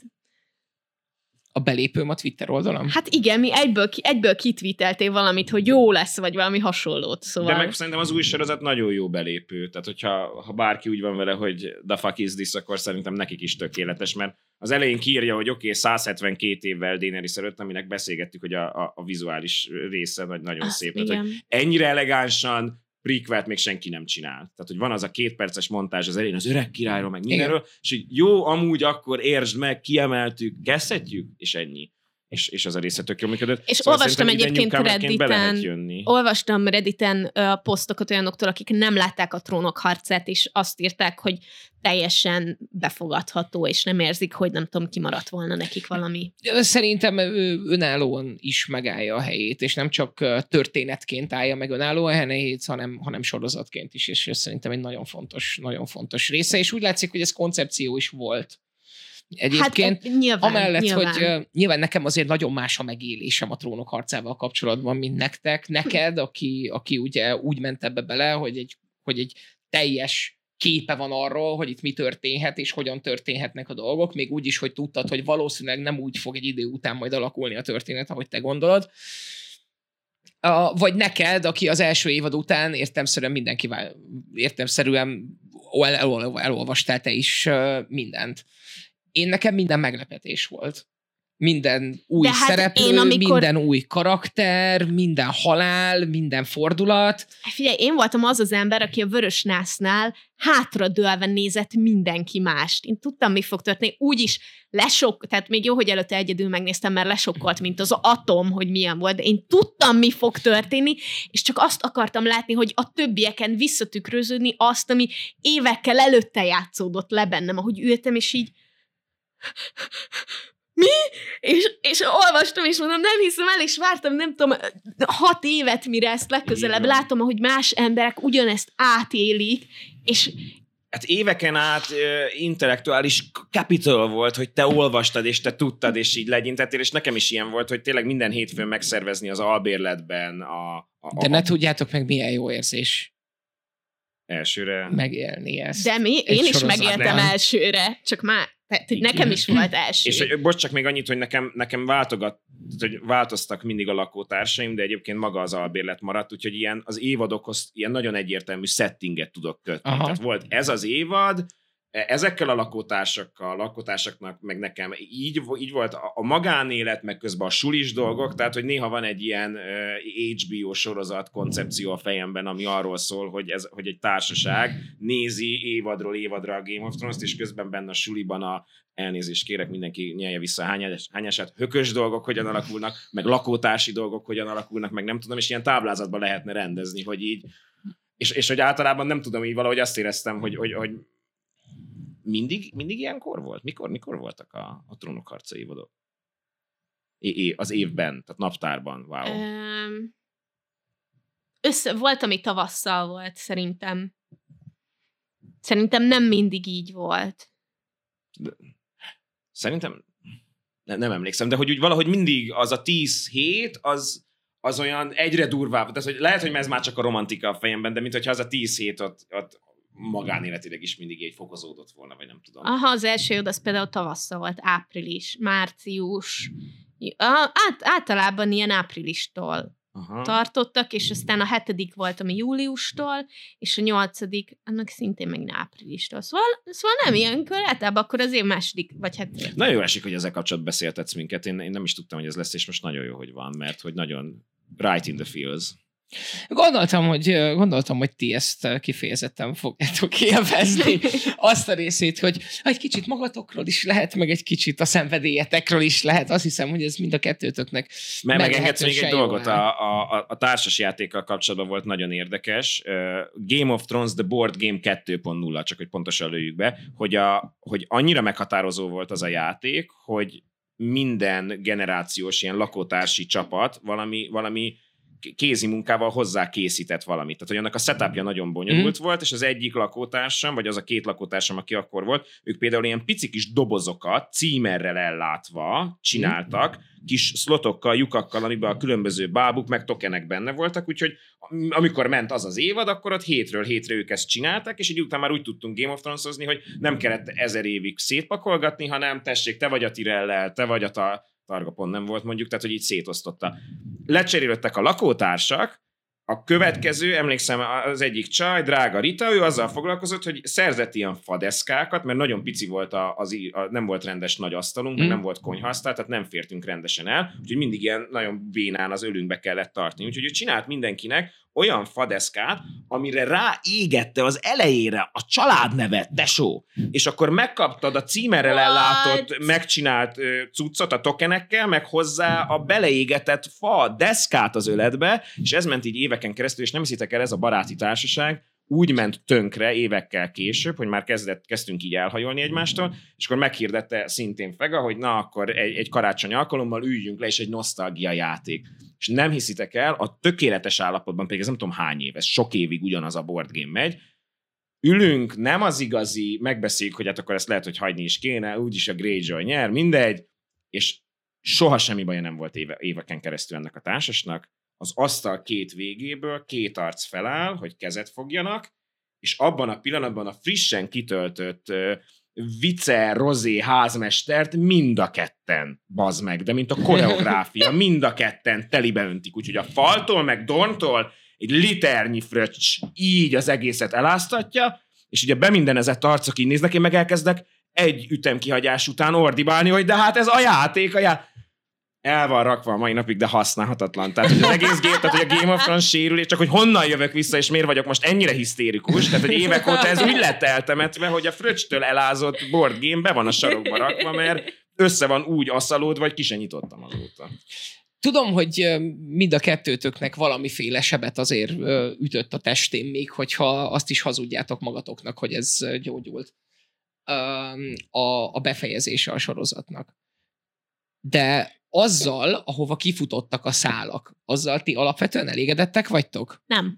A belépőm a Twitter oldalam? Hát igen, mi egyből, egyből kitweeteltél valamit, hogy jó lesz, vagy valami hasonlót. Szóval... De meg szerintem az új sorozat nagyon jó belépő. Tehát, hogyha ha bárki úgy van vele, hogy the fuck is this, akkor szerintem nekik is tökéletes, mert az elején kiírja, hogy oké, okay, száz hetvenkét évvel Daenerys előtt, aminek beszélgettük, hogy a, a, a vizuális része nagy, nagyon Azt szép. Tehát, hogy ennyire elegánsan prequelt még senki nem csinál. Tehát, hogy van az a két perces montázs az elején az öreg királyról, meg mindenről, igen. és hogy jó, amúgy akkor értsd meg, kiemeltük, kezdhetjük, és ennyi. És, és az a része tök jól működött. És szóval olvastam egyébként Redditen, olvastam Redditen uh, posztokat olyanoktól, akik nem látták a Trónok harcát, és azt írták, hogy teljesen befogadható, és nem érzik, hogy nem tudom, kimaradt volna nekik valami. Szerintem önállóan is megállja a helyét, és nem csak történetként állja meg önállóan a helyét, hanem, hanem sorozatként is, és ez szerintem egy nagyon fontos, nagyon fontos része, és úgy látszik, hogy ez koncepció is volt. Egyébként, hát, nyilván, amellett, nyilván. hogy uh, nyilván nekem azért nagyon más a megélésem a Trónok harcával kapcsolatban, mint nektek. Neked, aki, aki ugye úgy ment ebbe bele, hogy egy, hogy egy teljes képe van arról, hogy itt mi történhet, és hogyan történhetnek a dolgok, még úgy is, hogy tudtad, hogy valószínűleg nem úgy fog egy idő után majd alakulni a történet, ahogy te gondolod. Uh, vagy neked, aki az első évad után értelemszerűen mindenkivel, értelemszerűen el, el, elolvastál te is uh, mindent. Én nekem minden meglepetés volt. Minden új hát szereplő, én, amikor... minden új karakter, minden halál, minden fordulat. Figyelj, én voltam az az ember, aki a Vörös Násznál hátradőlve nézett mindenki mást. Én tudtam, mi fog történni. Úgyis lesok, tehát még jó, hogy előtte egyedül megnéztem, mert lesokkolt, mint az atom, hogy milyen volt, de én tudtam, mi fog történni, és csak azt akartam látni, hogy a többieken visszatükröződni azt, ami évekkel előtte játszódott le bennem, ahogy ültem, és így mi? És, és olvastam, és mondom, nem hiszem el, és vártam, nem tudom, hat évet, mire ezt legközelebb látom, ahogy más emberek ugyanezt átélik, és hát éveken át uh, intellektuális capital volt, hogy te olvastad, és te tudtad, és így legyintettél, és nekem is ilyen volt, hogy tényleg minden hétfőn megszervezni az albérletben a... a De ne tudjátok meg, milyen jó érzés elsőre megélni ezt. De mi? Én is sorozatban. megéltem elsőre, csak már, tehát hogy nekem is volt első. És hogy, bocs, csak még annyit, hogy nekem, nekem váltogat, hogy változtak mindig a lakótársaim, de egyébként maga az albérlet maradt, úgyhogy ilyen az évadokhoz ilyen nagyon egyértelmű settinget tudok kötni. Aha. Tehát volt ez az évad, ezekkel a lakótársakkal, a lakótársaknak, meg nekem így, így volt a, a magánélet, meg közben a sulis dolgok, tehát hogy néha van egy ilyen uh, há bé o sorozat koncepció a fejemben, ami arról szól, hogy, ez, hogy egy társaság nézi évadról évadra a Game of Thrones-t, és közben benne a suliban a elnézést kérek, mindenki nyelje vissza a hányás, hányását, hökös dolgok hogyan alakulnak, meg lakótársi dolgok hogyan alakulnak, meg nem tudom, és ilyen táblázatban lehetne rendezni, hogy így, és, és hogy általában nem tudom, így valahogy azt éreztem, hogy, hogy, hogy Mindig, mindig ilyenkor volt? Mikor, mikor voltak a, a Trónok harca évadok? É, é, az évben, tehát naptárban, wow. Um, össze, volt, ami tavasszal volt, szerintem. Szerintem nem mindig így volt. De, szerintem ne, nem emlékszem, de hogy úgy valahogy mindig az a tíz hét, az, az olyan egyre durvább. Tehát, hogy lehet, hogy ez már csak a romantika a fejemben, de mint hogyha az a tíz hét ott, ott magánéletileg is mindig egy fokozódott volna, vagy nem tudom. Aha, az első évad az például tavasszal volt, április, március, át, általában ilyen áprilistól Aha. tartottak, és aztán a hetedik volt, ami júliustól, és a nyolcadik, annak szintén meg áprilistól. Szóval, szóval nem ilyenkor, általában akkor az év második, vagy hetedik. Nagyon jó esik, hogy ezzel kapcsolatban beszéltetsz minket. Én, én nem is tudtam, hogy ez lesz, és most nagyon jó, hogy van, mert hogy nagyon right in the feels. Gondoltam, hogy, gondoltam, hogy ti ezt kifejezetten fogjátok élvezni. Azt a részét, hogy egy kicsit magatokról is lehet, meg egy kicsit a szenvedélyetekről is lehet. Azt hiszem, hogy ez mind a kettőtöknek meg megengedsz még egy dolgot. A, a, a társas játékkal kapcsolatban volt nagyon érdekes. Game of Thrones The Board Game kettő pont nulla, csak hogy pontosan lőjük be, hogy, a, hogy annyira meghatározó volt az a játék, hogy minden generációs ilyen lakótársi csapat valami, valami kézi munkával hozzá készített valamit. Tehát, hogy annak a setupja nagyon bonyolult mm. volt, és az egyik lakótársam, vagy az a két lakótársam, aki akkor volt, ők például ilyen pici kis dobozokat címerrel ellátva csináltak, mm. kis szlotokkal, lyukakkal, amiben a különböző bábuk, meg tokenek benne voltak, úgyhogy amikor ment az az évad, akkor ott hétről hétre ők ezt csinálták, és így utána már úgy tudtunk Game of Thrones-ozni, hogy nem kellett ezer évig szétpakolgatni, hanem tessék, te vagy a Tyrellel, te vagy a ta- Targa pont nem volt mondjuk, tehát hogy így szétosztotta. Lecserélődtek a lakótársak, a következő, emlékszem, az egyik csaj, drága Rita, ő azzal foglalkozott, hogy szerzett ilyen fadeszkákat, mert nagyon pici volt, a, az, a, nem volt rendes nagy asztalunk, mm. nem volt konyhaasztal, tehát nem fértünk rendesen el, úgyhogy mindig ilyen nagyon bénán az ölünkbe kellett tartani. Úgyhogy ő csinált mindenkinek olyan fadeszkát, amire ráégette az elejére a családnevet, tesó, és akkor megkaptad a címerrel ellátott, megcsinált uh, cuccot a tokenekkel, meg hozzá a beleégetett fa deszkát az öletbe, és ez ment így éveken keresztül, és nem hiszitek el, ez a baráti társaság úgy ment tönkre évekkel később, hogy már kezdett, kezdtünk így elhajolni egymástól, és akkor meghirdette szintén Fega, hogy na akkor egy, egy karácsony alkalommal üljünk le, és egy nosztalgia játék. És nem hiszitek el, a tökéletes állapotban, pedig ez nem tudom hány éves, sok évig ugyanaz a board game megy, ülünk, nem az igazi, megbeszéljük, hogy hát akkor ezt lehet, hogy hagyni is kéne, úgyis a Greyjoy nyer, mindegy, és soha semmi baja nem volt éve, éveken keresztül ennek a társasnak. Az asztal két végéből két arc feláll, hogy kezet fogjanak, és abban a pillanatban a frissen kitöltött uh, Vice Rozé házmestert mind a ketten, bazd meg, de mint a koreográfia, mind a ketten telibe öntik, úgyhogy a faltól meg Dorntól egy liternyi fröccs így az egészet eláztatja, és ugye bemindenezett arcok így néznek, én meg elkezdek egy ütemkihagyás után ordibálni, hogy de hát ez a játék, a játék. El van rakva a mai napig, de használhatatlan. Tehát, hogy az egész gép, tehát, hogy a Game of Thrones sérül, és csak hogy honnan jövök vissza, és miért vagyok most ennyire hisztérikus. Tehát, hogy évek óta ez úgy lett eltemetve, hogy a fröccstől elázott board game be van a sarokba rakva, mert össze van úgy asszalódva, vagy ki se nyitottam azóta. Tudom, hogy mind a kettőtöknek valamiféle sebet azért ütött a testén, még hogyha azt is hazudjátok magatoknak, hogy ez gyógyult. A, a befejezése a sorozatnak. de azzal, ahova kifutottak a szálak, azzal ti alapvetően elégedettek vagytok? Nem.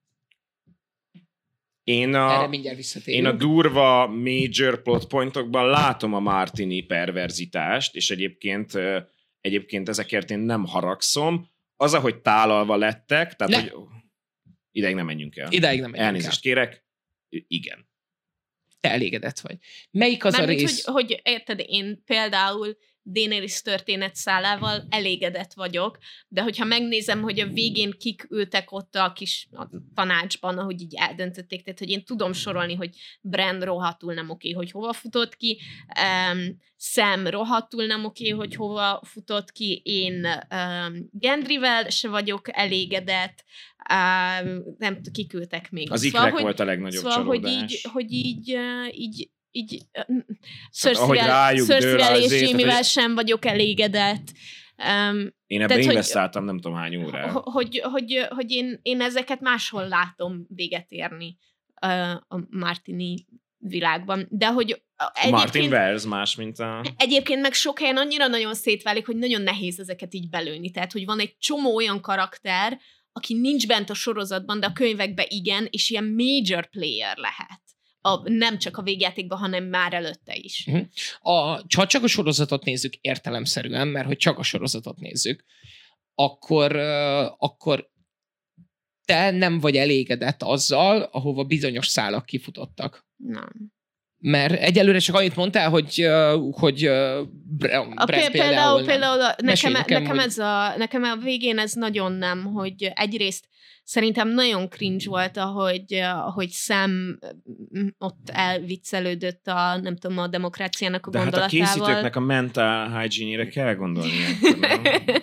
Én a, Erre mindjárt visszatérünk. én a durva major plot pointokban látom a Martini perverzitást, és egyébként, egyébként ezekért én nem haragszom. Az, ahogy tálalva lettek, tehát ne. hogy ideig nem menjünk el. Ideig nem menjünk Elnézést el. kérek. Igen. Te elégedett vagy. Melyik az Mármint, a rész? hogy, hogy érted, én például Daenerys történetszálával elégedett vagyok, de hogyha megnézem, hogy a végén kik ültek ott a kis a tanácsban, ahogy így eldöntötték, tehát hogy én tudom sorolni, hogy Bran rohadtul nem oké, hogy hova futott ki, um, Sam rohadtul nem oké, hogy hova futott ki, én um, Gendryvel se vagyok elégedett, um, nem tudom, kik ültek még. Az szóval, ikrek volt a legnagyobb szóval, hogy csalódás. így, hogy így, uh, így így ahogy rájuk dől Cersei-vel és azért, Jaime-vel hogy- sem vagyok elégedett. Um, Én ebben tehát, hogy- investáltam nem tudom hány órát. hogy, hogy, hogy én, én ezeket máshol látom véget érni uh, a Martini világban. De hogy Martin egyébként, Wells más, mint a... egyébként meg sok helyen annyira nagyon szétválik, hogy nagyon nehéz ezeket így belőni. Tehát, hogy van egy csomó olyan karakter, aki nincs bent a sorozatban, de a könyvekben igen, és ilyen major player lehet. A, nem csak a végjátékban, hanem már előtte is. A, ha csak a sorozatot nézzük értelemszerűen, mert hogy csak a sorozatot nézzük, akkor, uh, akkor te nem vagy elégedett azzal, ahova bizonyos szálak kifutottak. Nem. Mert egyelőre csak annyit mondtál, hogy, uh, hogy uh, Bran A, például, például, nem. például a, Mesélj nekem, nekem, nekem, hogy- ez a, nekem a végén ez nagyon nem, hogy egyrészt szerintem nagyon cringe volt, ahogy, ahogy Sam ott elviccelődött a, nem tudom, a demokráciának a De hát a gondolatával. készítőknek a mental hygiene-ére kell gondolni. ilyenkor, nem?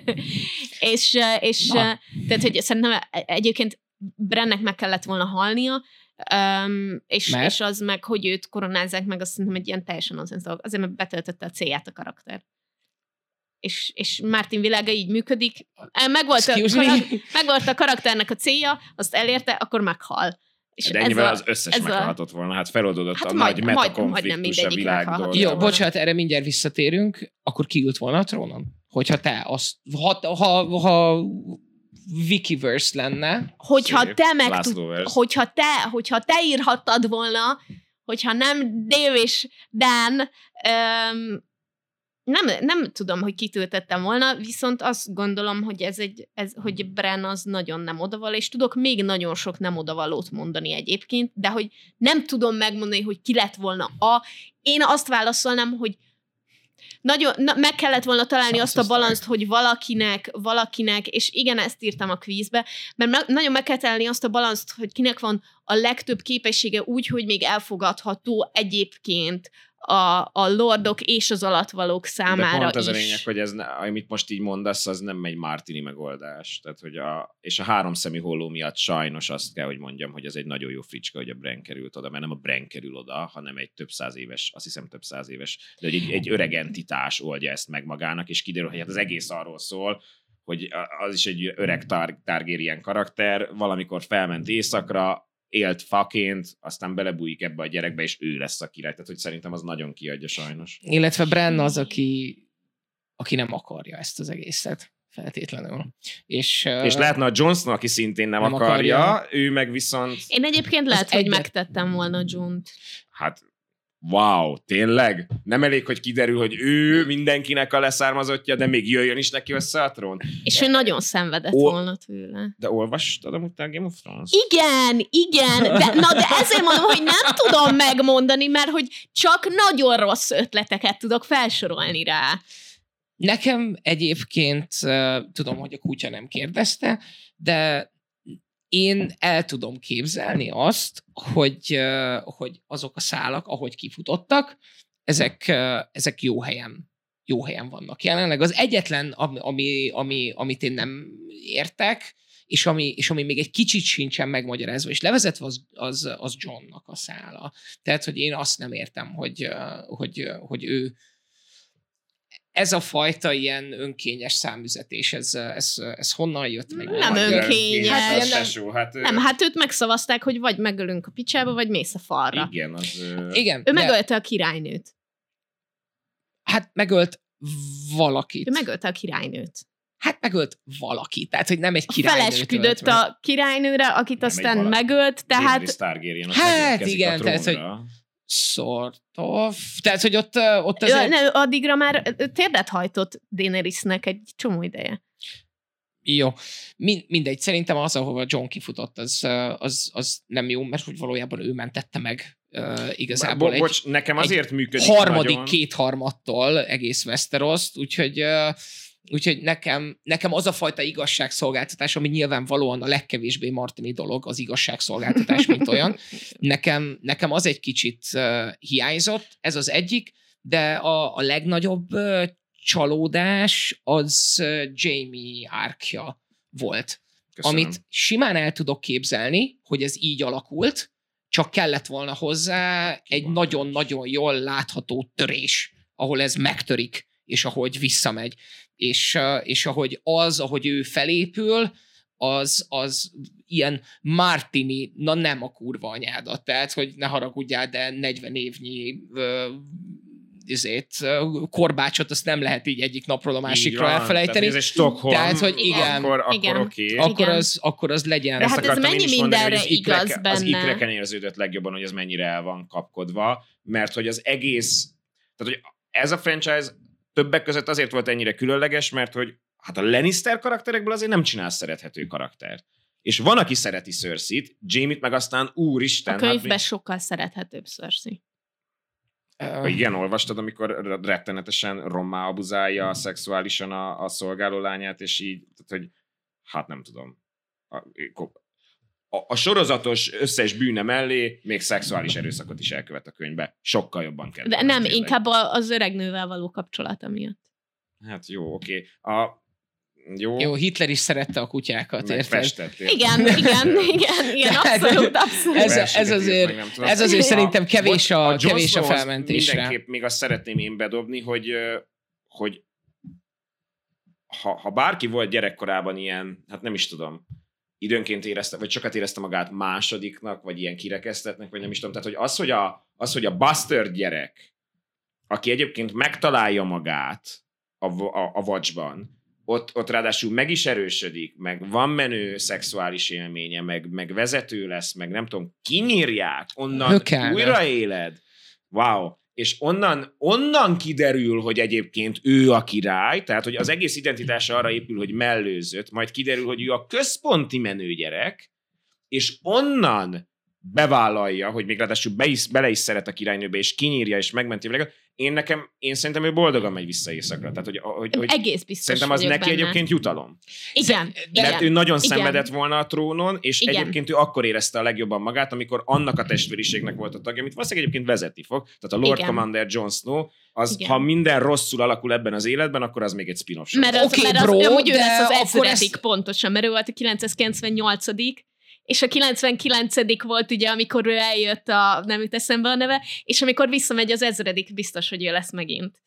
és, és Na. tehát, hogy szerintem egyébként Brannek meg kellett volna halnia, Um, és, Mert? és az meg, hogy őt koronázzák meg, azt szerintem egy ilyen teljesen nonsens dolog. Azért, mert betöltötte a célját a karakter. És, és Martin világa így működik. Megvolt a, Excuse me? karak- megvolt a karakternek a célja, azt elérte, akkor meghal. És De ez ennyivel a, az összes ez a- meghalhatott volna. Hát feloldódott Hát a majd- nagy majd- metakonfliktus majdnem a mindegyik világ meghalhatott dolgában. Jó, bocsánat, erre mindjárt visszatérünk, akkor ki ült volna a trónon? Hogyha te azt, ha, ha, ha Wikiverse lenne, hogyha Szép. te meg László tud, verse. hogyha te, hogyha te írhattad volna, hogyha nem Dave és Dan, um, nem, nem tudom, hogy kitöltettem volna, viszont azt gondolom, hogy ez egy, ez, hogy Bran az nagyon nem odavaló, és tudok még nagyon sok nem odavalót mondani egyébként, de hogy nem tudom megmondani, hogy ki lett volna a... Én azt válaszolnám, hogy nagyon, na, meg kellett volna találni azt a Szanszozták. balanszt, hogy valakinek, valakinek, és igen, ezt írtam a kvízbe, mert me, nagyon meg kell találni azt a balanszt, hogy kinek van a legtöbb képessége úgy, hogy még elfogadható egyébként a, a lordok és az alattvalók De számára pont az a is. lényeg, hogy ez, ne- amit most így mondasz, az nem egy Martini megoldás. Tehát, hogy a, és a háromszemű holló miatt sajnos azt kell, hogy mondjam, hogy ez egy nagyon jó fricska, hogy a Bran került oda, mert nem a Bran kerül oda, hanem egy több száz éves, azt hiszem több száz éves, de hogy egy, egy öreg entitás oldja ezt meg magának, és kiderül, hogy hát az egész arról szól, hogy az is egy öreg Tar- Targaryen karakter, valamikor felment éjszakra, élt faként, aztán belebújik ebbe a gyerekbe, és ő lesz a király. Tehát, hogy szerintem az nagyon kiadja sajnos. illetve Bran az, aki, aki nem akarja ezt az egészet feltétlenül. És, És lehetne a Jon Snow, aki szintén nem, Nem nem akarja, akarja. ő meg viszont, Én egyébként Az lehet, hogy egyet- megtettem volna June-t. hát wow, tényleg? Nem elég, hogy kiderül, hogy ő mindenkinek a leszármazottja, de még jöjjön is neki össze a trón? És ő nagyon szenvedett Ó- volna tőle. De olvastad amúgy te a Game of Thrones? Igen, igen, de, na de ezért mondom, hogy nem tudom megmondani, mert hogy csak nagyon rossz ötleteket tudok felsorolni rá. Nekem egyébként, uh, tudom, hogy a kutya nem kérdezte, de én el tudom képzelni azt, hogy, uh, hogy azok a szálak, ahogy kifutottak, ezek, uh, ezek jó helyen, jó helyen vannak. Jelenleg az egyetlen, ami, ami, ami, amit én nem értek, és ami, és ami még egy kicsit sincsen megmagyarázva, és levezetve az, az, az Johnnak a szála. Tehát, hogy én azt nem értem, hogy, uh, hogy, uh, hogy ő ez a fajta ilyen önkényes számüzetés, ez, ez, ez honnan jött meg? Nem Magyar önkényes. Hát, Hát, az nem- tesó, hát, ő- Nem, hát őt megszavazták, hogy vagy megölünk a picsába, vagy mész a falra. igen, az... ö, Igen, Ő de, megölte a királynőt. hát megölt valakit. Ő megölte a királynőt. Hát megölt valaki. Tehát, hogy nem egy A királynőt felesküdött ölt meg. a királynőre, akit Nem aztán egy valaki. megölt, tehát... Daenerys Targaryen, ott Hát megérkezik igen, a tehát, hogy- trónra. Sort of. Tehát, hogy ott, ott Azért... azért... Ne, addigra már térdet hajtott Daenerysnek egy csomó ideje. Jó. Min- mindegy, szerintem az, ahova Jon kifutott, az, az, az nem jó, mert hogy valójában ő mentette meg uh, igazából Bo- egy bocs, nekem azért működik harmadik nagyon. kétharmadtól egész Westerost, úgyhogy, uh, úgyhogy nekem, nekem az a fajta igazságszolgáltatás, ami nyilvánvalóan a legkevésbé Martini dolog, az igazságszolgáltatás, mint olyan, nekem, nekem az egy kicsit uh, hiányzott, ez az egyik, de a, a legnagyobb uh, csalódás az uh, Jaime árkja volt. Köszönöm. Amit simán el tudok képzelni, hogy ez így alakult, csak kellett volna hozzá egy van. nagyon-nagyon jól látható törés, ahol ez megtörik, és ahogy visszamegy. És, uh, és ahogy az, ahogy ő felépül, az, az ilyen Martini, na nem a kurva anyádat, tehát, hogy ne haragudjál, de negyven évnyi uh, izét, uh, korbácsot, azt nem lehet így egyik napról a másikra Így van, elfelejteni. Tehát ez egy Stockholm, Tehát, hogy igen. akkor, akkor Igen. oké. Akkor Igen. az, akkor az legyen. De Ezt hát ez akartam én mennyi is mondani, mindenre hogy az ikreke- igaz Az benne? ikreken érződött legjobban, hogy ez mennyire el van kapkodva, mert hogy az egész, tehát hogy ez a franchise többek között azért volt ennyire különleges, mert hogy hát a Lannister karakterekből azért nem csinál szerethető karaktert. És van, aki szereti Cersei-t, Jaime-t meg aztán úristen. A könyvben hát, sokkal szerethetőbb Cersei. Uh, igen, olvastad, amikor rettenetesen rommá abuzálja szexuálisan a, a szolgáló lányát, és így, tehát, hogy hát nem tudom. A, a, a sorozatos összes bűne mellé még szexuális erőszakot is elkövet a könyvbe. Sokkal jobban kell. De nem, inkább a- az öreg nővel való kapcsolata miatt. Hát jó, oké. A Jó, Jó, Hitler is szerette a kutyákat, érted? megfestett, érted? Igen, igen, igen, igen, abszolút, abszolút. Ez- Verseket ez írt, azért- meg nem tudom. ez azért A- szerintem kevés a- Jon kevés a Snowhoz felmentésre. Mindenképp még azt szeretném én bedobni, hogy, ö, hogy ha, ha bárki volt gyerekkorában ilyen, hát nem is tudom, időnként érezte, vagy sokat érezte magát másodiknak, vagy ilyen kirekesztetnek, vagy nem is tudom. Tehát, hogy az, hogy a, az, hogy a bastard gyerek, aki egyébként megtalálja magát a, a, a Watchban, ott, ott ráadásul meg is erősödik, meg van menő szexuális élménye, meg, meg vezető lesz, meg nem tudom, kinyírják, onnan Hökelne. újraéled. Wow. És onnan, onnan kiderül, hogy egyébként ő a király, tehát hogy az egész identitása arra épül, hogy mellőzött, majd kiderül, hogy ő a központi menőgyerek, és onnan bevállalja, hogy még ráadásul be is, bele is szeret a királynőbe, és kinyírja, és megmenti a világot. Én nekem, én szerintem ő boldogan megy vissza éjszakra. Tehát, hogy, hogy, hogy Egész biztos szerintem az vagyok neki benne. egyébként jutalom. Igen, De- Mert ő igen. nagyon Igen. szenvedett volna a trónon, és Igen. egyébként ő akkor érezte a legjobban magát, amikor annak a testvériségnek volt a tagja, amit valószínűleg egyébként vezetni fog. Tehát a Lord Igen. Commander Jon Snow, az, Igen. ha minden rosszul alakul ebben az életben, akkor az még egy spin-off sorozat. Mert az, Oké, mert az bro, amúgy ő de lesz az akkor ezredik ezt- pontosan, mert ő volt a kilencszázkilencvennyolcadik és a kilencvenkilencedik volt ugye, amikor ő eljött a, nem jut eszembe a neve, és amikor visszamegy az ezredik, biztos, hogy ő lesz megint.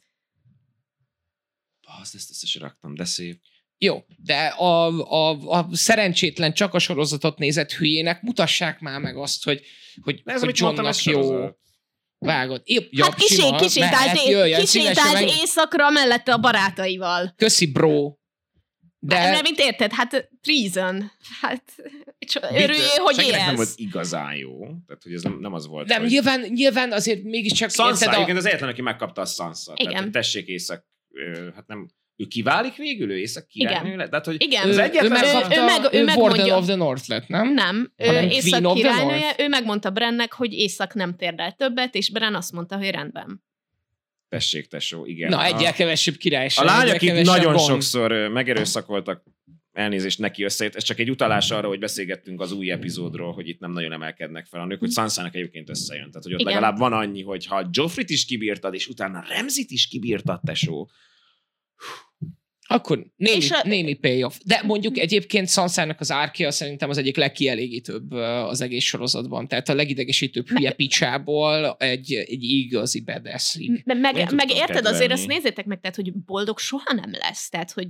Azt ezt össze se raktam, de szép. Jó, de a, a, a szerencsétlen csak a sorozatot nézett hülyének mutassák már meg azt, hogy, hogy, De ez, hogy amit mondtam, Johnnak ez jó. sorozat. Vágod. Jó, ja, Hát kisé, sima, kisétált, mehet, jöjjön, szívesen kisétált meg- éjszakra mellette a barátaival. Köszi, bro. De... De Nem, mint érted, hát treason. Hát csak örüljél, Bitter- hogy senkinek nem volt élsz. igazán jó. Tehát, hogy ez nem, nem az volt, nem, hogy... nyilván, nyilván azért mégiscsak... Sansa, érted, a- egyébként az egyetlen, aki megkapta a Sansa. Igen. Tehát, hogy tessék észak... ö, Hát nem... Ő kiválik végül? Ő észak királynő Igen. lett? Tehát, hogy Igen. az ő, egyetlen... ő, megkapta, ő meg- ő ő megmondja- Warden of the North lett, nem? Nem, ő Hanem Queen észak of the királynője, North. ő megmondta Brennek, hogy észak nem térdel többet, és Bren azt mondta, hogy rendben. Tessék, tesó, igen. Na, A- egyel kevesebb királyság. A lányok egyel itt kevesebb nagyon gond. sokszor ö, megerőszakoltak, elnézést neki összejött. Ez csak egy utalás arra, hogy beszélgettünk az új epizódról, hogy itt nem nagyon emelkednek fel a nők, hogy Sansának egyébként összejön. Tehát, hogy ott Igen. legalább van annyi, hogy ha Joffrey-t is kibírtad, és utána Ramsay-t is kibírtad, tesó. Akkor némi, És a- némi payoff. De mondjuk egyébként Sansának az árkja szerintem az egyik legkielégítőbb ö, az egész sorozatban. Tehát a legidegesítőbb hülye picsából egy, egy igazi badass. De meg, Én meg tudtam érted, azért kedvelni. azt nézzétek meg, tehát, hogy boldog soha nem lesz. Tehát, hogy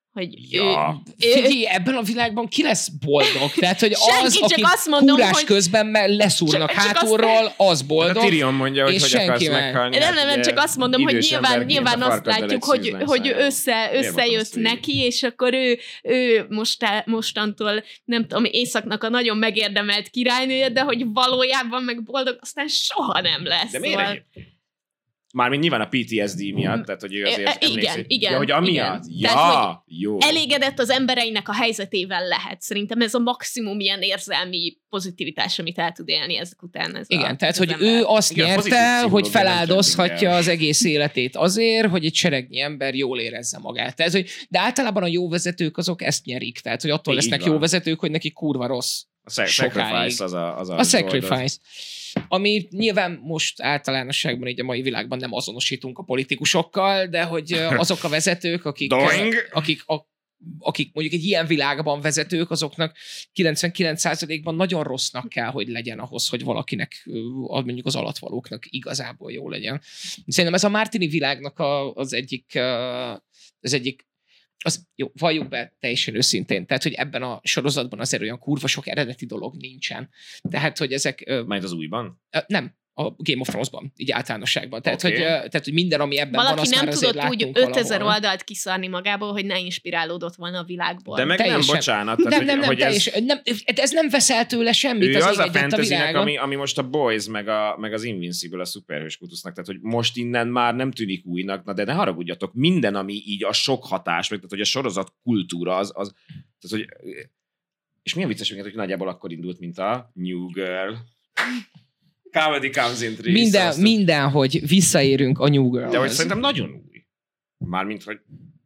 hogy Ja. ő, ő, Figyelj, ebben a világban ki lesz boldog? Tehát, hogy Senki, az, csak aki azt mondom, kúrás hogy- közben me- leszúrnak Csak- csak hátulról, az A boldog. Tyrion mondja, hogy és hogy senki akarsz más. meghalni. nem, hát nem, nem, ugye csak azt mondom, hogy idős nyilván, emberként nyilván a azt farkaddal látjuk, egy hogy, szűzlány hogy szájába. össze, Miért mondtam összejött ezt végig? neki, és akkor ő, ő most, mostantól, nem tudom, északnak a nagyon megérdemelt királynője, de hogy valójában meg boldog, aztán soha nem lesz. De miért szóval- egyébként? Mármint nyilván a pé té es dé miatt, tehát hogy ő E- azért igen, emlékszik. igen, Ja, hogy amiatt? igen. Ja, Tehát, jó. Elégedett az embereinek a helyzetével lehet. Szerintem ez a maximum ilyen érzelmi pozitivitás, amit el tud élni ezek után. Ez Igen, a, tehát, ez hogy az ember. ő azt Igen, a pozitív nyerte, hogy pszichológia nem feláldozhatja csendünk el. az egész életét azért, hogy egy seregnyi ember jól érezze magát. Tehát, hogy, de általában a jó vezetők azok ezt nyerik. Tehát, hogy attól Így lesznek van. jó vezetők, hogy neki kurva rossz. A sac- sokáig. sacrifice az a, az a, A sacrifice. Ami nyilván most általánosságban így a mai világban nem azonosítunk a politikusokkal, de hogy ö, azok a vezetők, akik, Doing. ö, akik, a, akik mondjuk egy ilyen világban vezetők, azoknak kilencvenkilenc százalékban nagyon rossznak kell, hogy legyen ahhoz, hogy valakinek, ö, mondjuk az alattvalóknak igazából jó legyen. Szerintem ez a Martini világnak a, az egyik, ö, az egyik az, jó, valljuk be teljesen őszintén, tehát, hogy ebben a sorozatban azért olyan kurva sok eredeti dolog nincsen. Tehát, hogy ezek... ö, Majd az újban? Ö, Nem, a Game of Thrones-ban, így általánosságban. Tehát, Oké. hogy, ö, tehát hogy minden, ami ebben van, Valaki azt nem már azért tudott úgy láttunk ötezer valahol. oldalt kiszarni magából, hogy ne inspirálódott volna a világból. De meg Teljesen. nem, bocsánat. Nem, Tehát, nem, hogy, nem, hogy ez, teljes, nem, ez nem veszel tőle semmit ő az, az a ég egyet a fantasynek, világon. ami, ami most a Boys, meg, a, meg az Invincible, a szuperhős kultusznak, tehát hogy most innen már nem tűnik újnak, na de ne haragudjatok, minden, ami így a sok hatás, meg tehát hogy a sorozat kultúra az, az tehát, hogy, és milyen vicces minket, hogy nagyjából akkor indult, mint a New Girl. Comedy comes in threes. Minden, azt- minden, hogy visszaérünk a New Girl-hez. De hogy szerintem nagyon új. Mármint, hogy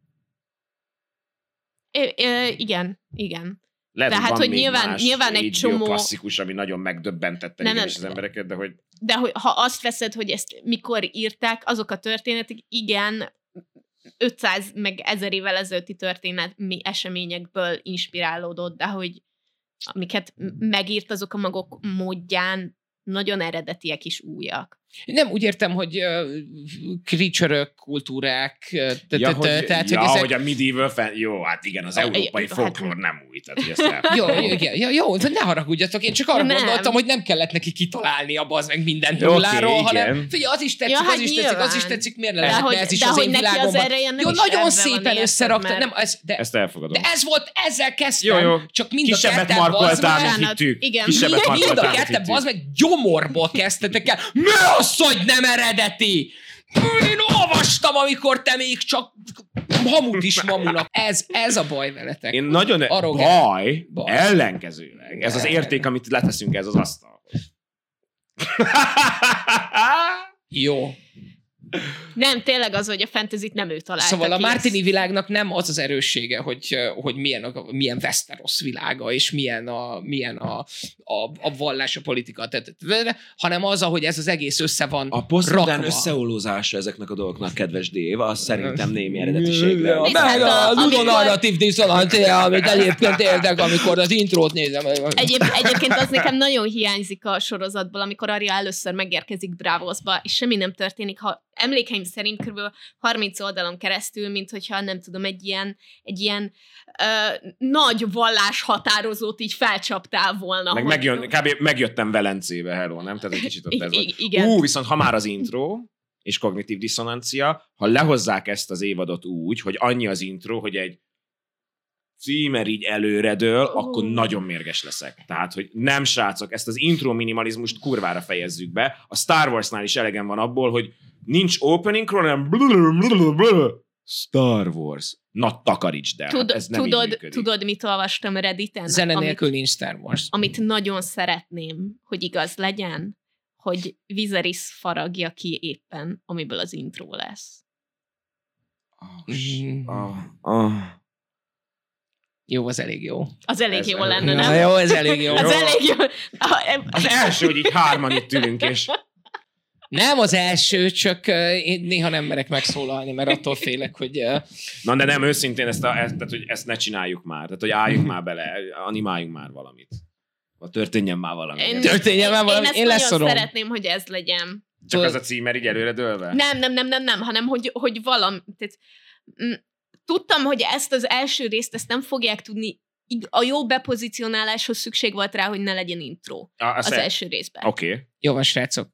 Ö, ö, igen, igen. lehet, Tehát, hogy, van hogy még nyilván- más nyilván egy há bé o csomó- klasszikus, ami nagyon megdöbbentette Nem, igen, nem. is az embereket, de hogy De hogy, ha azt veszed, hogy ezt mikor írták, azok a történetek, igen, ötszáz meg ezer évvel ezelőtti történetmi eseményekből inspirálódott, de hogy amiket m- megírt, azok a maguk módján nagyon eredetiek is újak. Nem, úgy értem, hogy uh, creature-ök, kultúrák, uh, te- ja, te- te- hogy, tehát, ja, hogy ezek... hogy a medieval fan... Jó, hát igen, az Ah, európai hát- folklór nem új, tehát hogy ezt el... Jó, igen, jó, jó, de ne haragudjatok, én csak arra Nem. gondoltam, hogy nem kellett neki kitalálni a bazd meg mindent Oké, nulláról, igen. hanem figyelj, az is tetszik, Ja, az hát is tetszik, az is nyilván. tetszik, miért ne De lehetne hogy, ez is de az hogy én neki az világomban. ereje nem Jó, is nagyon ebben szépen van, érted, összerakta, mert- nem, ez, de, Ezt elfogadom. de ez volt, ezzel kezdtem, Jó, jó. csak mind a Kisebbet ketten, bazd markoltál, meg, mint Bocsánat, hittük. igen. Kisebbet mind, mind a markoltál, mint ketten, hittük. bazd meg, gyomorból kezdtetek el. Mi az, hogy nem eredeti? Én olvastam, amikor te még csak hamut is mamunak. Ez, ez a baj veletek. Én nagyon... Arrogant. Baj, Baj. ellenkezőleg. Ez az Nem. érték, amit leteszünk ez az asztalhoz. Jó. Nem, tényleg az, hogy a fantasyt nem ő találta Szóval a ki, Martini ezt- világnak nem az az erőssége, hogy, hogy milyen, a, milyen Westeros világa, és milyen a, milyen a, a, a vallás, a politika, tehát, hanem az, ahogy ez az egész össze van A posztmodern rakva. összeolózása ezeknek a dolgoknak, kedves Dév, az szerintem némi eredetiségre. Nézd, Meg hát a- a amikor- ludonarratív diszonancia, amit egyébként értek, amikor az intrót nézem. Egyéb, egyébként az nekem nagyon hiányzik a sorozatból, amikor Arya először megérkezik Bravosba, és semmi nem történik. Ha emlékeim szerint kb. harminc oldalon keresztül, mint hogyha nem tudom, egy ilyen, egy ilyen ö, nagy vallás határozót így felcsaptál volna. Meg hogy- megjön, kb. Megjöttem Velencébe, hello, nem? Tehát egy kicsit ott I- ez i- volt. igen. Ú, viszont ha már az intro és kognitív diszonancia, ha lehozzák ezt az évadot úgy, hogy annyi az intro, hogy egy címer így előredől, Ó. akkor nagyon mérges leszek. Tehát, hogy nem srácok, ezt az intro minimalizmust kurvára fejezzük be. A Star Warsnál is elegem van abból, hogy nincs opening crawl, hanem blablabla. Star Wars. Na, takarítsd el. Tud, Hát ez nem így tudod, működik. tudod, mit olvastam Redditen? Zene amit, nélkül nincs Star Wars. amit nagyon szeretném, hogy igaz legyen, hogy Viserys faragja ki éppen, amiből az intro lesz. Oh, Mm. oh, oh. Jó, az elég jó. Az elég Ez- jó lenne, Na, nem? jó, ez elég jó. Az Jó. elég jó. Az első, hogy így hárman itt ülünk, és Nem az első, csak uh, én néha nem merek megszólalni, mert attól félek, hogy... Uh, na, de nem, őszintén ezt, a, ezt, tehát, hogy ezt ne csináljuk már. Tehát, hogy álljunk már bele, animáljunk már valamit. Vagy történjen már valami. Én, Történjen már valami, én ezt én nagyon leszorom. szeretném, hogy ez legyen. Csak az a címer így előre dőlve? Nem, nem, nem, nem, nem, hanem hogy, hogy valami... Tehát, mm, tudtam, hogy ezt az első részt ezt nem fogják tudni, a jó bepozicionáláshoz szükség volt rá, hogy ne legyen intro A, az e- első részben. Oké. Okay. Jó van, srácok.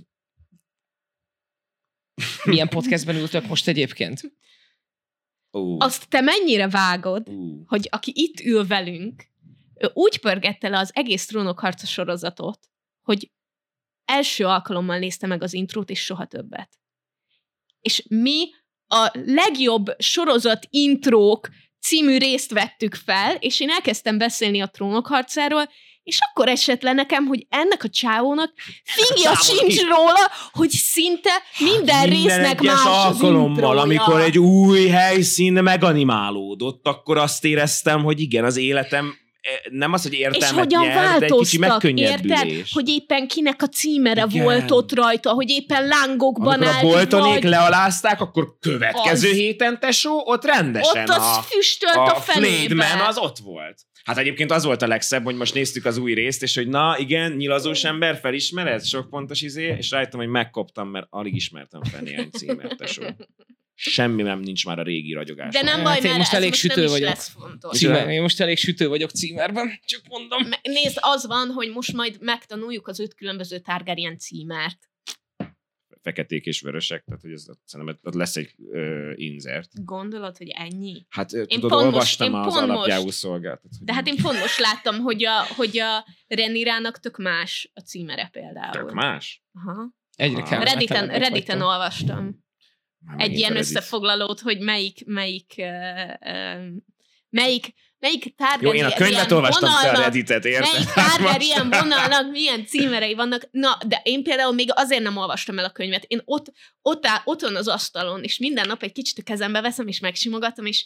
Milyen podcastben ültök most egyébként? Uh. Azt te mennyire vágod, Uh. hogy aki itt ül velünk, ő úgy pörgette le az egész Trónokharca sorozatot, hogy első alkalommal nézte meg az intrót, és soha többet. És mi a legjobb sorozat intrók című részt vettük fel, és én elkezdtem beszélni a Trónokharcáról, és akkor esett le nekem, hogy ennek a csávónak fingja sincs róla, hogy szinte minden, Hát minden résznek egyes más az alkalommal, intrója. amikor egy új helyszín meganimálódott, akkor azt éreztem, hogy igen, az életem nem az, hogy És értelmet hogyan nyer, de egy kicsi változtak, megkönnyebbülés. érted? Hogy éppen kinek a címere Igen. volt ott rajta, hogy éppen lángokban Amikor a állt, Boltonék vagy lealázták, akkor következő Az. héten, tesó, ott rendesen ott az a, füstölt a, A a fenébe. Flademan az ott volt. Hát egyébként az volt a legszebb, hogy most néztük az új részt, és hogy na igen, nyilazós ember, felismered? Sok pontos izé, és rájöttem, hogy megkoptam, mert alig ismertem fel néhány címet, tesó. Semmi nem nincs már a régi ragyogás. De nem Hát baj, én mert most ez elég most sütő nem is vagyok. lesz fontos. Címer, én most elég sütő vagyok címerben, csak mondom. Me- Nézd, az van, hogy most majd megtanuljuk az öt különböző Targaryen címert. Feketék és vörösek, tehát hogy ez, szerintem ott lesz egy uh, insert. Gondolod, hogy ennyi? Hát én Én tudod, pont most- olvastam én az pont alapjául most- szolgáltat. De hát én pont most láttam, hogy a, hogy a Renirának tök más a címere például. Tök más? Aha. Egyre Ah. kell. Redditen, Redditen olvastam. Már Egy megint ilyen a Reddit. összefoglalót, hogy melyik, melyik, uh, uh, melyik, melyik Jó, Targaryen én a könyvet olvastam, te a vonalnak, Redditet, érted? melyik Targaryen vonalnak milyen címerei vannak. Na, de én például még azért nem olvastam el a könyvet. Én ott, ott, áll, ott van az asztalon, és minden nap egy kicsit a kezembe veszem, és megsimogatom, és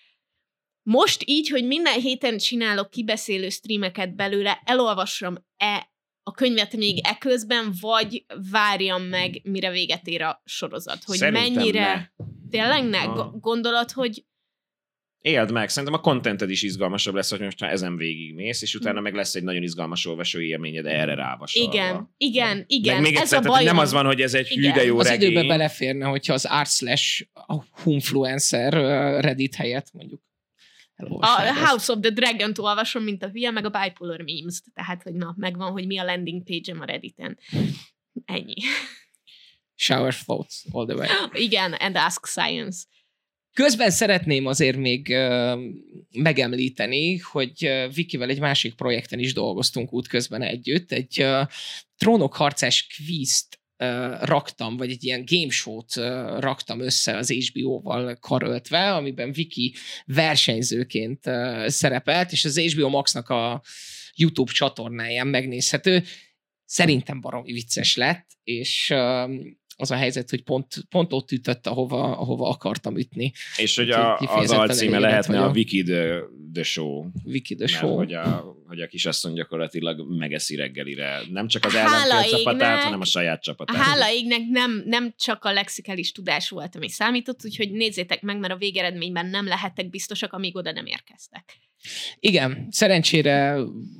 most így, hogy minden héten csinálok kibeszélő streameket belőle, elolvassam-e a könyvet még eközben, vagy várjam meg, mire véget ér a sorozat. Hogy Szerintem mennyire... ne. Tényleg ne? Ah. Go- Gondolod, hogy Éld meg, szerintem a contented is izgalmasabb lesz, hogy most már ezen végigmész, és utána meg lesz egy nagyon izgalmas olvasói élményed erre rávasalva. igen, igen, igen, Meg még ez egyszer, a tehát, hogy bajom. nem az van, hogy ez egy hű, Igen. de jó Az regény. időben beleférne, hogyha az art slash influencer uh, Reddit helyett mondjuk A elolvasnád azt. House of the Dragon-t olvasom, mint a hülye, meg a Bipolar Memes-t. Tehát, hogy na, megvan, hogy mi a landing page-em a Redditen. Ennyi. Shower thoughts all the way. Igen, and Ask Science. Közben szeretném azért még uh, megemlíteni, hogy uh, Vikivel egy másik projekten is dolgoztunk útközben együtt. Egy uh, trónokharcás kvízt uh, raktam, vagy egy ilyen game show-t uh, raktam össze az há bé ó-val karöltve, amiben Viki versenyzőként uh, szerepelt, és az há bé o Max-nak a YouTube csatornáján megnézhető. Szerintem baromi vicces lett, és uh, az a helyzet, hogy pont, pont ott ütött, ahova, ahova akartam ütni. És hogy Úgyhogy a, az kifejezetten alcíme elégedett lehetne a vagyok. Wiki the, the Show. Wiki the Mert Show. hogy a, hogy a kisasszony gyakorlatilag megeszi reggelire. Nem csak az Hála ellenfél csapatát, égnek. hanem a saját A csapatát. hála égnek nem, nem csak a lexikális tudás volt, ami számított, úgyhogy nézzétek meg, mert a végeredményben nem lehettek biztosak, amíg oda nem érkeztek. Igen, szerencsére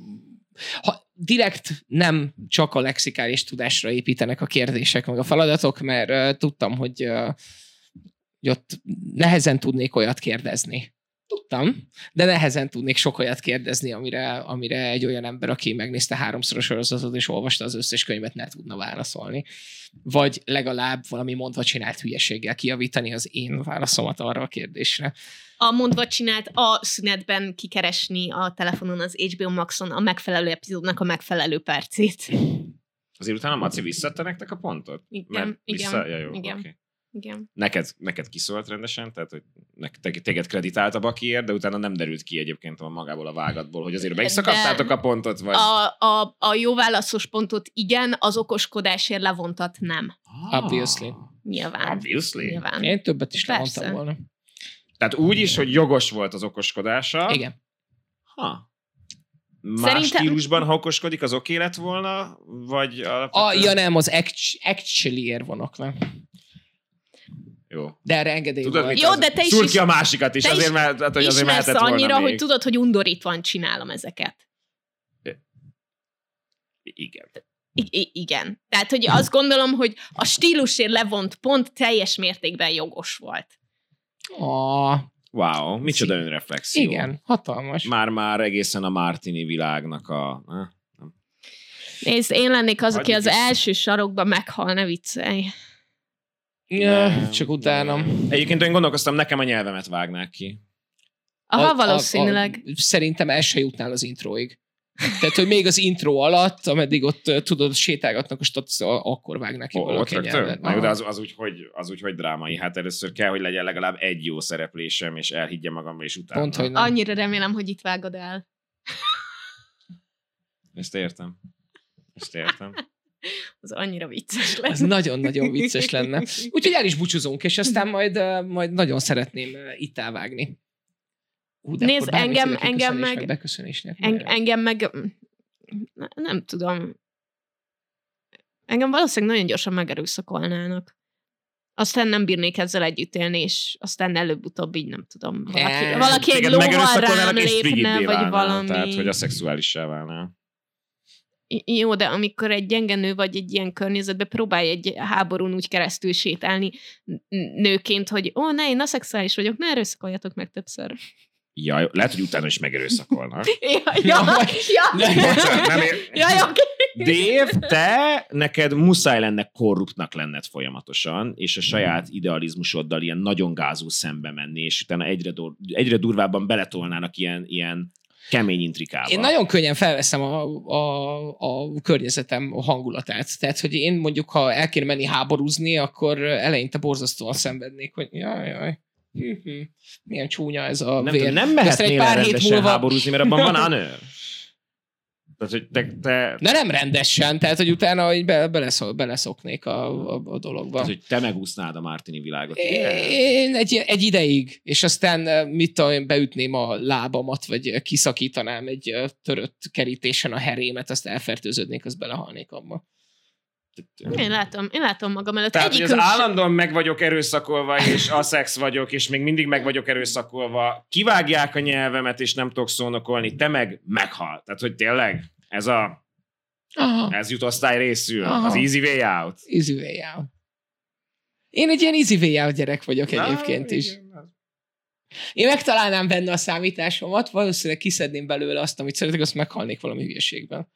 ha direkt nem csak a lexikális tudásra építenek a kérdések meg a feladatok, mert uh, tudtam, hogy, uh, hogy ott nehezen tudnék olyat kérdezni. Tudtam, de nehezen tudnék sok olyat kérdezni, amire, amire egy olyan ember, aki megnézte háromszor a sorozatot és olvasta az összes könyvet, ne tudna válaszolni. Vagy legalább valami mondva csinált hülyeséggel kijavítani az én válaszomat arra a kérdésre. A mondva csinált a szünetben kikeresni a telefonon az há bé o Maxon a megfelelő epizódnak a megfelelő percét. Azért utána Maci visszadta nektek a pontot? Igen, Mert igen, vissza? Ja, jó, igen. okay. Igen. Neked, neked kiszólt rendesen, tehát hogy neked, téged kreditált a Bakiért, de utána nem derült ki egyébként a magából a vágatból, hogy azért megszakadtátok a pontot, vagy... A, a, a jó válaszos pontot igen, az okoskodásért levontat nem. Ah, Obviously. Nyilván. Obviously. Nyilván. Én többet is Persze. levontam volna. Tehát úgy is, hogy jogos volt az okoskodása. Igen. Ha. Más Szerintem- stílusban, ha okoskodik, az oké lett volna, vagy A, alapvetően... ja nem, az act- actually ér vonok le. Jó. De erre engedély Tudod, volt. mit Jó, az? de te is Szúrd is- ki a másikat is, te azért, is mert, hát, hogy azért Ismersz mehetett volna annyira, még. hogy tudod, hogy undorítvan csinálom ezeket. Igen. I- I- igen. Tehát, hogy azt gondolom, hogy a stílusért levont pont teljes mértékben jogos volt. Ah, Wow, micsoda Szí- önreflexió. Igen, hatalmas. Már-már egészen a Martini világnak a... Nézd, én lennék az, aki Hagyjuk az is. első sarokba meghal, ne viccelj. Ja, Nem, csak utána. nem. Egyébként én gondolkoztam, nekem a nyelvemet vágnák ki. Aha, valószínűleg. A, a, szerintem el se jutnál az introig. Tehát, hogy még az intro alatt, ameddig ott uh, tudod, sétálgatnak a statiszta, akkor vág ki Ó, valaki ott rögtön? nyelvet. Na jó, de az, az, úgy, hogy, az úgy, hogy drámai. Hát először kell, hogy legyen legalább egy jó szereplésem, és elhiggye magam, és utána. Pont, hogy nem. Annyira remélem, hogy itt vágod el. Ezt értem. Ezt értem. Az annyira vicces Ez lesz. nagyon-nagyon vicces lenne. Úgyhogy el is búcsúzunk, és aztán majd, uh, majd nagyon szeretném uh, itt elvágni. Ú, de Nézd, akkor bármit engem- ide engem kiköszönés, meg- beköszönés nélkül. En, engem meg... Ne, nem tudom. Engem valószínűleg nagyon gyorsan megerőszakolnának. Aztán nem bírnék ezzel együtt élni, és aztán előbb-utóbb így nem tudom. Valaki, Eh, valaki egy Téged lóval megerőszakolnának, rám és lépne, frigiddé vagy válnál, valami. Tehát, hogy a szexuálissá válnál. Jó, de amikor egy gyenge nő vagy egy ilyen környezetben próbálj egy háborún úgy keresztül sétálni n- nőként, hogy ó, ne, én aszexuális vagyok, ne erőszakoljatok meg többször. Ja, lehet, hogy utána is megerőszakolnak. Ja, ja, ja, Bocsánat, nem ér... ja, ja, oké. Dave, te, neked muszáj lenne korruptnak lenned folyamatosan, és a saját idealizmusoddal ilyen nagyon gázul szembe menni, és utána egyre, dur- egyre durvábban beletolnának ilyen, ilyen kemény intrikába. Én nagyon könnyen felveszem a, a, a környezetem hangulatát. Tehát, hogy én mondjuk, ha el kéne menni háborúzni, akkor eleinte borzasztóan szenvednék, hogy jaj, jaj, hű, hű, milyen csúnya ez a Nem, vér. tudom, nem De aztán egy mehetnél pár el hét rendesen múlva- háborúzni, mert abban van honor. Tehát, hogy te, te, De nem rendesen, tehát, hogy utána hogy be, beleszok, beleszoknék a, a, a dologba. tehát, hogy te megúsznál a Martini világot. Én egy, egy ideig, és aztán mit tudom, én beütném a lábamat, vagy kiszakítanám egy ö, törött kerítésen a herémet, azt elfertőződnék, azt belehalnék abba. Én látom, én látom magam előtt. Tehát, hogy az Egyikünk sem- állandóan meg vagyok erőszakolva, és aszex vagyok, és még mindig meg vagyok erőszakolva. Kivágják a nyelvemet, és nem tudok szónokolni, te meg meghal. Tehát, hogy tényleg ez a Aha, ez jut osztály részül. Aha. Az easy way out. easy way out. Én egy ilyen easy way out gyerek vagyok egyébként Na, is. igen. Én megtalálnám benne a számításomat, valószínűleg kiszedném belőle azt, amit szeretek, azt meghalnék valami hülyeségben.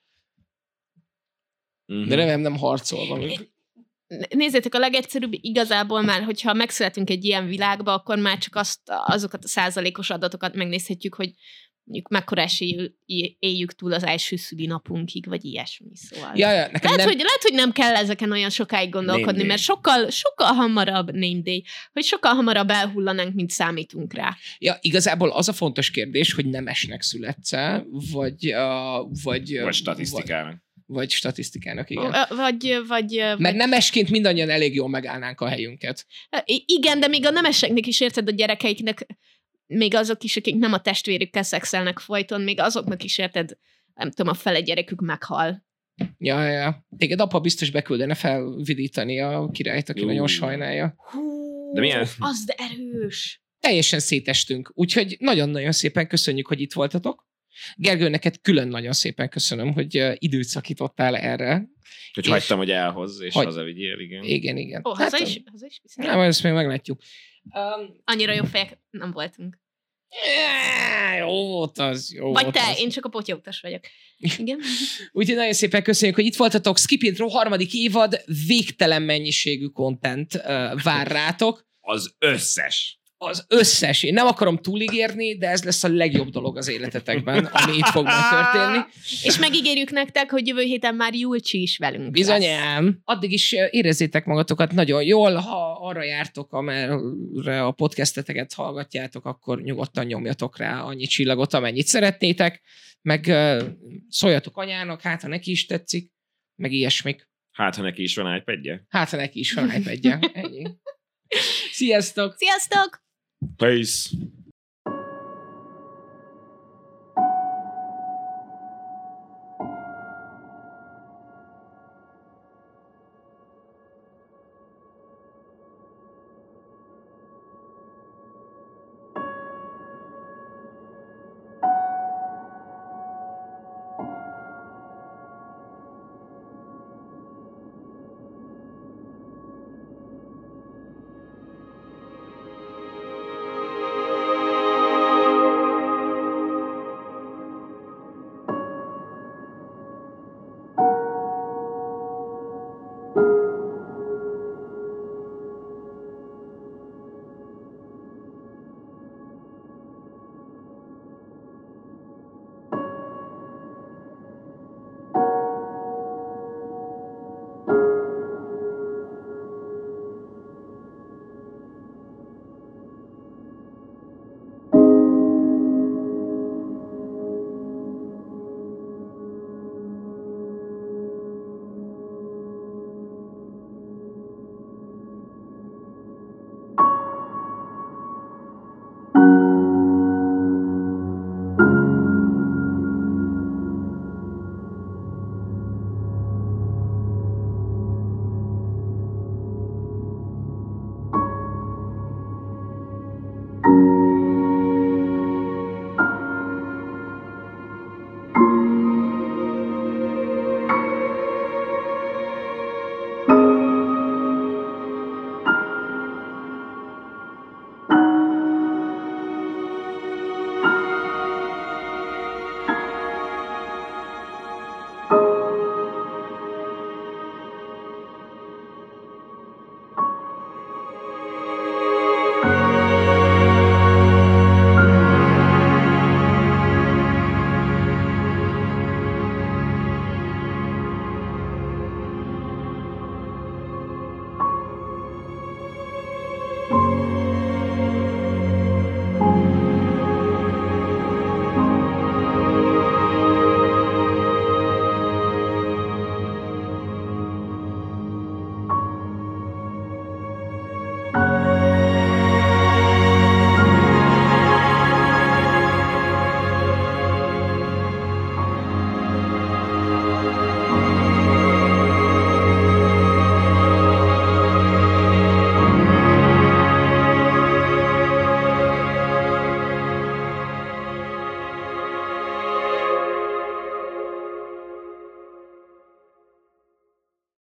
Mhm. De remélem nem harcolva. Nézzétek, a legegyszerűbb igazából már, hogyha megszületünk egy ilyen világba, akkor már csak azt, azokat a százalékos adatokat megnézhetjük, hogy mondjuk mekkora esélyül éljük túl az első szülinapunkig, vagy ilyesmi. Szóval. Ja, ja, nekem Lehet, nem... hogy, lehet, hogy nem kell ezeken olyan sokáig gondolkodni, Name mert sokkal, sokkal hamarabb name day, hogy sokkal hamarabb elhullanánk, mint számítunk rá. Ja, igazából az a fontos kérdés, hogy nemesnek születsz-e, vagy, uh, vagy, Vagy statisztikának. Vagy statisztikának, igen. Vagy, vagy, vagy Mert nemesként mindannyian elég jól megállnánk a helyünket. igen, de még a nemeseknek is érted, a gyerekeiknek, még azok is, akik nem a testvérükkel szexelnek folyton, még azoknak is érted, nem tudom, a fele gyerekük meghal. Ja, ja. Téged apa biztos beküldene felvidítani a királyt, aki Ú. nagyon sajnálja. Hú, De milyen- az de erős. Teljesen szétestünk. Úgyhogy nagyon-nagyon szépen köszönjük, hogy itt voltatok. Gergő, neked külön nagyon szépen köszönöm, hogy uh, időt szakítottál erre. Hogy És- hagytam, hogy elhozz, és Hagy- hazavigyél, igen. Igen, igen. Ó, haza is, haza is viszont. Nem, ezt még meglátjuk. Um, Annyira jó fejek nem voltunk. jó volt az, jó Vagy volt te, az. én csak a potyautas vagyok. Igen. Úgyhogy nagyon szépen köszönjük, hogy itt voltatok. Skip Intro harmadik évad, végtelen mennyiségű content uh, vár rátok. Az összes. Az összes, én nem akarom túligérni, de ez lesz a legjobb dolog az életetekben, ami itt fog megtörténni. És megígérjük nektek, hogy jövő héten már Julcsi is velünk lesz. Bizonyám. Addig is uh, érezzétek magatokat nagyon jól, ha arra jártok, amerre a podcasteteket hallgatjátok, akkor nyugodtan nyomjatok rá annyi csillagot, amennyit szeretnétek, meg uh, szóljatok anyának, hát ha neki is tetszik, meg ilyesmik. Hát, ha neki is van iPadje. Hát ha neki is van iPadje. Ennyi. Sziasztok! Sziasztok! Peace.